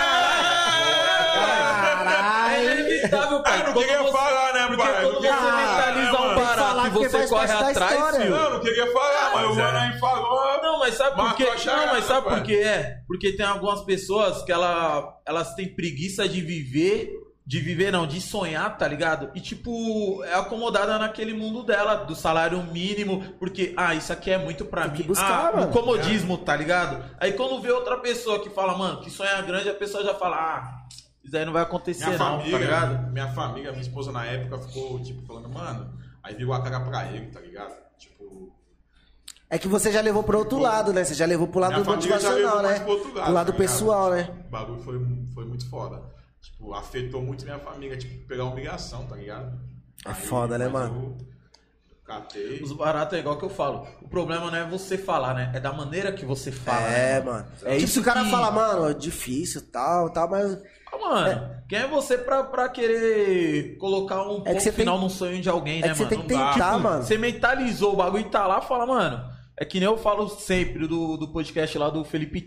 É inevitável, pai. Eu não queria falar, né, Porque pai? quando você mentaliza um barato e você corre atrás, filho. Não, não queria falar, mas o mano aí falou. Não, mas sabe por quê? Não, Mas sabe por quê? Porque tem algumas pessoas que elas têm preguiça de viver, de sonhar, tá ligado? E tipo, é acomodada naquele mundo dela, do salário mínimo, porque, isso aqui é muito pra mim. No comodismo, tá ligado? Aí quando vê outra pessoa que fala, mano, que sonha grande, a pessoa já fala, isso aí não vai acontecer tá ligado? Minha família, minha esposa na época ficou, tipo, falando, mano, aí virou a cara pra ele, tá ligado? Tipo... É que você já levou pro outro lado, né? Você já levou pro lado motivacional, né? Pro lado pessoal, né? O bagulho foi muito foda. Tipo, afetou muito minha família, tipo, pegar humilhação, tá ligado? É foda, né, mano? Catei. Os baratos é igual que eu falo. O problema não é você falar, né? É da maneira que você fala. É, né, mano. É tipo, isso se o cara que... fala, mano, é difícil, tal, mas... Mano, quem é você pra querer colocar um ponto final num sonho de alguém, né, mano? Você tem que tentar, tipo, mano. Você mentalizou o bagulho e tá lá, fala, mano... É que nem eu falo sempre do podcast lá do Felipe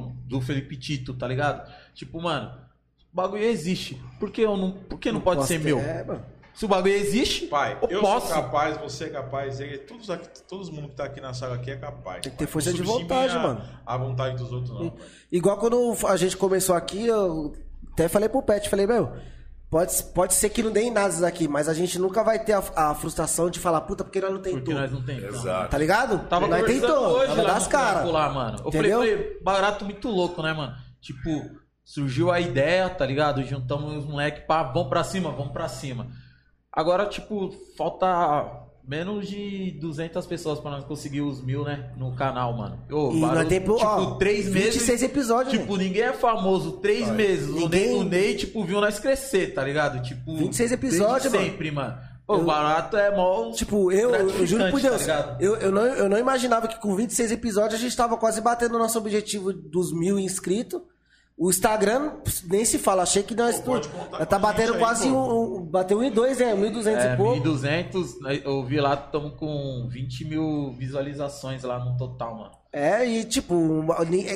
Tito, tá ligado? Tipo, mano, o bagulho existe. Por que não pode ser meu? Mano. Se o bagulho existe, pai, eu posso. sou capaz, você é capaz, todo mundo que tá aqui na sala aqui é capaz. Tem que ter força de vontade, mano. A vontade dos outros não, pai. Igual quando a gente começou aqui, eu até falei pro Pet, falei, meu, pode ser que não dê em nada isso daqui, mas a gente nunca vai ter a frustração de falar, puta, porque nós não tentou. Porque nós não tentamos. Exato. Tá ligado? Tava nós conversando hoje tava lá das no caras. lá, mano. Eu Entendeu? falei, barato muito louco, né, mano? Tipo, surgiu a ideia, tá ligado? Juntamos os moleques, vamos pra cima. Agora, tipo, falta menos de 200 pessoas pra nós conseguir os 1000, né? No canal, mano. E nós temos, tipo, 3 meses. 26 episódios, Tipo, ninguém é famoso 3 meses. Ninguém... O Ney, tipo, viu nós crescer, tá ligado? Tipo, 26 episódios, mano. Sempre, mano. O barato é mó. Tipo, eu juro por Deus, tá eu não imaginava que com 26 episódios a gente tava quase batendo o nosso objetivo dos 1000 inscritos. O Instagram nem se fala, achei que nós tá batendo quase bateu 1.200, né? 1.200 e pouco. 1.200, eu vi lá, estamos com 20 mil visualizações lá no total, mano. É, e tipo,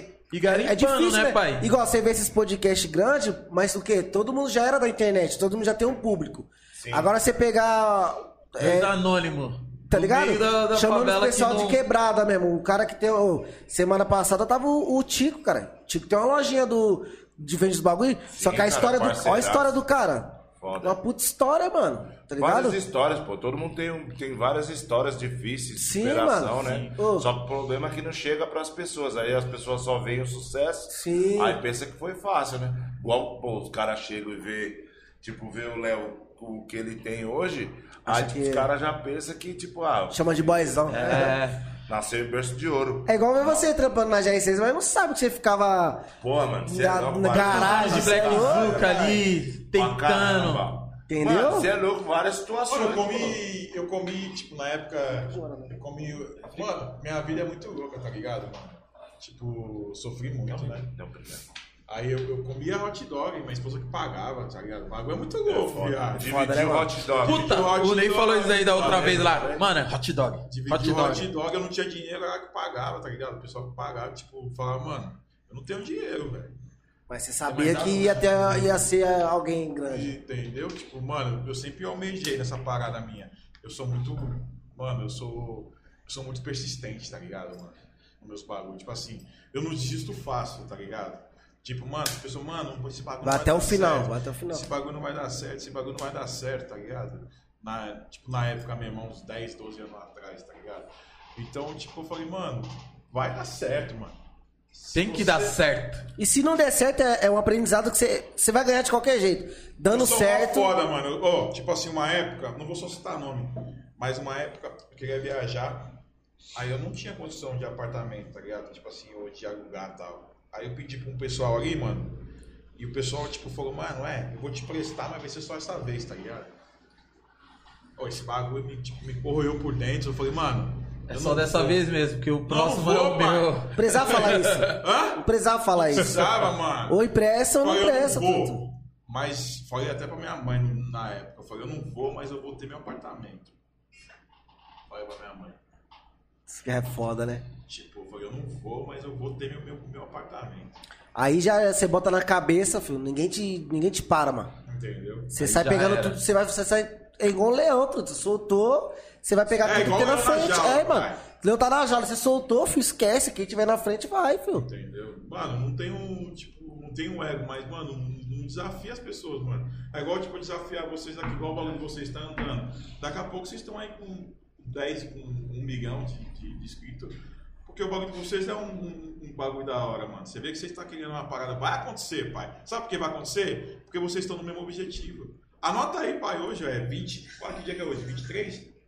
é difícil, né, pai? Igual você vê esses podcasts grandes, mas o quê? Todo mundo já era da internet, todo mundo já tem um público. Sim. Agora você pegar... anônimo. Tá ligado? Da chamando o pessoal de quebrada mesmo. O cara que tem... semana passada tava o Tico, cara. O Tico tem uma lojinha de vende os bagulho. Sim, só que a história olha a história do cara. Foda. Uma puta história, mano. Tá ligado? Várias histórias, pô. Todo mundo tem várias histórias difíceis, sim, superação, mano, né? Sim. Só que o problema é que não chega pras pessoas. Aí as pessoas só veem o sucesso. Sim. Aí pensa que foi fácil, né? Igual, pô, os caras chegam e vê o Léo, o que ele tem hoje. Aí tipo, os caras já pensam que, tipo, chama de boyzão. Nasceu em berço de ouro. É igual ver você trampando na GR6, mas não sabe que você ficava. Pô, mano, você na garagem, de Black Zuka ali, tentando. Entendeu? Mano, você é louco, várias situações. Mano, eu comi, tipo, na época. Mano, minha vida é muito louca, tá ligado, mano? Tipo, sofri muito, né? Aí eu comia hot dog, minha esposa que pagava, tá ligado? O bagulho é muito louco, viado. Dividiu o hot dog. Puta, o Ney falou isso aí da outra vez lá. Mano, é hot dog. Dividiu o hot dog, eu não tinha dinheiro, era que pagava, tá ligado? O pessoal que pagava, tipo, falava, mano, eu não tenho dinheiro, velho. Mas você sabia que ia ser alguém grande. Entendeu? Tipo, mano, eu sempre almejei nessa parada minha. Eu sou muito... Mano, eu sou muito persistente, tá ligado, mano? Nos meus bagulhos. Tipo assim, eu não desisto fácil, tá ligado? Tipo, mano, a pessoa, mano, esse bagulho vai não até vai o final, certo. vai até o final. Esse bagulho não vai dar certo, esse bagulho não vai dar certo, tá ligado? Na época mesmo, uns 10, 12 anos atrás, tá ligado? Então, tipo, eu falei, mano, vai dar certo, mano. Tem que dar certo. E se não der certo, é um aprendizado que você vai ganhar de qualquer jeito. Dando certo. Foda, mano. Tipo assim, uma época, não vou só citar nome, mas uma época eu queria viajar, aí eu não tinha condição de apartamento, tá ligado? Tipo assim, ou de alugar e tal. Aí eu pedi pra um pessoal ali, mano, e o pessoal, tipo, falou, mano, eu vou te prestar, mas vai ser só essa vez, tá ligado? Esse bagulho me corroeu por dentro, eu falei, mano... É só dessa vez mesmo, porque o próximo é o meu. Precisava falar isso. Hã? Precisava falar isso. Precisava, mano. Ou impressa ou não impressa. Eu não vou, mas falei até pra minha mãe na época, eu falei, eu não vou, mas eu vou ter meu apartamento. Falei pra minha mãe. É foda, né? Tipo, eu falei, eu não vou, mas eu vou ter meu apartamento. Aí já você bota na cabeça, filho, ninguém te para, mano. Entendeu? Você Aí sai já pegando era. tudo, você sai. É igual um leão, tu soltou, você vai pegar tudo que igual tem na leão na frente. jaula, Mano. vai. Leão tá na jaula, você soltou, filho, esquece. Quem tiver na frente vai, filho. Entendeu? Mano, não tem um ego, mas, mano, não desafia as pessoas, mano. É igual, tipo, desafiar vocês aqui, igual o bagulho de vocês tá andando. Daqui a pouco vocês estão aí com 10, com 1 milhão de inscritos. Porque o bagulho de vocês é um bagulho da hora, mano. Você vê que vocês estão querendo uma parada. Vai acontecer, pai. Sabe por que vai acontecer? Porque vocês estão no mesmo objetivo. Anota aí, pai, hoje é 20... Qual que dia que é hoje? 23?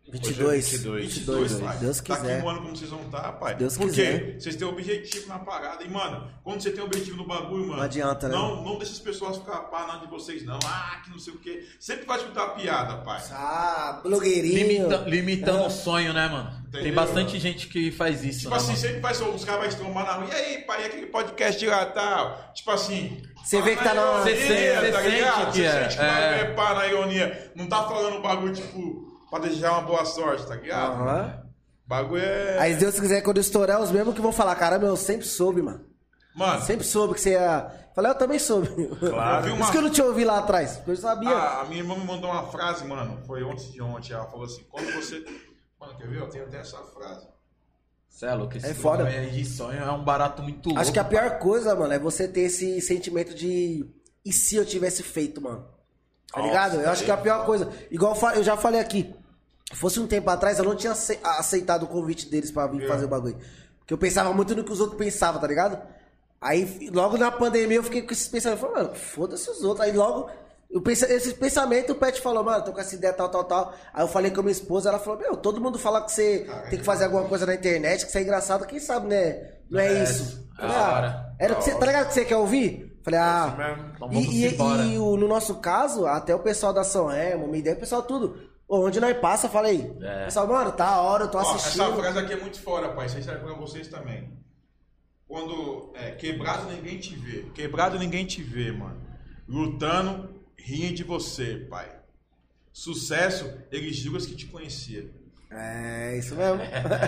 22, pai. Deus Daqui quiser. um ano como vocês vão estar, pai. Deus Por quiser. quê? Vocês têm objetivo na parada. E, mano, quando você tem objetivo no bagulho, mano... Não adianta, né? Não deixa as pessoas ficar parando de vocês, não. Ah, que não sei o quê. Sempre vai escutar a piada, pai. Ah, blogueirinho. Limitando o sonho, né, mano? Entendeu? Tem bastante gente que faz isso, Tipo né, assim, mano? sempre vai ser os caras vai trombar na rua. E aí, pai, aquele podcast lá tal. Tipo assim. Você vê que tá na- Você sente ligado? que Você é. sente que o bagulho é pá na ironia. Não tá falando o bagulho, tipo, pra desejar uma boa sorte, tá ligado? Aham. O bagulho é. Aí, se Deus quiser, quando eu estourar, os mesmos que vão falar, caramba, eu sempre soube, mano. Mano, Sempre soube que você ia. Falei, eu também soube. Claro. Eu vi Por uma- isso que eu não te ouvi lá atrás, porque eu sabia. a minha irmã me mandou uma frase, mano. Foi ontem de ontem. Ela falou assim: quando você. Mano, quer ver? Eu tenho até essa frase. Cê é louco, esse É foda. bagulho aí de sonho é um barato muito louco. Acho que a pior coisa, mano, é você ter esse sentimento de. E se eu tivesse feito, mano? Tá ligado? Eu acho que é a pior coisa. Igual eu já falei aqui. Fosse um tempo atrás, eu não tinha aceitado o convite deles pra vir fazer o bagulho. Porque eu pensava muito no que os outros pensavam, tá ligado? Aí, logo na pandemia, eu fiquei com esses pensamentos. Eu falei, mano, foda-se os outros. Aí, logo, esse pensamento, o Pet falou, mano, tô com essa ideia tal. Aí eu falei com a minha esposa, ela falou, meu, todo mundo fala que você tem que fazer alguma coisa na internet, que você é engraçado, quem sabe, né? Não é isso. da Falei, hora. era o que você, tá ligado que você quer ouvir? Falei, Então vamos embora. no nosso caso, até o pessoal da São Remo, minha ideia, o pessoal tudo. Ô, onde nós passa, falei. É. Pessoal, mano, tá a hora, eu tô Ó, assistindo. essa frase aqui é muito fora, pai. Isso aí serve pra vocês também. Quando quebrado ninguém te vê. Quebrado ninguém te vê, mano. Lutando, riem de você, pai. Sucesso, eles julgam que te conhecia. É, isso mesmo.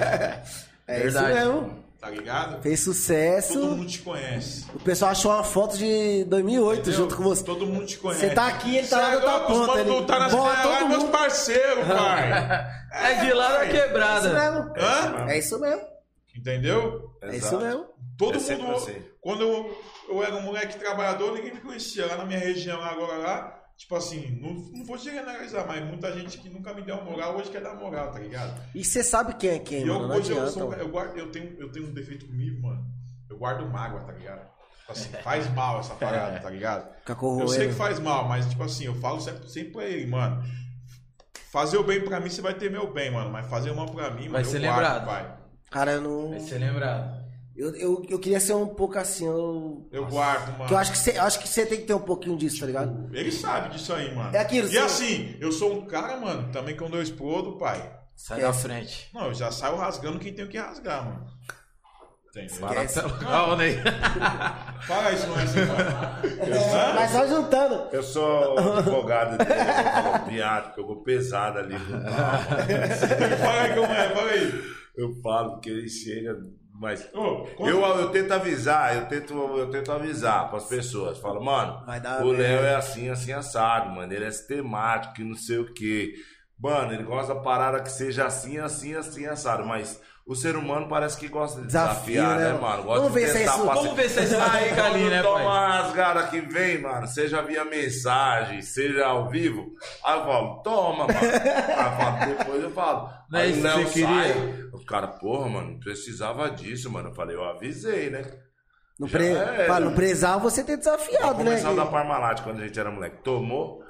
É Verdade. isso mesmo. Tá ligado? Fez sucesso. Todo mundo te conhece. O pessoal achou uma foto de 2008 Entendeu? junto com você. Todo mundo te conhece. Você tá aqui, ele tá lá Cê na outra louco, os ponta. manos Ele tá nas bola ideias lá, todo meus mundo. parceiros, pai. É de lá da pai. É isso quebrada. mesmo. Hã? É isso mesmo. Entendeu? É isso mesmo. Todo É sempre mundo. assim. Quando eu era um moleque trabalhador, ninguém me conhecia. Lá na minha região, lá, agora lá, tipo assim, não vou generalizar, mas muita gente que nunca me deu moral hoje quer dar moral, tá ligado? E você sabe quem é quem, E mano. Não hoje adianta. Mano. eu tenho um defeito comigo, mano. Eu guardo mágoa, tá ligado? Tipo assim, faz mal essa parada, tá ligado? Fica Eu sei que corroendo. faz mal, mas tipo assim, eu falo sempre pra ele, mano. Fazer o bem pra mim, você vai ter meu bem, mano. Mas fazer o mal pra mim, Vai mano, ser eu guardo, lembrado. pai. Cara, eu não. Vai ser lembrado. Eu queria ser um pouco assim. Eu guardo, mano. Que eu acho que você tem que ter um pouquinho disso, tá ligado? Ele sabe disso aí, mano. É aquilo, E você- assim, eu sou um cara, mano, também quando eu explodo, pai. Sai da frente. Não, eu já saio rasgando quem tem que rasgar, mano. Entendeu? Esquece. Calma, Ney. Fala isso, não é assim, mano. Mas só juntando. Eu sou advogado dele, viado, pegou pesado ali. Fala aí como é, fala aí. Eu falo que ele chega, mas Ô, eu tento avisar, eu tento avisar pras pessoas. Falo, mano, Vai dar o merda. Léo é assim, assim, assado, mano. Ele é sistemático e não sei o quê. Mano, ele gosta da parada que seja assim, assim, assim, assado. Mas o ser humano parece que gosta de Desafio, desafiar, né, né, mano? Gosta Vamos de ver se é testar isso- pra Vamos ver se esse Aí, fica ali, quando né, toma pai? uma rasgada que vem, mano, seja via mensagem, seja ao vivo, aí eu falo, toma, mano. Aí eu falo, depois eu falo. Não é Aí isso o que Léo você queria? Os caras, porra, mano, não precisava disso, mano. Eu falei, eu avisei, né? No, Já era. pra não prezar, você ter desafiado, né? Começou a dar Parmalat quando a gente era moleque. Tomou.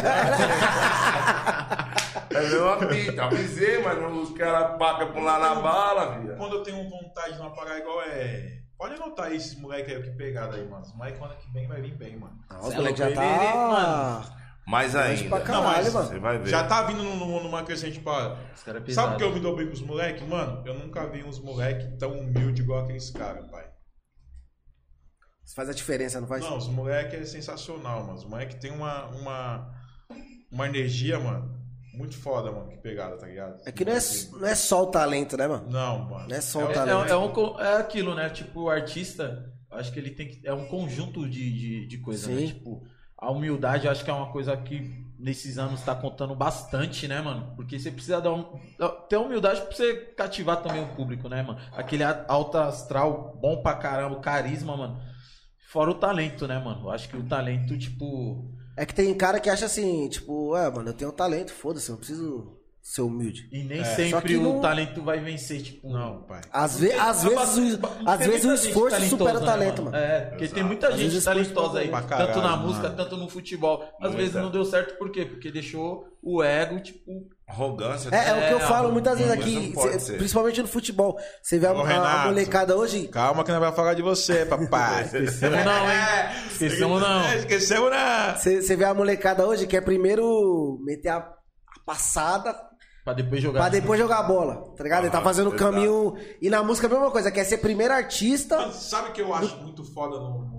É meu apito, avisei, mas os caras pacam por lá na bala, viado. Quando eu tenho vontade de uma parada igual Pode anotar aí esses moleques aí, que pegada aí, mano. Os moleques quando que vem, vai vir bem, mano. Nossa, Cê o moleque já é louco, ele, tá. mano. Mais ainda. pra caralho, mano. Você vai ver. Já tá vindo numa crescente para. Os caras Sabe pesados. por que eu me dou bem com os moleques? Mano, eu nunca vi uns moleques tão humildes igual aqueles caras, pai. Isso faz a diferença, não faz? Não, os moleques é sensacional, mano. Os moleques tem uma energia, mano. Muito foda, mano, que pegada, tá ligado? É que não é só o talento, né, mano? Não, mano. Não é só o talento. É aquilo, né? Tipo, o artista, acho que ele tem que... É um conjunto de coisas, né? Tipo, a humildade, acho que é uma coisa que nesses anos tá contando bastante, né, mano? Porque você precisa ter humildade pra você cativar também o público, né, mano? Aquele alto astral bom pra caramba, o carisma, mano. Fora o talento, né, mano? Eu acho que o talento, tipo... É que tem cara que acha assim, tipo, mano, eu tenho talento, foda-se, eu não preciso ser humilde. E nem sempre o talento vai vencer, tipo... Não, pai. Às vezes o esforço supera o talento, mano. Porque tem muita gente talentosa aí, tanto na música, tanto no futebol. Às vezes não deu certo, por quê? Porque deixou o ego, tipo... Arrogância. É o que eu falo muitas vezes aqui, principalmente no futebol. Você vê a molecada hoje... Calma que nós vamos falar de você, papai. Esquecemos não, hein? Esquecemos não. Você vê a molecada hoje que é primeiro meter a passada... Pra depois jogar a bola, tá ligado? Ele tá fazendo o caminho... E na música a mesma coisa, quer ser primeiro artista... Mas sabe o que eu acho muito foda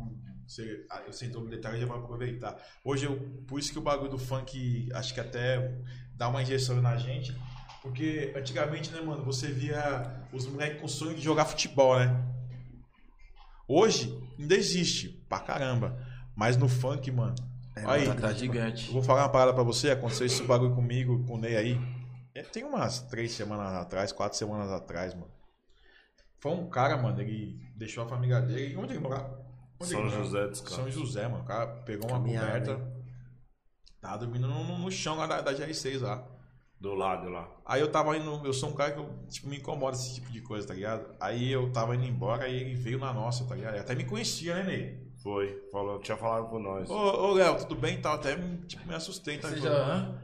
eu sinto um detalhe, já vou aproveitar. Hoje, por isso que o bagulho do funk, acho que até dá uma injeção na gente. Porque antigamente, né, mano, você via os moleques com sonho de jogar futebol, né? Hoje, ainda existe, pra caramba. Mas no funk, mano... aí, tá gigante. Eu vou falar uma parada pra você, aconteceu esse bagulho comigo, com o Ney aí. Tem umas 3 semanas atrás, 4 semanas atrás, mano. Foi um cara, mano, ele deixou a família dele... Onde ele morava? São José dos Campos. São José, mano. O cara pegou uma coberta, tava dormindo no chão lá da GR6 lá. Do lado lá. Aí eu tava indo, eu sou um cara que tipo, me incomoda esse tipo de coisa, tá ligado? Aí eu tava indo embora e ele veio na nossa, tá ligado? Ele até me conhecia, né, Ney? Foi, tinha falado com nós. Ô Léo, tudo bem e tal? Até tipo, me assustei, tá ligado?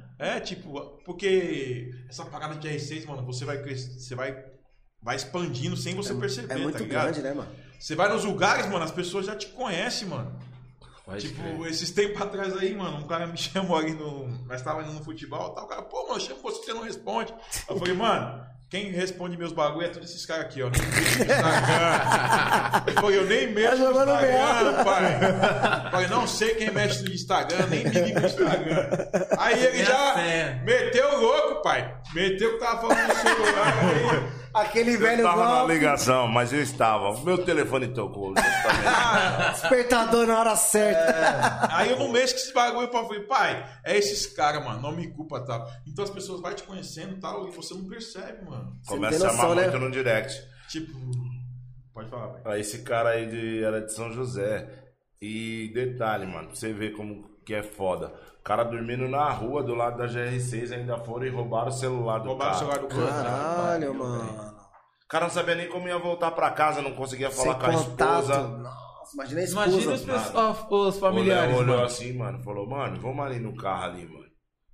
Porque essa parada de R6, mano, você vai crescer, você vai expandindo sem você perceber, é muito tá ligado? grande, né, mano? Você vai nos lugares, mano, as pessoas já te conhecem, mano. Esses tempos atrás aí, mano, um cara me chamou ali nós tava indo no futebol e tal, o cara, pô, mano, eu chamo você não responde. Eu falei, mano, quem responde meus bagulho é todos esses caras aqui, ó. Nem mexo no Instagram. Eu falei, eu nem mexo no Instagram, pai. Eu falei, não sei quem mexe no Instagram, nem me liga no Instagram. Aí ele já meteu o louco, pai. Meteu que tava falando no celular aí. Aquele velho golpe. Eu tava golpe. na ligação, mas eu estava. Meu telefone tocou. Despertador na hora certa. Aí eu não mexo com esse bagulho. Eu falei, pai, é esses caras, mano. Não me culpa, tal. Então as pessoas vão te conhecendo e tal, e você não percebe, mano. Começa a chamar muito no direct. Tipo, pode falar, pai. Aí esse cara aí era de São José. E detalhe, mano, pra você ver como que é foda. O cara dormindo na rua do lado da GR6 ainda foram e roubaram o celular do cara. Roubaram o celular do cara. Caralho, mano. O cara não sabia nem como ia voltar pra casa, não conseguia falar com a esposa. Nossa, imagina a esposa. Imagina os familiares, olhou mano. assim, mano, falou, mano, vamos ali no carro ali, mano.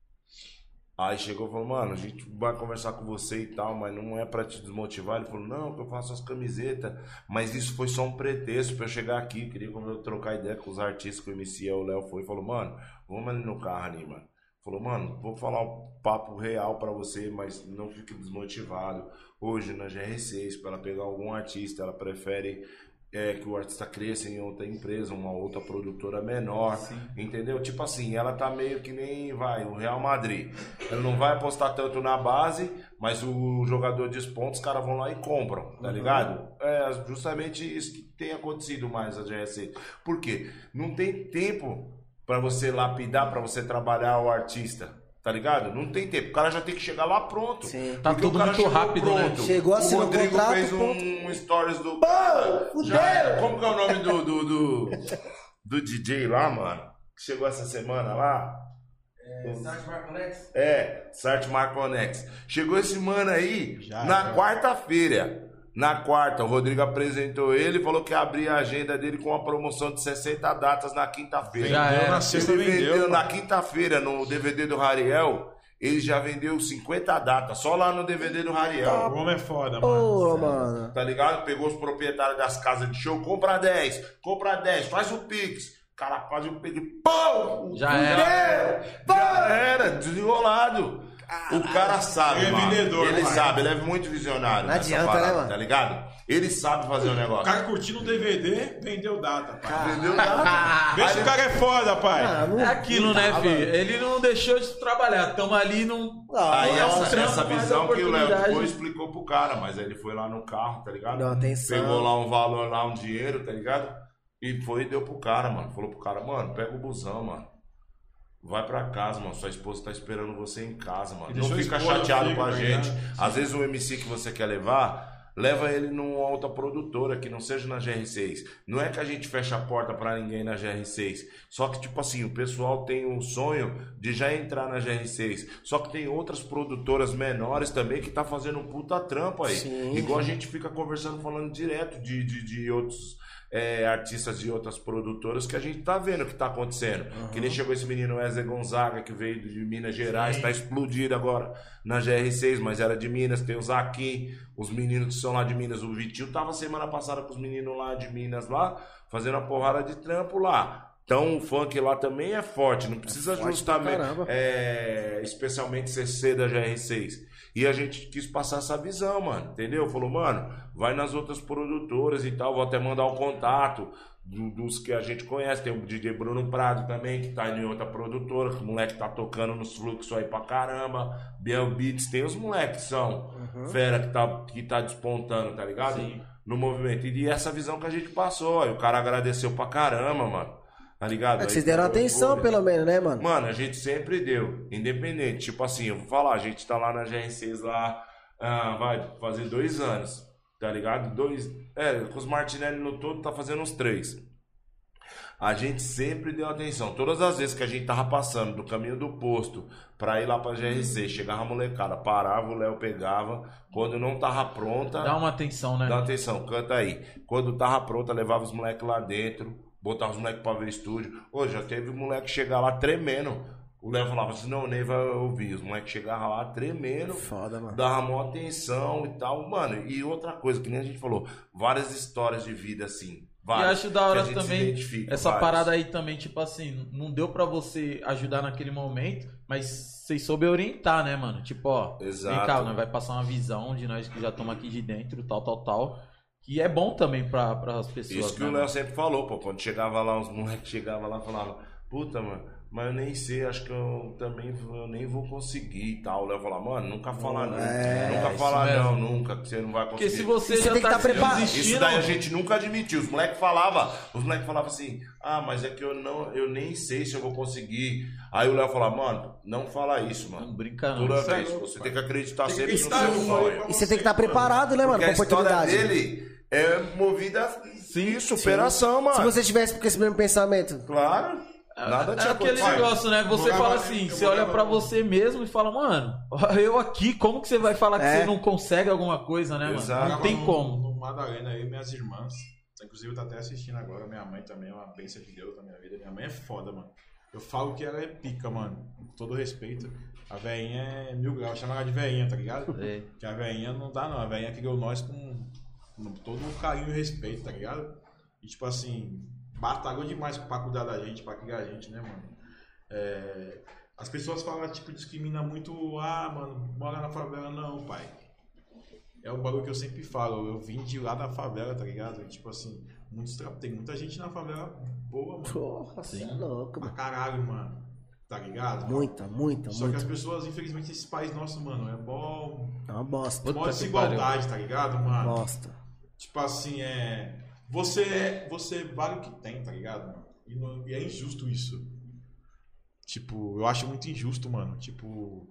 Aí chegou e falou, mano, a gente vai conversar com você e tal, mas não é pra te desmotivar. Ele falou, não, que eu faço as camisetas, mas isso foi só um pretexto pra eu chegar aqui. Queria trocar ideia com os artistas que o MC, o Léo foi. Falou, mano, vamos ali no carro ali, mano. Falou, mano, vou falar um papo real pra você, mas não fique desmotivado. Hoje na GR6, pra ela pegar algum artista, ela prefere que o artista cresça em outra empresa, uma outra produtora menor, sim, entendeu? Tipo assim, ela tá meio que nem o Real Madrid. Ela não vai apostar tanto na base, mas o jogador desponta, os caras vão lá e compram, tá ligado? É justamente isso que tem acontecido mais a GR6. Por quê? Não tem tempo pra você lapidar, pra você trabalhar o artista. Tá ligado? Não tem tempo. O cara já tem que chegar lá pronto. Sim. Tá tudo muito rápido, né? Chegou assim o Rodrigo contrato, fez um stories do... Como que é o nome do DJ lá, mano? Que chegou essa semana lá? Sart Marconex? Sart Marconex. Chegou esse mano aí na quarta-feira. Na quarta, o Rodrigo apresentou ele e falou que abria a agenda dele com uma promoção de 60 datas na quinta-feira. Na sexta vendeu na quinta-feira, no DVD do Rariel, ele já vendeu 50 datas, só lá no DVD do Rariel. O homem é foda, mano. Ô, mano. Tá ligado? Pegou os proprietários das casas de show, compra 10, faz o Pix. O cara faz o Pix, pô! Já era, desenrolado. O cara sabe, ele é mano. vendedor, Ele mano. sabe, ele é muito visionário. Não adianta, né, mano? Tá ligado? Ele sabe fazer o negócio. O cara curtindo o DVD, vendeu data, pai. Vendeu nada. Vê se o cara é foda, pai. É aquilo, né, filho? Ele não deixou de trabalhar. Tamo ali num... Aí essa trampo, visão que o Léo oportunidade. foi, explicou pro cara, mas aí ele foi lá no carro, tá ligado? Não, atenção. Pegou lá um valor, lá um dinheiro, tá ligado? E foi e deu pro cara, mano. Falou pro cara, mano, pega o busão, mano. Vai pra casa, mano. Sua esposa tá esperando você em casa, mano. Não fica chateado com a gente. Às vezes o MC que você quer levar... Leva ele numa outra produtora que não seja na GR6. Não é que a gente fecha a porta pra ninguém na GR6. Só que, tipo assim, o pessoal tem um sonho de já entrar na GR6. Só que tem outras produtoras menores também que tá fazendo um puta trampo aí. Sim, igual a gente fica conversando, falando direto de outros artistas de outras produtoras que a gente tá vendo o que tá acontecendo. Que nem chegou esse menino Wesley Gonzaga, que veio de Minas Gerais, tá explodido agora na GR6, mas era de Minas. Tem o Zaquim, os meninos que são lá de Minas. O Vitinho tava semana passada com os meninos lá de Minas lá, fazendo a porrada de trampo lá. Então o funk lá também é forte, não precisa justamente especialmente ser da GR6. E a gente quis passar essa visão, mano, entendeu? Falou, mano, vai nas outras produtoras e tal, vou até mandar o contato dos que a gente conhece. Tem o DJ Bruno Prado também, que tá em outra produtora, que o moleque tá tocando nos fluxos aí pra caramba. Biel Beats, tem os moleques que são fera que tá despontando, tá ligado? Sim. No movimento. E essa visão que a gente passou, aí o cara agradeceu pra caramba, mano. Tá ligado? É que vocês deram atenção, pelo menos, né, mano? Mano, a gente sempre deu, independente. Tipo assim, eu vou falar, a gente tá lá na GR6 lá, vai fazer 2 anos, tá ligado? Com os Martinelli no todo tá fazendo uns 3. A gente sempre deu atenção. Todas as vezes que a gente tava passando do caminho do posto pra ir lá pra GR6, chegava a molecada, parava, o Léo pegava. Quando não tava pronta... Dá uma atenção, né? Dá atenção, canta aí. Quando tava pronta, levava os moleques lá dentro, botava os moleques pra ver estúdio. Ô, já teve um moleque chegar lá tremendo. O Léo falava assim, não, nem vai ouvir. Os moleques chegavam lá tremendo. Foda, mano. Dava maior atenção e tal. Mano, e outra coisa, que nem a gente falou, várias histórias de vida assim. Várias, e acho da hora também essa várias. parada aí também, tipo assim, não deu pra você ajudar naquele momento, mas vocês soube orientar, né, mano? Tipo, ó, exato. Vem cá, nós vai passar uma visão de nós que já estamos aqui de dentro, tal. Que é bom também pra as pessoas. Isso que né, o mano? Léo sempre falou, pô. Quando chegava lá, os moleques chegavam lá e falavam, puta, mano, mas eu nem sei, acho que eu nem vou conseguir e tal. O Léo falava, mano, nunca fala não. Nunca fala não, nunca, que você não vai conseguir. Porque se você já tem que tá tá preparado. desistindo... Isso daí a gente nunca admitiu. Os moleques falavam assim, mas é que eu nem sei se eu vou conseguir. Aí o Léo falava, mano, não fala isso, mano. Não brinca não. Toda vez, você tem que acreditar sempre no seu sonho. E você tem que estar preparado, né, mano, Porque com a a história oportunidade. dele é movida em superação, mano. Se você tivesse com esse mesmo pensamento. Claro. Nada te É aquele acontece. negócio, né? Você fala assim, você olha pra você mesmo e fala, mano, eu aqui, como que você vai falar que você não consegue alguma coisa, né, exato. mano? Não tem como. No Madalena, eu e minhas irmãs, inclusive tá até assistindo agora, minha mãe também é uma bênção de Deus na minha vida. Minha mãe é foda, mano. Eu falo que ela é pica, mano. Com todo respeito. A veinha é 1000 graus, chama ela de veinha, tá ligado? É. Que a veinha não dá, não. A veinha criou nós com todo um carinho e respeito, tá ligado? E tipo assim, batalhou demais pra cuidar da gente, pra criar a gente, né, mano? As pessoas falam, tipo, discrimina muito, mano, mora na favela. Não, pai. É um bagulho que eu sempre falo, eu vim de lá da favela, tá ligado? E, tipo assim, tem muita gente na favela boa, mano. Porra, você é louco, Pra mano. caralho, mano. Tá ligado? Muita. Só que as pessoas, infelizmente, esse país nosso, mano, é bom. É uma bosta. Puta Mó que desigualdade, tá ligado, mano? Bosta. Tipo assim, você vale o que tem, tá ligado, mano? E é injusto isso. Tipo, eu acho muito injusto, mano. Tipo,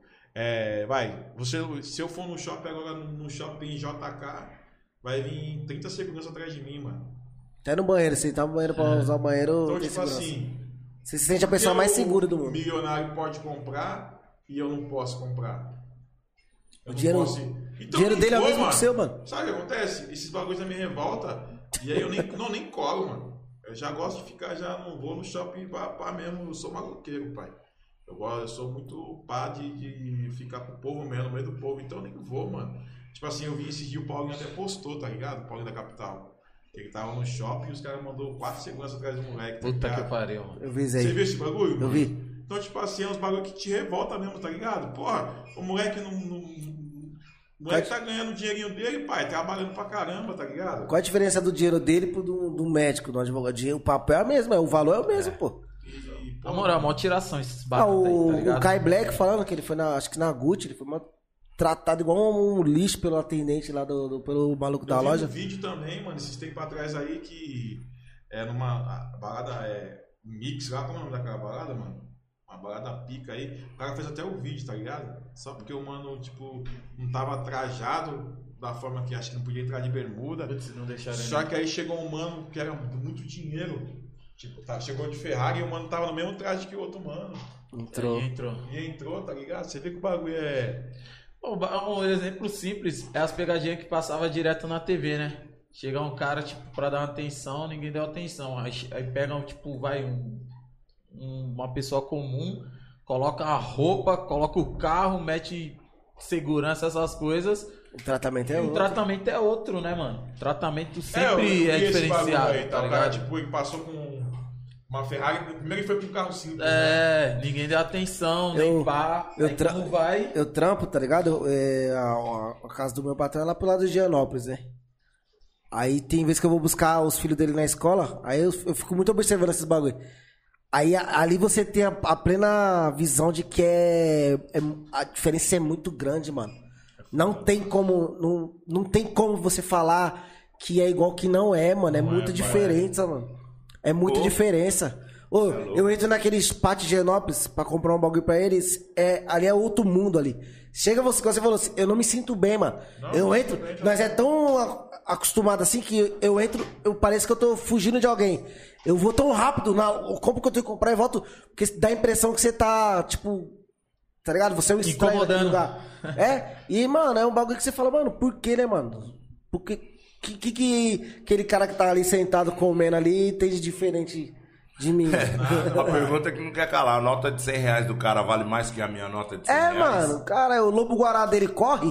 se eu for no shopping agora, no shopping JK, vai vir 30 seguranças atrás de mim, mano. Até no banheiro, você tá no banheiro pra usar o banheiro. Então, tem tipo segurança. assim, Você se sente a pessoa mais segura do o mundo. milionário pode comprar e eu não posso comprar. Eu O não dinheiro, posso... o dinheiro dele é o mesmo que o seu, mano. Sabe o que acontece? Esses bagulhos da minha revolta, e aí eu nem colo, mano. Eu já gosto de ficar, já não vou no shopping pá mesmo, eu sou maloqueiro, pai. Eu sou muito pá de ficar com o povo mesmo, no meio do povo, então eu nem vou, mano. Tipo assim, eu vi esse dia o Paulinho até postou, tá ligado? O Paulinho da Capital. Ele tava no shopping e os caras mandou 4 seguranças atrás do moleque. Tá Puta ligado? que pariu, mano. Eu vi isso aí. Você viu esse bagulho? Eu mano? vi. Então, tipo assim, é uns bagulho que te revolta mesmo, tá ligado? Porra, o moleque O moleque tá ganhando o dinheirinho dele, pai, trabalhando pra caramba, tá ligado? Qual a diferença do dinheiro dele pro do médico, do advogado? O papel é o mesmo, o valor é o mesmo, pô. Na moral, mó tiração esses baratos aí, tá o Kai Black falando que ele foi acho que na Gucci, ele foi tratado igual um lixo pelo atendente lá, pelo maluco da loja. Eu vi um vídeo também, mano, esses tempos atrás aí, que é numa balada, Mix lá, como é o nome daquela balada, mano? Uma balada pica aí, o cara fez até o vídeo, tá ligado? Só porque o mano, tipo, não tava trajado da forma que acho que não podia entrar de bermuda. Não deixaram. Só que aí chegou um mano que era muito dinheiro. Tipo, chegou de Ferrari e o mano tava no mesmo traje que o outro mano. Entrou, tá ligado? Você vê que o bagulho é... Um exemplo simples é as pegadinhas que passava direto na TV, né? Chega um cara, tipo, pra dar uma atenção, ninguém deu atenção. Aí pegam, tipo, uma pessoa comum, coloca a roupa, coloca o carro, mete segurança, essas coisas. O tratamento é outro. O tratamento é outro, né, mano? O tratamento sempre é diferenciado, aí, tá ligado? Cara, tipo, ele passou com uma Ferrari, primeiro ele foi com um carro simples. Ninguém deu atenção, nem pá. Como vai? Eu trampo, tá ligado? A casa do meu patrão é lá pro lado de Gianópolis, né? Aí tem vezes que eu vou buscar os filhos dele na escola, aí eu fico muito observando esses bagulho. Aí ali você tem a plena visão de que a diferença é muito grande, mano. Não tem como você falar que é igual que não é, mano. É muita diferença, mano. É muita diferença. Eu entro naqueles pátios de Genópolis pra comprar um bagulho pra eles. Ali é outro mundo ali. Chega você falou assim, eu não me sinto bem, mano. Eu entro, nós é tão acostumado assim que eu entro, parece que eu tô fugindo de alguém. Eu vou tão rápido, eu compro o que eu tenho que comprar e volto, porque dá a impressão que você tá, tipo, tá ligado? Você é um estranho naquele lugar. E, mano, é um bagulho que você fala, mano, por que, né, mano? Porque que aquele cara que tá ali sentado comendo ali tem de diferente de mim? A pergunta que não quer calar, a nota de R$100 do cara vale mais que a minha nota de R$100? Mano, cara, o lobo-guará dele corre?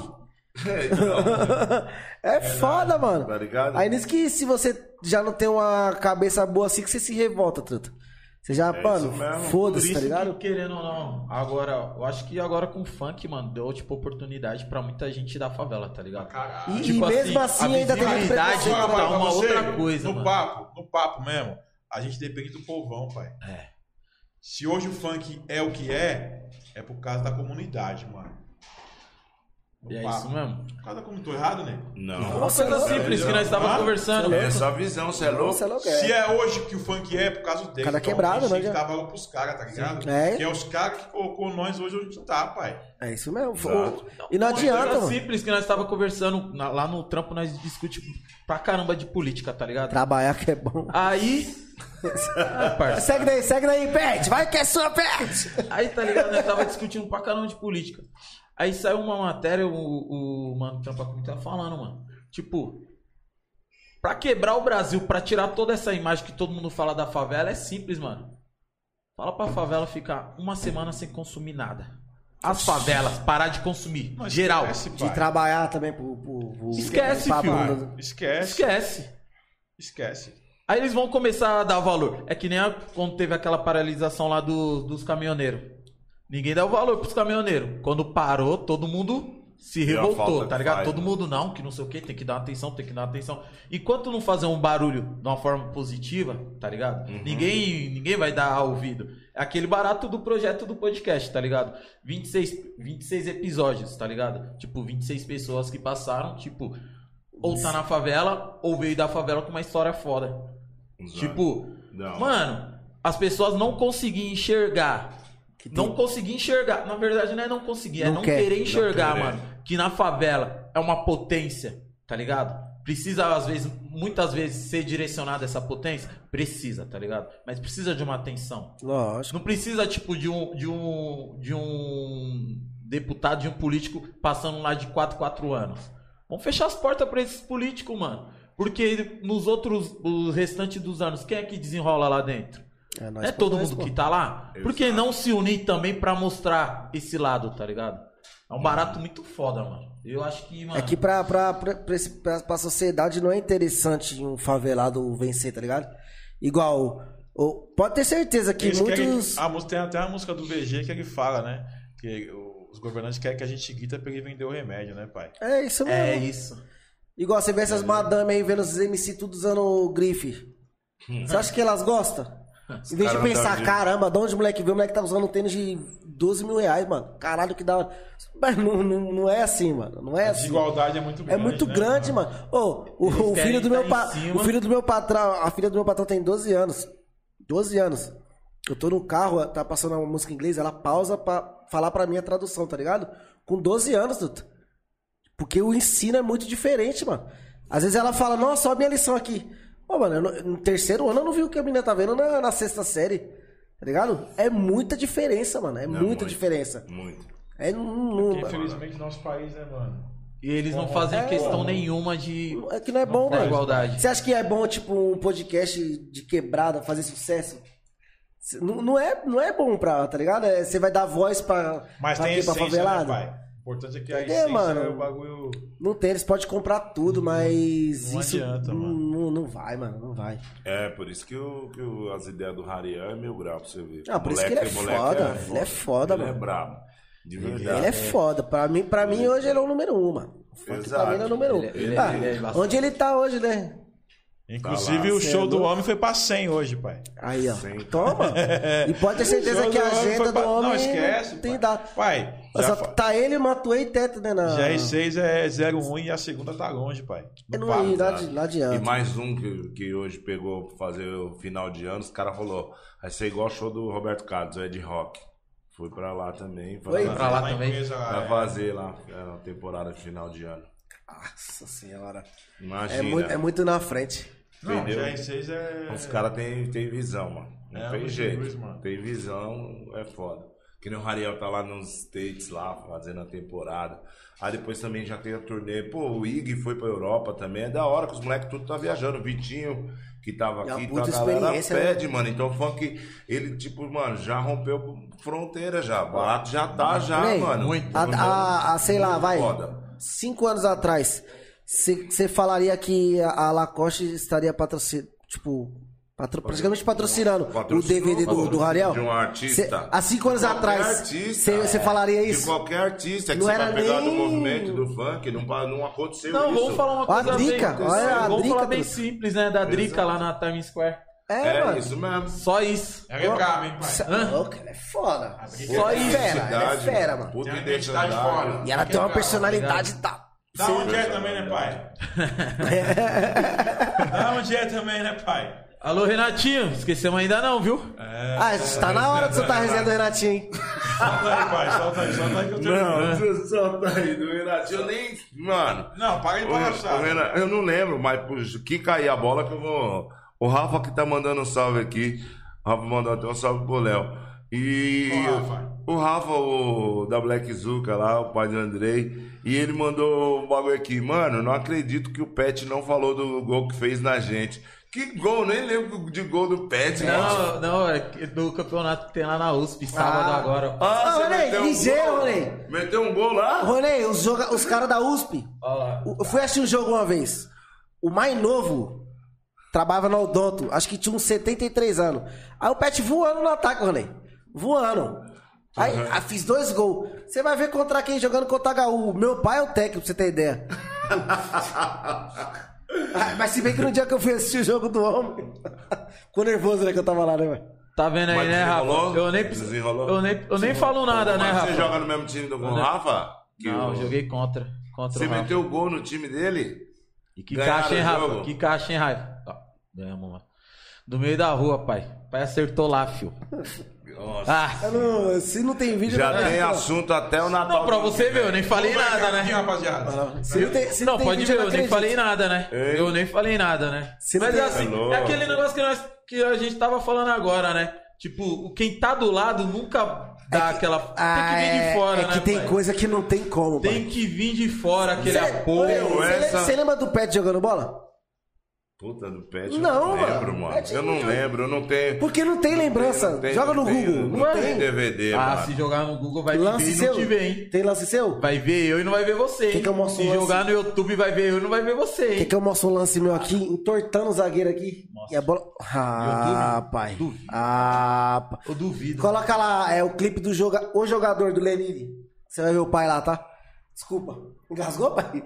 Foda, mano. Tá ligado? Aí nisso que se você já não tem uma cabeça boa assim, que você se revolta, truta. Você já, mano, foda-se, tá ligado? Querendo ou não, agora, eu acho que agora com o funk, mano, deu, tipo, oportunidade pra muita gente da favela, tá ligado? E, tipo, mesmo assim ainda tem muito preconceito. Tá uma outra coisa, no papo mesmo, a gente depende do povão, pai. Se hoje o funk é o que é por causa da comunidade, mano. E é isso mesmo? Por causa da comunidade, tô errado, né? Não. Uma coisa simples que nós estávamos conversando. Essa visão, você é louco? Se é hoje que o funk é por causa dele, cada quebrado, né? A gente dá valor pros caras, tá ligado? Que é os caras que colocou nós hoje onde tá, pai. É isso mesmo. E não adianta, mano. Simples que nós estávamos conversando lá no trampo, nós discutimos pra caramba de política, tá ligado? Trabalhar que é bom. Aí... segue daí, Pet. Vai que é sua, Pet. Aí, tá ligado? Nós tava discutindo pra caramba de política. Aí saiu uma matéria, o mano Trampa comigo tá falando, mano. Tipo, pra quebrar o Brasil, pra tirar toda essa imagem que todo mundo fala da favela, é simples, mano. Fala pra favela ficar uma semana sem consumir nada. As favelas, parar de consumir. Mas geral. De trabalhar também Esquece, filho. Esquece. Aí eles vão começar a dar valor. É que nem quando teve aquela paralisação lá dos caminhoneiros. Ninguém dá o valor pros caminhoneiros. Quando parou, todo mundo se revoltou, tá ligado? Todo mundo não, que não sei o que, tem que dar atenção, Enquanto não fazer um barulho de uma forma positiva, tá ligado? Ninguém vai dar ouvido. É aquele barato do projeto do podcast, tá ligado? 26 episódios, tá ligado? Tipo, 26 pessoas que passaram, tipo, ou tá na favela, ou veio da favela com uma história foda. Exato. Tipo, mano, as pessoas não conseguiam enxergar. Não conseguir enxergar. Na verdade, não é não conseguir, é não querer enxergar, mano. Que na favela é uma potência, tá ligado? Precisa, muitas vezes, ser direcionada essa potência? Precisa, tá ligado? Mas precisa de uma atenção. Lógico. Não precisa, tipo, de um deputado, de um político passando lá de 4 anos. Vamos fechar as portas pra esses políticos, mano. Porque os restantes dos anos, quem é que desenrola lá dentro? Não é todo mundo que tá lá? Por que não se unir também pra mostrar esse lado, tá ligado? É um barato muito foda, mano. Eu acho que, mano... É que pra sociedade não é interessante um favelado vencer, tá ligado? Igual... Pode ter certeza que muitos... Tem até a música do VG que ele fala, né? Que Os governantes querem que a gente grita pra ele vender o remédio, né, pai? É isso mesmo. É isso. Igual você vê essas madame aí vendo os MC tudo usando grife. Você acha que elas gostam? Em vez de pensar, caramba, de onde o moleque veio? O moleque tá usando um tênis de 12 mil reais, mano. Caralho, que da hora. Mas não é assim, mano. Não é assim. A desigualdade é muito grande. É muito grande, mano. O filho do meu patrão, a filha do meu patrão tem 12 anos. 12 anos. Eu tô no carro, tá passando uma música em inglês, ela pausa pra falar pra mim a tradução, tá ligado? Com 12 anos, Duto. Porque o ensino é muito diferente, mano. Às vezes ela fala, nossa, olha a minha lição aqui. Pô, mano, no terceiro ano eu não vi o que a menina tá vendo na sexta série. Tá ligado? É muita diferença, mano. É muita diferença. Muito. Infelizmente, nosso país, né, mano? E eles não fazem questão nenhuma de... É que não é bom, mano. Igualdade. Você acha que é bom, tipo, um podcast de quebrada fazer sucesso? Não é bom pra, tá ligado? Você vai dar voz pra... Mas pra tem essência, favelado. né, pai? O importante é que a essência mano, é o bagulho... Não tem, eles podem comprar tudo, mas não isso adianta, mano. Não vai, mano, não vai. É, por isso que as ideias do Rarian é 1000 graus pra você ver. Não, por isso que ele é foda. Ele é foda, ele mano. Ele é brabo. De verdade. Ele é foda. Pra mim hoje ele é o número 1, mano. O funk pra mim ele é o número 1. Onde ele tá hoje, né? Inclusive o show do homem foi pra 100 hoje, pai. Aí, ó. Toma. E pode ter certeza que a agenda do homem não esquece, não tem data. Pai, tá ele, Matuê e Teto, né? GR6 é 01 e a segunda tá longe, pai. Não adianta. E mais um que hoje pegou pra fazer o final de ano, os caras falou, vai ser igual o show do Roberto Carlos, o Ed Rock. Fui pra lá também. Foi pra lá também? Pra fazer lá, a temporada de final de ano. Nossa senhora. Imagina. É muito na frente. Não, GR6 é... Os caras têm visão, mano. Não tem jeito. Luz, mano. Tem visão, é foda. Que nem o Rariel tá lá nos States, lá, fazendo a temporada. Aí depois também já tem a turnê. Pô, o Ig foi pra Europa também. É da hora que os moleques tudo tá viajando. O Vitinho, que tava aqui, tá a galera pede, mano. Então o funk, ele, tipo, mano, já rompeu fronteira já. O barato já tá, mano. Muito. Sei lá, vai. Foda. 5 anos atrás, você falaria que a Lacoste estaria praticamente patrocinando o DVD do Rariel? De um artista. Há 5 anos atrás, você falaria isso? De qualquer artista que não você era vai pegar nem... do movimento do funk, não aconteceu isso. Não, vamos falar uma coisa vamos falar bem simples, né? Da Drica lá na Times Square. Mano. Isso mesmo. Só isso. É brabo, hein, pai? Louco, ela é foda. Só isso. Ela é fera, mano. Puta Tem uma identidade fora. E ela tem uma personalidade, tá? Da onde é também, né, pai? Da onde é também, né, pai? Alô, Renatinho. Esquecemos ainda não, viu? Tá na hora de soltar a resenha do Renatinho, hein? Solta aí, pai. Solta aí que eu tenho. Não, você solta aí do Renatinho. Eu nem... Mano... Não, paga de palhaçada. Eu não lembro, mas que cair a bola que eu vou... O Rafa que tá mandando um salve aqui. O Rafa mandou até um salve pro Léo. E o Rafa, o da Black Zuka lá, o pai do Andrei. E ele mandou um bagulho aqui. Mano, não acredito que o Pet não falou do gol que fez na gente. Que gol? Nem lembro de gol do Pet. Não, é do campeonato que tem lá na USP, sábado agora. Ronei, ligeiro, Ronei. Meteu um gol lá? Ronei, os caras da USP. Eu fui assistir um jogo uma vez. O mais novo trabalhava no Odonto, acho que tinha uns 73 anos. Aí o Pet voando no ataque, Ronei. Voando. Aí fiz 2 gols. Você vai ver contra quem jogando contra a HU. Meu pai é o técnico, pra você ter ideia. Mas se bem que no dia que eu fui assistir o jogo do homem, ficou nervoso, né, que eu tava lá, né, velho? Tá vendo aí, né, Rafa? Eu nem falo nada, né, Rafa? Você joga no mesmo time com o Rafa? Não, eu joguei contra você o Rafa. Meteu gol no time dele? E que caixa, hein, Rafa? Que caixa, hein, Rafa? Ganhamos, mano. Do meio da rua, pai. O pai acertou lá, fio. Nossa. Se não tem vídeo... Já tem assunto até o Natal. Não, pra você ver, eu nem falei nada, né? Rapaziada. Não, pode ver, eu nem falei nada, né? Eu nem falei nada, né? Mas assim, é aquele negócio que a gente tava falando agora, né? Tipo, quem tá do lado nunca dá aquela... Tem que vir de fora, né? É que tem coisa que não tem como, tem que vir de fora aquele apoio. Você lembra do Pet jogando bola? Puta do Pet, não lembro, mano. Eu não lembro, eu não tenho. Porque não tem lembrança. Joga no Google. Não tem DVD, mano. Se jogar no Google vai ver e não te ver, hein? Tem lance seu? Vai ver eu e não vai ver você, hein? Se jogar no YouTube vai ver eu e não vai ver você, hein? Quer que eu mostre um lance meu aqui, entortando o zagueiro aqui? E a bola... pai. Eu duvido. Coloca lá, o clipe do O Jogador, do Lenine. Você vai ver o pai lá, tá? Desculpa. Engasgou, pai?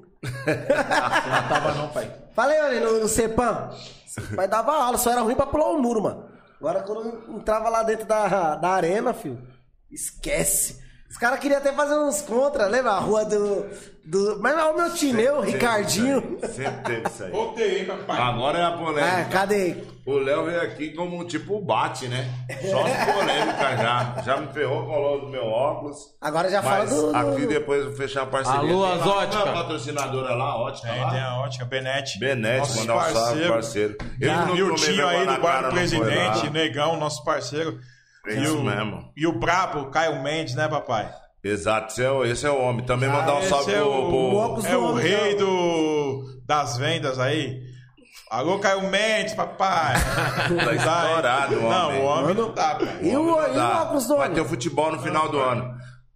Não tava não, pai. Falei, olha, no Cepam. O pai dava aula, só era ruim pra pular um muro, mano. Agora quando entrava lá dentro da arena, filho, esquece. Os caras queriam até fazer uns contra, lembra? A rua do... Mas não, o meu time, eu, Ricardinho. Sempre teve isso aí. Voltei, hein, papai. Agora é a polêmica. Cadê? O Léo veio aqui como tipo bate, né? Só as polêmicas já. Já me ferrou, colou no meu óculos. Agora já Mas fala do... aqui depois eu vou fechar a parceria. Alô, Tem as lá óticas. uma patrocinadora lá, ótica Tem lá. a ótica, Benete. Benete, nosso mandar um salve, parceiro. Eu não E o tomei tio vergonha aí na do bar cara, do não foi presidente, lá. Negão, nosso parceiro. É isso mesmo. E o brabo, Caio Mendes, né, papai? Exato, esse é o homem. Também mandar um salve Esse é pro... o rei das vendas aí. Alô, Caio Mendes, papai. Tá estourado, o homem. Não, o homem não tá, pai. E o óculos do Vai homem? ter o futebol no final do ano.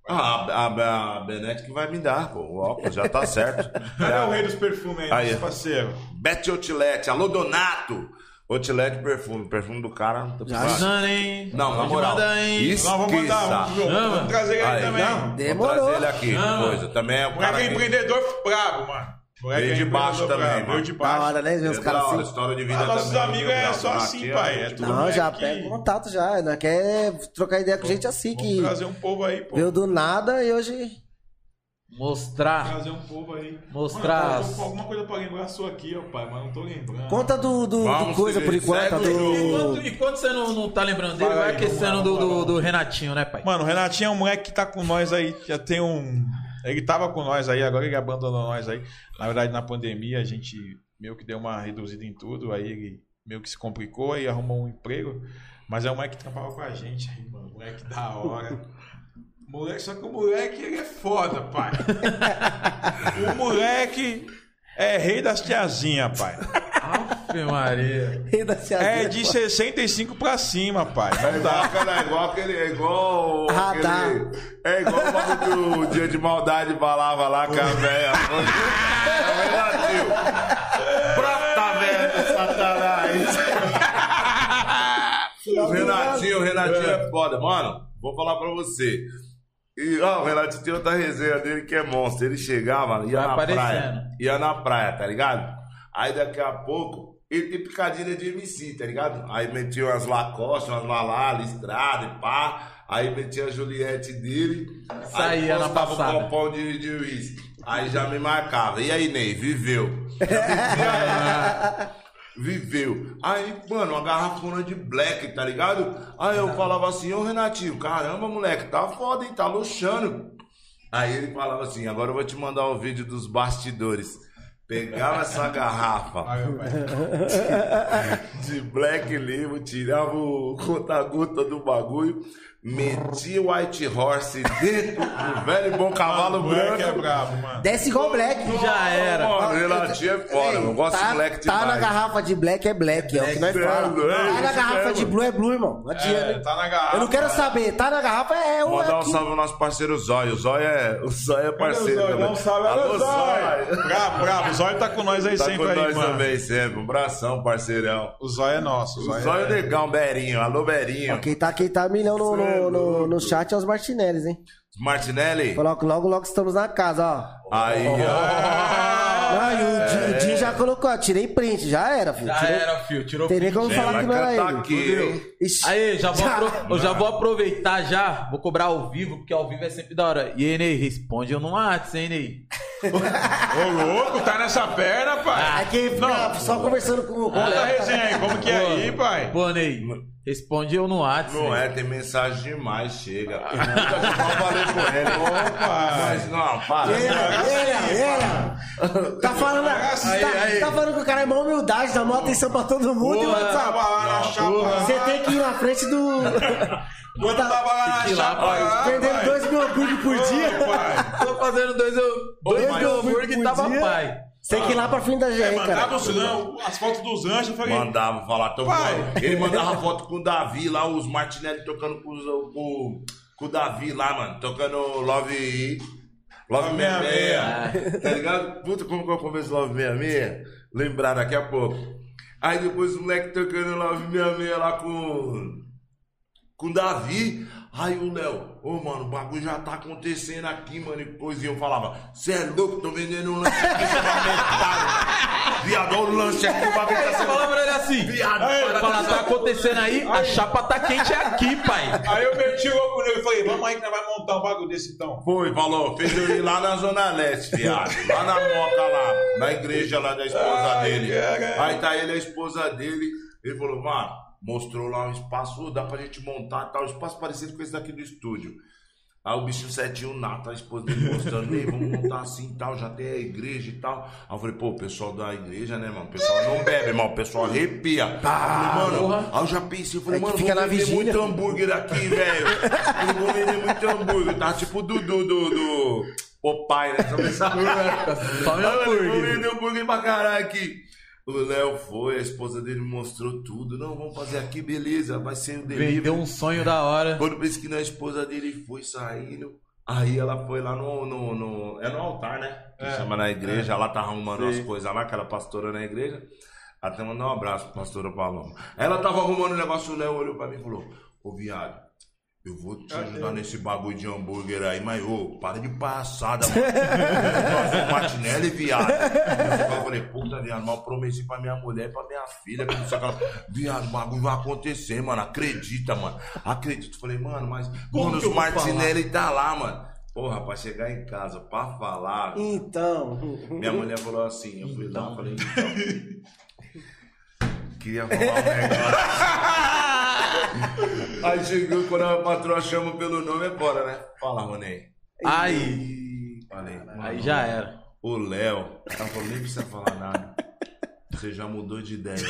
A Benete que vai me dar, pô. O óculos já tá certo. Cadê o rei dos perfumes aí, nosso parceiro? Bet Outlet, alô Donato. Outlet perfume do cara. Avisando, hein? Não, na moral. Nós vamos mandar, vamos trazer ele aí também. Demorou. Vou trazer ele aqui, coisa. Também é o cara Moleque é que empreendedor brabo, mano. veio de baixo também, Veio de Da baixo. hora, né? Ver os caras assim. história de vida Nossos também, amigos viu, é Léo? só assim, Aqui, pai. ó, É tudo Não, moleque já que- pega contato já. Não quer trocar ideia com gente assim que Vamos trazer um povo aí, pô. veio do nada e hoje... Mostrar. Trazer um povo aí. Mostrar Mano, as- eu tô com alguma coisa pra lembrar sua aqui, ó, pai, mas não tô lembrando. Conta do Vamos coisa seguir. por enquanto, Segue o do... Enquanto você não tá lembrando dele, Fala vai aí, aquecendo vamos lá. do Renatinho, né, pai? Mano, o Renatinho é um moleque que tá com nós aí, já tem um... Ele tava com nós aí, agora ele abandonou nós aí. Na verdade, na pandemia, a gente meio que deu uma reduzida em tudo, aí ele meio que se complicou e arrumou um emprego. Mas é um moleque que trabalhava com a gente aí, mano. Moleque da hora. Moleque, só que o moleque, ele é foda, pai. O moleque é rei das tiazinhas, pai. Ave Maria. Rei da tiazinha. É de 65 pra cima, pai. É igual aquele. É igual. Radar. É igual o bagulho do Dia de Maldade falava lá com a velha. Brota, velho, Satanás. O Renatinho é foda. Mano, vou falar pra você. E, o Renatinho tem outra resenha dele que é monstro. Ele chegava, ia Vai na aparecendo. praia. Ia na praia, tá ligado? Aí daqui a pouco, ele tem picadilha de MC, tá ligado? Aí metia umas Lacoste, umas Malala, listrada e pá. Aí metia a Juliette dele. Saía aí na postava passada. um copão de uísque. Aí já me marcava. E aí, Ney, viveu? Viveu. Aí, mano, uma garrafona de black, tá ligado? Aí eu falava assim, ô Renatinho, caramba, moleque, tá foda, hein? Tá luxando. Aí ele falava assim, agora eu vou te mandar o vídeo dos bastidores. Pegava essa garrafa de Black Label, tirava o conta-gota do bagulho, metia o White Horse dentro do velho e bom cavalo O moleque branco. é brabo, mano. Desce igual Black. Já era. Mano, Renatinho é foda, eu gosto de Black Tá demais. na garrafa de Black é Black, é o que nós Black, falamos. é Tá na isso garrafa mesmo. de Blue é Blue, irmão. Não adianta. Tá na garrafa. Eu não quero saber, tá na garrafa é o Mandar um aqui. salve ao nosso parceiro Zóio. O Zóio é parceiro Zóio? também. Dá um salve, Alô, alô, Zóio. Brabo. O Zóio tá com nós aí Tá sempre com aí, nós mano. também, sempre. Um bração, parceirão. O Zóio é nosso. O Zóio é legal, Berinho. Alô, Berinho. Quem tá milhão no chat é os Martinellis, hein? Martinelli. Logo estamos na casa, ó. Aí, ó. Não, e o Dinho já colocou, ó, tirei print, já era, filho. Já Tirei- era, filho. Tirou Tem nem como print. falar que não era Vai cantar ele. aqui, hein? Ixi. Aí, eu já vou aproveitar já, vou cobrar ao vivo, porque ao vivo é sempre da hora. E aí, Ney, responde eu no WhatsApp, hein, Ney? Ô, louco, tá nessa perna, pai. É que fica só conversando com o Conta a Léo. resenha aí, como que é aí, pai? Pô, Ney, responde eu no WhatsApp. Não Ney. é, tem mensagem demais, chega. Eu nunca falei com ele. Opa. Mas não, para. Ele. Tá falando, Aí. tá falando que o cara é mó humildade, dá mó atenção pra todo mundo e o Tava WhatsApp. lá na chapa. Você tem que ir na frente do. Quando tava lá na que lá, chapa. pai. lá, Perdendo pai. 2 mil hambúrguer por dia. Ô, pai. Tô fazendo dois mil hambúrguer e tava dia. pai. Você tem que ir lá pra frente da GR, Mandava cara. as fotos dos anjos, eu falei. Mandava falar, tô Pai. Ele mandava foto com o Davi lá, os Martinelli tocando com o Davi lá, mano. Tocando Love 66. Tá ligado? Puta, como que eu converso Love 66? Lembrar daqui a pouco. Aí depois o moleque tocando Love 66 lá com o Davi. Aí o Léo, mano, o bagulho já tá acontecendo aqui, mano, e coisa. E eu falava, cê é louco, tô vendendo um lanche aqui, você vai metade. Viado, olha o lanche aqui, o bagulho tá sendo... Fala pra ele assim, viado, fala, tá acontecendo aí, a chapa tá quente aqui, pai. Aí eu meti o louco nele e falei, vamos aí que nós vamos montar um bagulho desse então. Foi, falou, fez eu ir lá na Zona Leste, viado. Lá na Moca, lá, na igreja lá da esposa dele. Aí tá ele, a esposa dele. Ele falou, mano, mostrou lá um espaço, dá pra gente montar tal, um espaço parecido com esse daqui do estúdio. Aí o bicho certinho, Nato, a esposa dele mostrando, vamos montar assim e tal, já tem a igreja e tal. Aí eu falei, pô, o pessoal da igreja, né, mano? O pessoal não bebe, mas o pessoal arrepia. Eu falei, mano, aí eu já pensei, eu falei, mano, vou vender muito hambúrguer aqui, velho. Eu vou vender muito hambúrguer, tá? Tipo o do Popeye, né? Só vou vender hambúrguer pra caralho aqui. O Léo foi, a esposa dele mostrou tudo. Não, vamos fazer aqui, beleza, vai ser um delivery. Vendeu um sonho da hora. Quando pensa que a esposa dele foi saindo, aí ela foi lá no altar, né? Que chama na igreja, ela tá arrumando as coisas lá, aquela pastora na igreja. Até mandar um abraço pra pastora Paloma. Ela tava arrumando o negócio, o Léo olhou pra mim e falou, ô viado, eu vou te ajudar nesse bagulho de hambúrguer aí, mas para de passada, mano. Eu sou Martinelli, viado. Eu falei, puta, viado, mas eu prometi pra minha mulher e pra minha filha, que não sei aquela... Viado, o bagulho vai acontecer, mano, acredita, mano. Acredito. Falei, mano, mas... Mano, os Martinelli tá lá, mano. Porra, pra chegar em casa, pra falar... Então... Minha mulher falou assim, eu fui lá, falei, então... Queria falar um negócio. Aí chegou, quando a patroa chama pelo nome, é fora, né? Fala, Ronei. Aí. Falei. Aí já era. O Léo, ela falou, nem precisa falar nada. Você já mudou de ideia.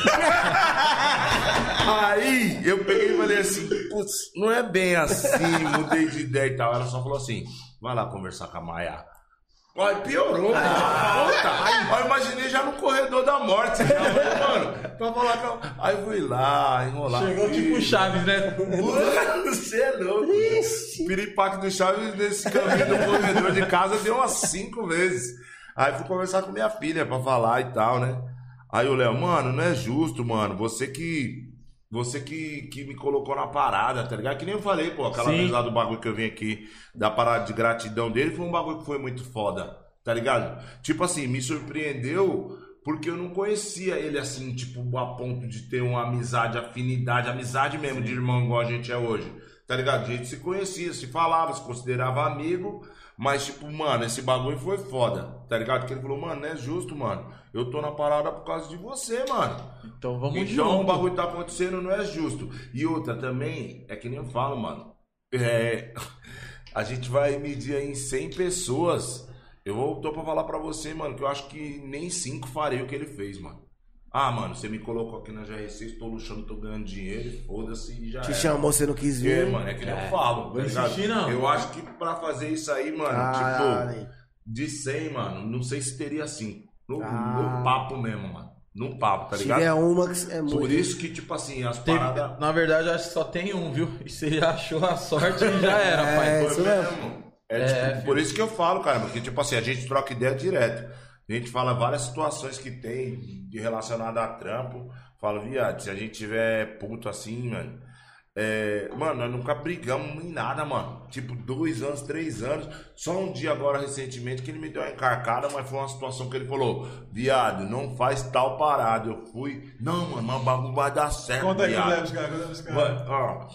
Aí eu peguei e falei assim, putz, não é bem assim, mudei de ideia e tal. Ela só falou assim, vai lá conversar com a Maia. Aí piorou, puta. Aí eu imaginei já no corredor da morte. Né? Mano, pra falar com ela. Aí eu fui lá, enrolar. Chegou tipo o Chaves, né? Você é louco. O piripaque do Chaves nesse caminho do corredor de casa deu umas 5 vezes. Aí fui conversar com minha filha pra falar e tal, né? Aí o Léo, mano, não é justo, mano. Você que me colocou na parada, tá ligado? Que nem eu falei, pô, aquela vez lá do bagulho que eu vim aqui, da parada de gratidão dele, foi um bagulho que foi muito foda, tá ligado? Tipo assim, me surpreendeu porque eu não conhecia ele assim, tipo, a ponto de ter uma amizade, afinidade, amizade mesmo de irmão igual a gente é hoje, tá ligado? A gente se conhecia, se falava, se considerava amigo, mas tipo, mano, esse bagulho foi foda, tá ligado? Que ele falou, mano, não é justo, mano. Eu tô na parada por causa de você, mano. Então vamos junto. Então o bagulho tá acontecendo, não é justo. E outra também, é que nem eu falo, mano. A gente vai medir aí em 100 pessoas. Eu tô pra falar pra você, mano, que eu acho que nem 5 farei o que ele fez, mano. Ah, mano, você me colocou aqui na GRC, estou luxando, tô ganhando dinheiro, foda-se e já te chamou, você não quis vir. Mano, é que nem eu falo, tá ligado? Insistir, não. Eu acho que pra fazer isso aí, mano, tipo, de 100, mano, não sei se teria 5. No papo mesmo, mano. No papo, tá ligado? Se tiver uma que é muito. Por isso que, tipo assim, as paradas... Na verdade, eu acho que só tem um, viu? E você achou a sorte e já era, pai. Isso mesmo. Tipo, por isso que eu falo, cara, porque, tipo assim, a gente troca ideia direto. A gente fala várias situações que tem de relacionado a trampo. Fala, viado, se a gente tiver puto assim, mano... mano, nós nunca brigamos em nada, mano. Tipo, 2 anos, 3 anos. Só um dia agora, recentemente, que ele me deu uma encarcada, mas foi uma situação que ele falou, viado, não faz tal parada. Eu fui, não, mano, mas o bagulho vai dar certo. Conta aí, viado. os caras.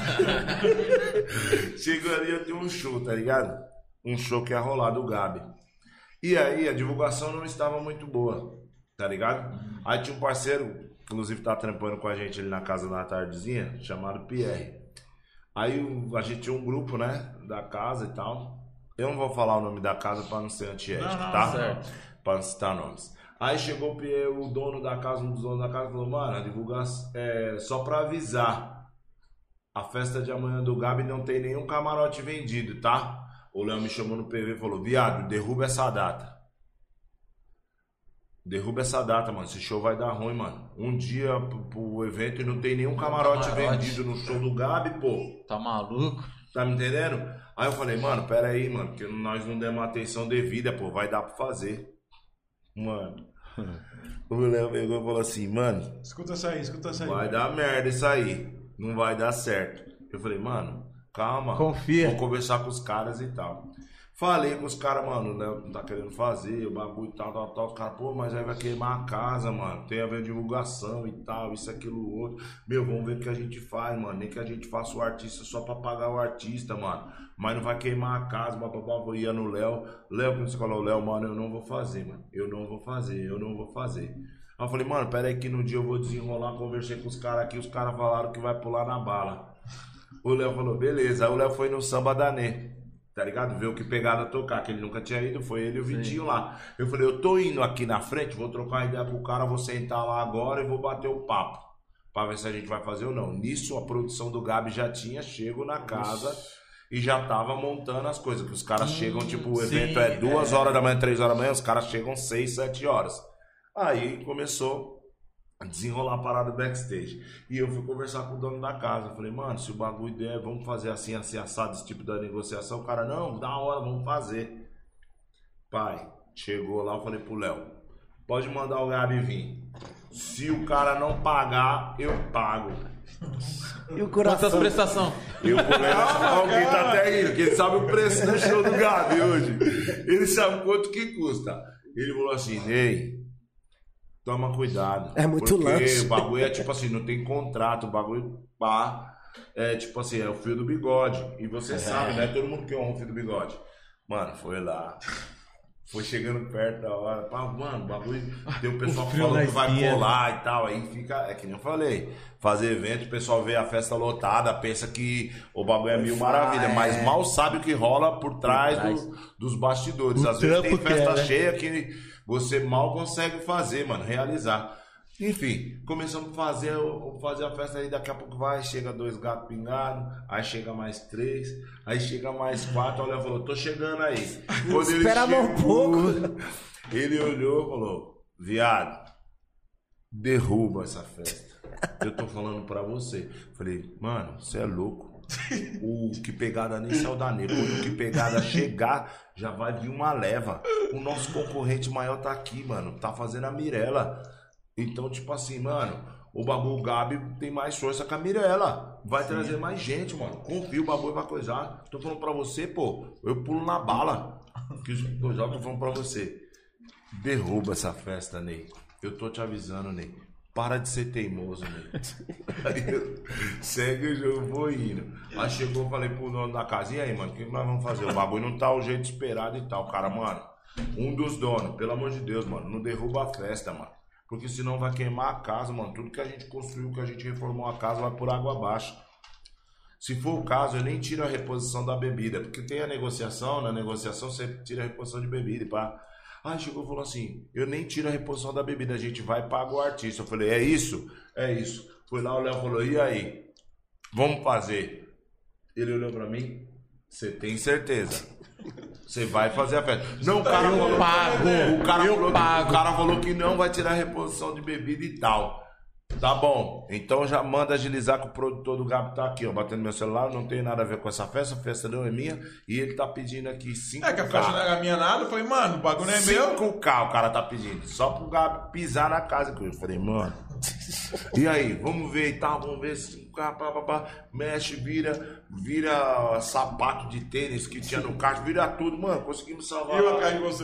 Chegou ali, eu tenho um show, tá ligado? Um show que ia rolar do Gabi. E aí, a divulgação não estava muito boa, tá ligado? Aí tinha um parceiro, inclusive tá trampando com a gente ali na casa da tardezinha, chamado Pierre. Aí a gente tinha um grupo, né, da casa e tal. Eu não vou falar o nome da casa pra não ser antiético, tá? Certo. Pra não citar nomes. Aí chegou o Pierre, o dono da casa, um dos donos da casa, falou, mano, a divulgação só pra avisar. A festa de amanhã do Gabi não tem nenhum camarote vendido, tá? O Léo me chamou no PV e falou, viado, derruba essa data. Derruba essa data, mano. Esse show vai dar ruim, mano. Um dia pro evento e não tem nenhum camarote vendido no show do Gabi, pô. Tá maluco? Tá me entendendo? Aí eu falei, mano, pera aí, mano, porque nós não demos atenção devida, pô. Vai dar pra fazer. Mano. O Léo pegou e falou assim, mano. Escuta essa aí. Vai dar merda isso aí. Não vai dar certo. Eu falei, mano, calma. Confia. Vou conversar com os caras e tal. Falei com os caras, mano, o Léo não tá querendo fazer, o bagulho e tal. Os caras, pô, mas aí vai queimar a casa, mano. Tem a ver divulgação e tal, isso, aquilo, outro. Meu, vamos ver o que a gente faz, mano. Nem que a gente faça o artista só pra pagar o artista, mano. Mas não vai queimar a casa, vou ia no Léo. Léo, quando você falou, Léo, mano, eu não vou fazer, mano. Eu não vou fazer. Aí eu falei, mano, pera aí que no dia eu vou desenrolar, conversei com os caras aqui, os caras falaram que vai pular na bala. O Léo falou, beleza. Aí o Léo foi no Samba da Nê. Tá ligado? Ver o que pegada tocar, que ele nunca tinha ido, foi ele e o Vitinho lá. Eu falei, eu tô indo aqui na frente, vou trocar ideia com o cara, vou sentar lá agora e vou bater o papo. Pra ver se a gente vai fazer ou não. Nisso, a produção do Gabi já tinha chego na casa e já tava montando as coisas. Que os caras chegam, tipo, o evento é 2 horas da manhã, 3 horas da manhã, os caras chegam 6, 7 horas. Aí começou a desenrolar a parada backstage. E eu fui conversar com o dono da casa. Falei, mano, se o bagulho der, vamos fazer assim, assado, esse tipo da negociação. O cara, não, da hora, vamos fazer. Pai, chegou lá, eu falei pro Léo, pode mandar o Gabi vir. Se o cara não pagar, eu pago. E o coração? Quantas prestações? Eu começo, alguém tá até rindo, porque ele sabe o preço do show do Gabi hoje. Ele sabe quanto que custa. Ele falou assim, Ney, toma cuidado. É muito lanche. Porque o bagulho é tipo assim, não tem contrato, o bagulho pá. É tipo assim, é o fio do bigode. E você sabe, né? Todo mundo quer um fio do bigode. Mano, foi lá. Foi chegando perto da hora. Pá, mano, o bagulho. Tem o pessoal que falou que vai colar e tal. Aí fica. É que nem eu falei. Fazer evento, o pessoal vê a festa lotada, pensa que o bagulho é mil maravilha. Mas mal sabe o que rola por trás dos bastidores. Às vezes tem festa cheia que você mal consegue fazer, mano, realizar. Enfim, começamos a fazer a festa aí, daqui a pouco chega 2 gatos pingados, aí chega mais 3, aí chega mais 4, olha, falou, tô chegando aí. Quando espera um pouco. Ele olhou e falou, viado, derruba essa festa. Eu tô falando pra você. Falei, mano, você é louco. O que pegada nem saiu da neve. Quando o que pegada chegar, já vai vir uma leva. O nosso concorrente maior tá aqui, mano. Tá fazendo a Mirella. Então, tipo assim, mano, o bagulho Gabi tem mais força que a Mirella. Vai trazer mais gente, mano. Confia, o bagulho vai coisar. Tô falando pra você, pô. Eu pulo na bala. Que eu já tô falando pra você. Derruba essa festa, Ney. Eu tô te avisando, Ney. Para de ser teimoso, Ney. Segue o jogo, vou indo. Aí chegou, eu falei pro dono da casa, e aí, mano, o que nós vamos fazer? O bagulho não tá o jeito esperado e tal. Cara, mano, um dos donos, pelo amor de Deus, mano, não derruba a festa, mano. Porque senão vai queimar a casa, mano. Tudo que a gente construiu, que a gente reformou a casa, vai por água abaixo. Se for o caso, eu nem tiro a reposição da bebida. Porque tem a negociação, na negociação você tira a reposição de bebida e pá. Aí chegou e falou assim, eu nem tiro a reposição da bebida, a gente vai e paga o artista. Eu falei, é isso? É isso. Foi lá, o Léo falou, e aí? Vamos fazer? Ele olhou pra mim, você tem certeza? Você vai fazer a festa. Não, o cara falou, o cara falou que não vai tirar a reposição de bebida e tal. Tá bom, então já manda agilizar que o produtor do Gabi tá aqui, ó, batendo meu celular, não tem nada a ver com essa festa, a festa não é minha, e ele tá pedindo aqui 5K. É que a festa não é minha nada, eu falei, mano, o bagulho não é meu. 5K o cara tá pedindo, só pro Gabi pisar na casa. Eu falei, mano, e aí, vamos ver e tal, vamos ver 5K, pá, mexe, vira sapato de tênis que tinha no caixa, vira tudo, mano, conseguimos salvar. E eu atrás de você?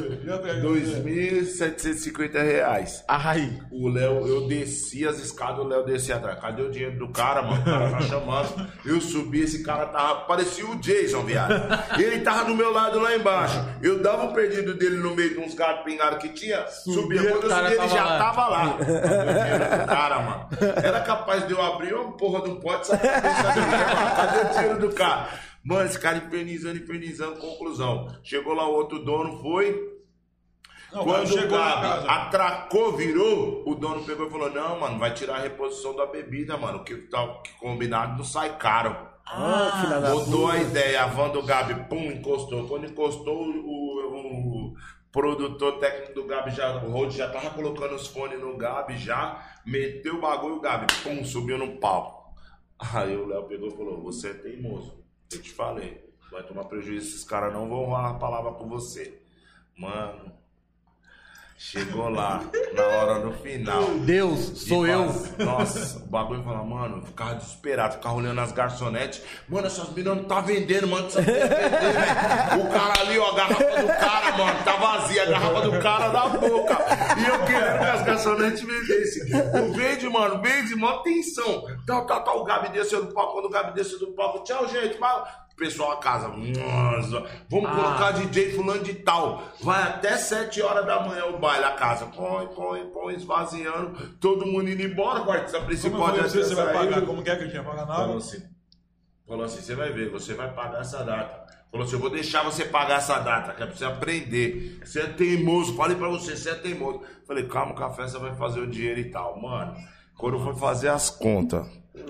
R$2.750. Ai. O Léo, eu desci as escadas, o Léo descia atrás. Cadê o dinheiro do cara, mano? O cara tá chamando. Eu subi, esse cara tava, parecia o Jason, viado. Ele tava do meu lado lá embaixo. Eu dava um perdido dele no meio de uns gatos pingados que tinha, subia. Quando eu subi, ele já tava lá. O dinheiro do cara, mano. Era capaz de eu abrir uma porra de um pote, sabe? Cadê o dinheiro do cara? Mano, esse cara infernizando, conclusão. Chegou lá o outro dono, foi. Não, quando o Gabi atracou, virou, o dono pegou e falou, não, mano, vai tirar a reposição da bebida, mano, que combinado não sai caro. Botou a ideia, a van do Gabi, pum, encostou. Quando encostou, o produtor técnico do Gabi, o Rod já tava colocando os fones no Gabi, já meteu o bagulho, o Gabi, pum, subiu no palco. Aí o Léo pegou e falou, você é teimoso, eu te falei, vai tomar prejuízo, esses caras não vão rolar a palavra com você. Mano, Chegou lá, na hora do final. Deus, sou eu. Nossa, o bagulho fala, mano, eu ficava desesperado, ficava olhando as garçonetes. Mano, essas meninas não tá vendendo, mano. Essas meninas vender, velho. O cara ali, ó, a garrafa do cara, mano, tá vazia, a garrafa do cara na boca. E eu querendo que as garçonetes vendessem. Não vende, mano, vende, mó atenção. Tá, o Gabi desceu do palco, quando o Gabi desceu do palco, tchau, gente, mas... Pessoal a casa, nossa, vamos colocar DJ fulano de tal. Vai até 7 horas da manhã o baile, a casa. Põe, esvaziando, todo mundo indo embora, o artista principal de você vai pagar? Como que é que a gente vai pagar nada? Falou assim, você vai ver, você vai pagar essa data. Falou assim, eu vou deixar você pagar essa data, que é pra você aprender. Você é teimoso, falei pra você é teimoso. Falei, calma, o café você vai fazer o dinheiro e tal. Mano, quando foi fazer as contas.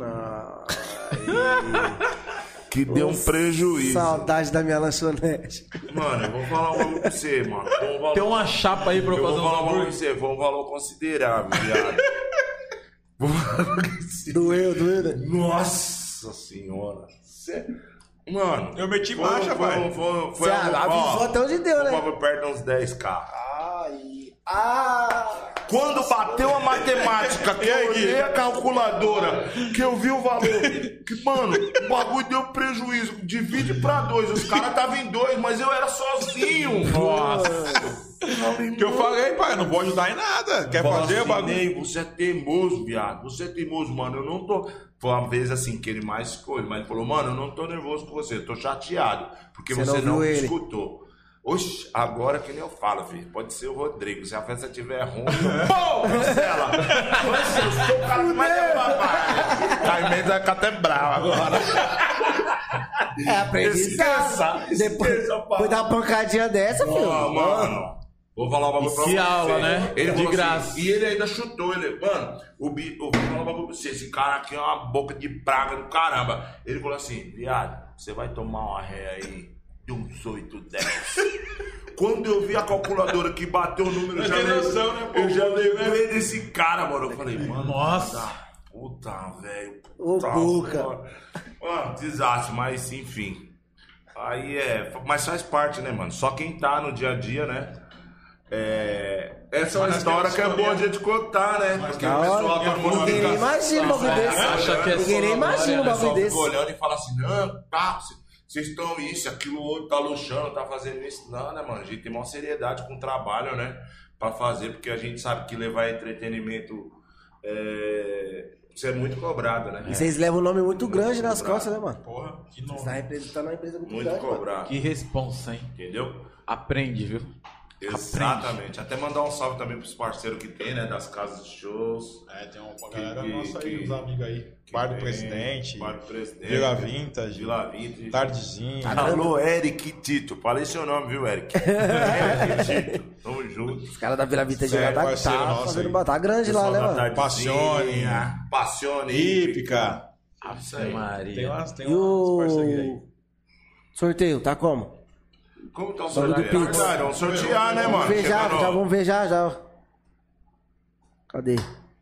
Que deu um prejuízo. Saudade da minha lanchonete. Mano, eu vou falar um valor pra você, mano. Tem uma chapa aí pra eu fazer um valor pra você. Foi um valor considerável, viado. Doeu, né? Nossa senhora. Mano, eu meti marcha, pai. Foi avisou até onde deu, né? Foi perto de uns 10k. Quando bateu a matemática, que eu olhei a calculadora, que eu vi o valor, que, mano, o bagulho deu prejuízo. Divide pra 2. Os caras estavam em 2, mas eu era sozinho. Nossa. Que eu falei, pai, não vou ajudar em nada. Quer fazer o bagulho? Você é teimoso, viado. Você é teimoso, mano. Eu não tô. Foi uma vez assim que ele mais escolheu, mas ele falou, mano, eu não tô nervoso com você, eu tô chateado. Porque você não me escutou. Oxe, agora que nem eu falo, filho. Pode ser o Rodrigo. Se a festa tiver ruim, pô, cancela. Oxe, eu sou o cara que mais é papai. Caimento vai ficar até bravo agora. Esqueça. Depois da pancadinha dessa, filho. Mano. Vou falar o bagulho pra você. Que aula, né? Ele de graça. Assim, e ele ainda chutou. Ele, mano, eu vou falar o bagulho pra você. Esse cara aqui é uma boca de praga do caramba. Ele falou assim, viado, você vai tomar uma ré aí de uns 8, 10. Quando eu vi a calculadora que bateu o número, eu já lembrei desse cara, mano. Eu falei, mano, nossa. Puta, velho. Ô, boca. Mano, desastre, mas enfim. Aí mas faz parte, né, mano? Só quem tá no dia a dia, né? Essa é uma história que é boa de a gente contar, né? Porque o pessoal tá falando. Ninguém nem imagina um bagulho desse. Ninguém nem imagina um bagulho desse. Olhando e fala assim, não, tá. Vocês estão isso, aquilo, outro tá luxando, tá fazendo isso. Não, né, mano? A gente tem uma seriedade com o trabalho, né? Pra fazer, porque a gente sabe que levar entretenimento isso é muito cobrado, né? E vocês levam um nome muito grande nas costas, né, mano? Porra, que nome. Você tá representando uma empresa muito Muito grande, cobrado. mano. Que responsa, hein? Entendeu? Aprende, viu? Exatamente. Até mandar um salve também pros parceiros que tem, né? Das casas de shows. Tem uma galera nossa aí, os amigos aí. Bar do Presidente. Vila Vintage. Tardezinha. Alô, Eric Tito. Falei seu nome, viu, Eric? Eric Tito. Tamo junto. Os caras da Vila Vintage já tá fazendo tá grande lá, né, mano? Passione. Hípica. Maria. Tem umas parcerias aí. Sorteio, tá como? Como tá o sorteio? Vamos sortear, né, mano? Vamos ver já. Cadê?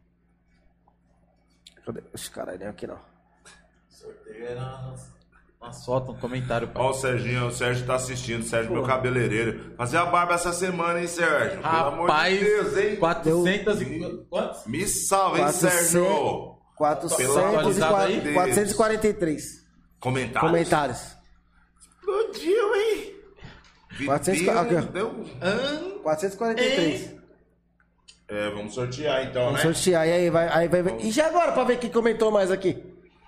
Os caras nem aqui não. Sorteio era uma foto, um comentário. Ó, o Sérgio tá assistindo, Sérgio, meu cabeleireiro. Fazer a barba essa semana, hein, Sérgio? Rapaz, pelo amor de Deus, hein? 400 e... Quantos? Me salve, hein, Sérgio? 443 comentários. Explodiu, hein? 443. Vamos sortear então, vamos né? Sortear, e aí vai. E já agora, pra ver quem comentou mais aqui?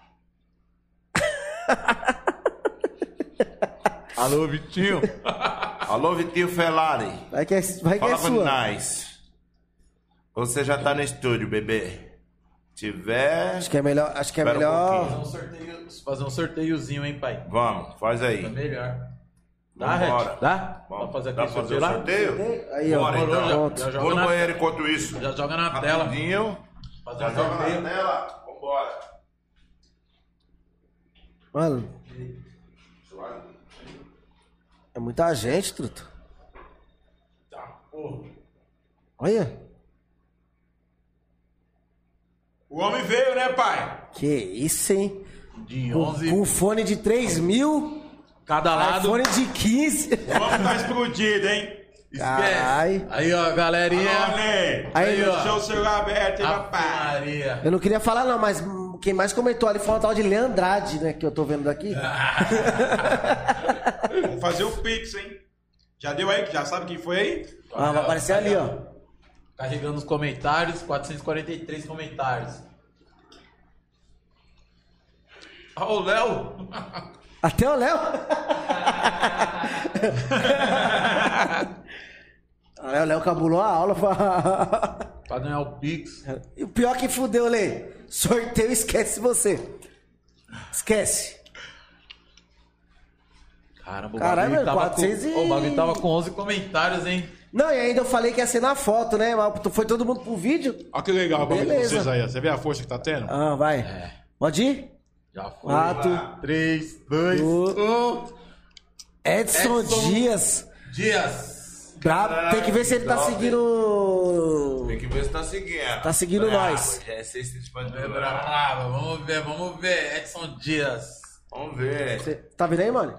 Alô, Vitinho. Alô, Vitinho Felari. Vai que é Fala com sua. nós. Você já tá no estúdio, bebê. Tiver... Acho que é melhor. Fazer um sorteiozinho, hein, pai? Vamos, faz aí. Tá melhor. Dá, Vambora. Dá? Vamos fazer aqui Dá pra fazer o sorteio? Aí, ó. Bora, então. Já Vou no banheiro enquanto isso. Já joga na tela. Rapidinho. Fazer Já um joga sorteio. na tela. Vambora. Mano. É muita gente, truto. Tá, porra. Olha. O homem veio, né, pai? Que isso, hein? De 11. Com fone de 3 mil. Cada lado. Fone de 15. O homem tá explodido, hein? Carai. Aí, ó, galerinha. Aí, ó. Deixou o celular aberto, hein, papai. Maria. Eu não queria falar não, mas quem mais comentou ali foi uma tal de Leandrade, né? Que eu tô vendo daqui. Vamos fazer o Pix, hein? Já deu aí? Já sabe quem foi aí? Ah, vai aparecer ali, ó. Carregando os comentários, 443 comentários. Ah, o Léo. Até o Léo. O Léo cabulou a aula Pra ganhar o Pix. E o pior que fudeu, Lê. Sorteio, esquece você. Esquece. Caramba, Caralho, o bagulho tava 400 com... O bagulho tava com 11 comentários, hein? Não, e ainda eu falei que ia ser na foto, né? Mas foi todo mundo pro vídeo. Olha que legal o bagulho de Beleza. vocês aí. Você vê a força que tá tendo? Ah, vai. Pode ir? Já foi. 4, 3, 2, 1. Edson Dias. Brabo. Tem que ver se ele tá seguindo. Tem que ver se tá seguindo. Tá seguindo nós. Já é 6 Brava, vamos ver. Edson Dias. Vamos ver. Você tá vendo aí, mano?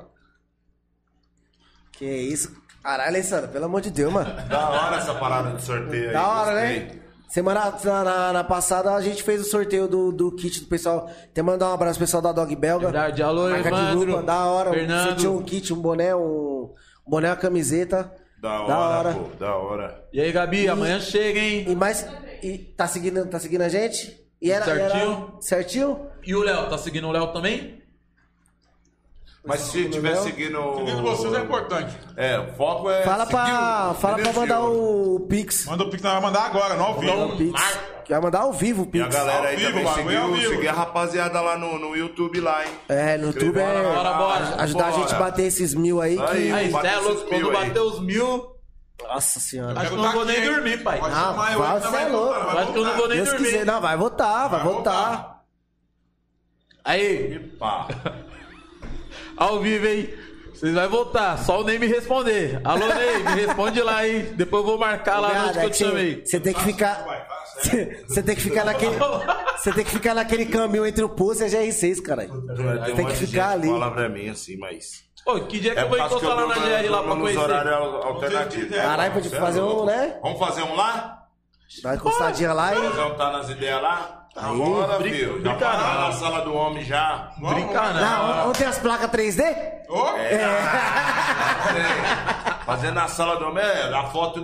Que isso. Caralho, Alessandro, pelo amor de Deus, mano. Da hora essa parada de sorteio aí. Da hora, gostei. né? Semana na passada a gente fez o sorteio do kit do pessoal. Até mandar um abraço pro pessoal da Dog Belga. Verdade, alô, Marca de Evandro, roupa, da hora. Fernando. Você tinha um kit, um boné, uma camiseta. Da hora, pô. Da hora. E aí, Gabi, amanhã chega, hein? E mais. E tá seguindo a gente? E era Certinho? Certinho? E o Léo, tá seguindo o Léo também? Mas se tiver seguindo... Seguindo vocês é importante. O foco é... Fala pra mandar o Pix. Manda o Pix, nós vamos mandar agora, no ao vivo. O Pix. Que vai mandar ao vivo o E Pix. a galera aí Ao vivo, também bagulho é ao vivo. seguir a rapaziada lá no YouTube lá, hein? No YouTube Bora. ajudar a gente a bater esses 1000 aí. Aí, Aí, bate cê é louco, esses quando 1000 aí. bater os 1000, Nossa senhora. acho que eu não vou nem dormir, pai. Pode Ah, chamar eu, vai, então cê é louco. Acho que eu não vou nem Deus dormir. quiser. Não, vai votar, vai votar. Aí, Pá. ao vivo, hein? Vocês vão voltar, só o Ney me responder. Alô, Ney, me responde lá, hein? Depois eu vou marcar lá Viado, onde que eu te chamei. Você tem que ficar. Você tem que ficar naquele. Você tem que ficar naquele caminho entre o Pulse e a GR6, caralho. Tem que ficar ali. Fala pra mim assim, mas... Ô, que dia que eu por vou causa que encostar lá na GR lá pra nos conhecer? horários alternativos. Caralho, pode fazer um, né? Vamos fazer um lá? Dá uma encostadinha lá e. Vamos tá nas ideias lá? Aí, Bora, filho. Já brinca parar não. na sala do homem já. Brincar não. Não, onde tem as placas 3D? Fazendo na sala do homem. A foto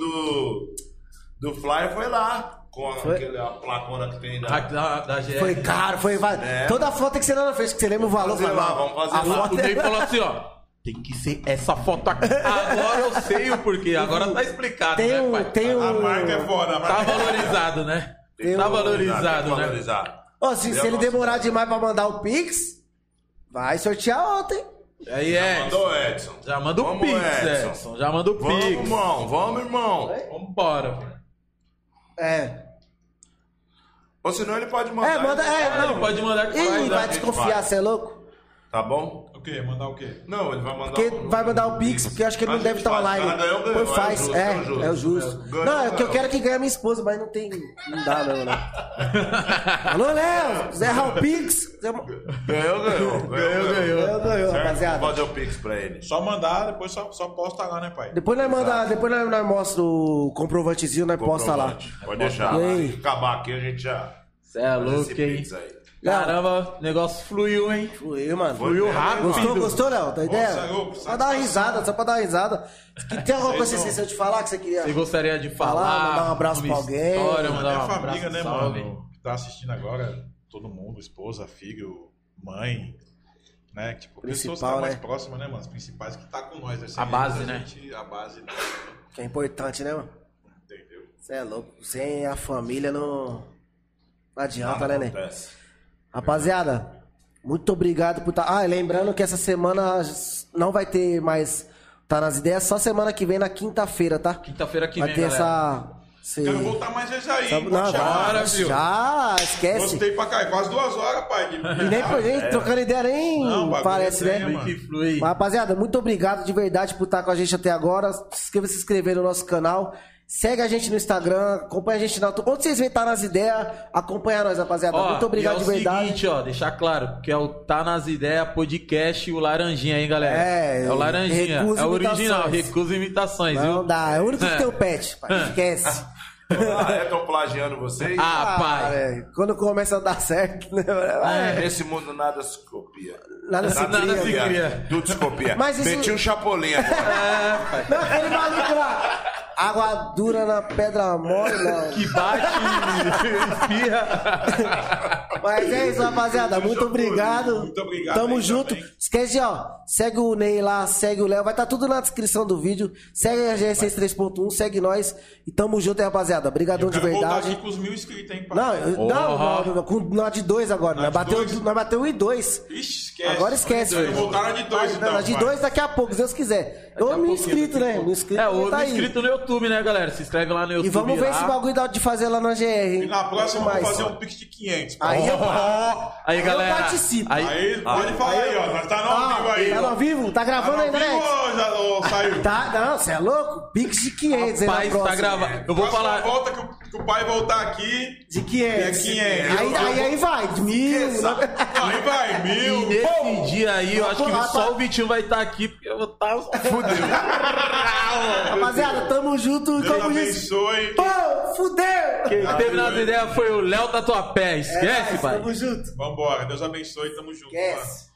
do Flyer foi lá. Com aquela placona que tem Da GR. Foi caro, foi. Toda a foto que você não fez, que você lembra o valor. Vamos fazer lá, vamos fazer a lá. foto O Ney falou assim, ó. Tem que ser essa foto aqui. Agora eu sei o porquê. Agora tá explicado, Tem né, um. pai? Tem A um. marca é foda, a Tá marca valorizado, né? Tem Tá um- valorizado, né? Valorizar. Ó, se ele demorar demais pra mandar o Pix, vai sortear ontem. Aí, Edson. Mandou, Edson. Já manda o Vamos, Pix, Edson. Edson. Já manda o Vamos, Pix. irmão. Vamos, irmão. Vambora. Ou senão ele pode mandar. Manda. Ele Não. pode mandar que Ih, faz, vai né? desconfiar, você é louco? Tá bom? O quê? Mandar o quê? Não, ele vai mandar. Porque vai mandar o Pix, porque eu acho que ele não A deve gente estar faz. online. O cara ganhou, Pois ganhou. faz, É o justo. é o justo. Ganhou, Não, é que eu ganhou. quero que ganhe a minha esposa, mas não tem. Não dá, não, né? Alô, Léo! Zé Raul Pix! Ganhou, Certo? rapaziada. Vou fazer o Pix pra ele. Só mandar, depois só posta lá, né, pai? Depois nós mostra o comprovantezinho, nós posta lá. Comprovante. Pode deixar. E Lá. aí? Se acabar aqui, a gente já. Cê é faz louco, esse hein? Pix aí. Caramba, o negócio fluiu, hein? Fluiu, mano. Fluiu rápido. Gostou, Léo? Tá ideia? Nossa, louco, Só dar uma risada, só pra dar uma risada. Tem alguma coisa que você esqueceu de falar que você queria? Você gostaria de falar? Falar, mandar um abraço uma pra alguém. História, Minha mandar um família, abraço, né, salve. mano? Que tá assistindo agora, todo mundo, esposa, filho, mãe, né? Tipo, pessoas que Principal, tá mais né? próximas, né, mano? As principais que tá com nós. Assim, A base, né? A base, né? Que é importante, né, mano? Entendeu? Você é louco. Sem a família não adianta, né, né? Acontece. Rapaziada, muito obrigado por estar. Lembrando que essa semana não vai ter mais Tá nas ideias, só semana que vem, na quinta-feira, tá? Quinta-feira que vai vem, ter galera. Quero voltar mais vezes aí. Não, pode chamar. Bora, viu? já, esquece. Gostei pra cá, quase 2 horas, pai. E nem trocando ideia, nem Não, bagulho parece, é né? mano. Que flui. Mas, rapaziada, muito obrigado de verdade por estar com a gente até agora. Se inscreva no nosso canal. Segue a gente no Instagram, acompanha a gente na... Onde vocês vêm Tá Nas Ideias, acompanha nós, rapaziada. Ó, muito obrigado e de verdade. É o seguinte, ó, deixar claro, que é o Tá Nas Ideias podcast e o Laranjinha, hein, galera? É o Laranjinha, recusa é o original, imitações. recusa imitações, Não viu? dá, é o único que tem o pet, pai. Esquece. Estão plagiando vocês? Pai. É, quando começa a dar certo, né? Nesse mundo nada se copia. Nada se cria. Tudo se copia. Mas isso- Meti um chapolim agora. Não, aquele maluco lá. Água dura na pedra mole, não. Que bate e espirra. Mas é isso, rapaziada. Muito obrigado. Muito obrigado Tamo aí junto. também. Esquece, ó. Segue o Ney lá, segue o Léo. Vai estar tudo na descrição do vídeo. Segue a GS 3.1, segue nós. E tamo junto aí, rapaziada. Obrigadão de Quero voltar verdade. aqui com os 1000 inscritos, hein, pai? Não, com nós de 2 agora. Nós bateu 1 e 2. Ixi, esquece. Agora esquece. Eu vou voltar na de 2, então. Na de pai. 2 daqui a pouco, se Deus quiser. Ô, mil inscritos, né? Mil inscritos. É, o tá aí. inscrito no YouTube, né, galera? Se inscreve lá no YouTube. E vamos ver lá. esse bagulho de fazer lá na GR, hein? E na próxima Mais. vamos fazer um pix de 500. pai. Aí eu Aí, galera. eu participo. Aí, pode falar aí, ó. Nós tá no ao vivo aí. Tá no ao vivo? Tá Tá gravando no ao ainda, vivo né? ou já ou saiu? Tá, não, você é louco? Pix de 500 aí na Rapaz, próxima. tá gravando. Eu vou Próxima falar. volta que o pai voltar aqui. De 500. É 500. Aí vai, de 1000. né? Aí vai, E 1000. nesse dia aí, eu acho que Rapaz. só o Vitinho vai estar aqui, porque eu vou estar fudeu. Rapaziada, tamo junto. Deus Como disse. abençoe. Pô, fudeu. Quem teve nas ideias foi o Léo Tatuapé. Esquece, nóis, pai. Tamo junto. Vambora. Deus abençoe. Tamo junto, Esquece. mano.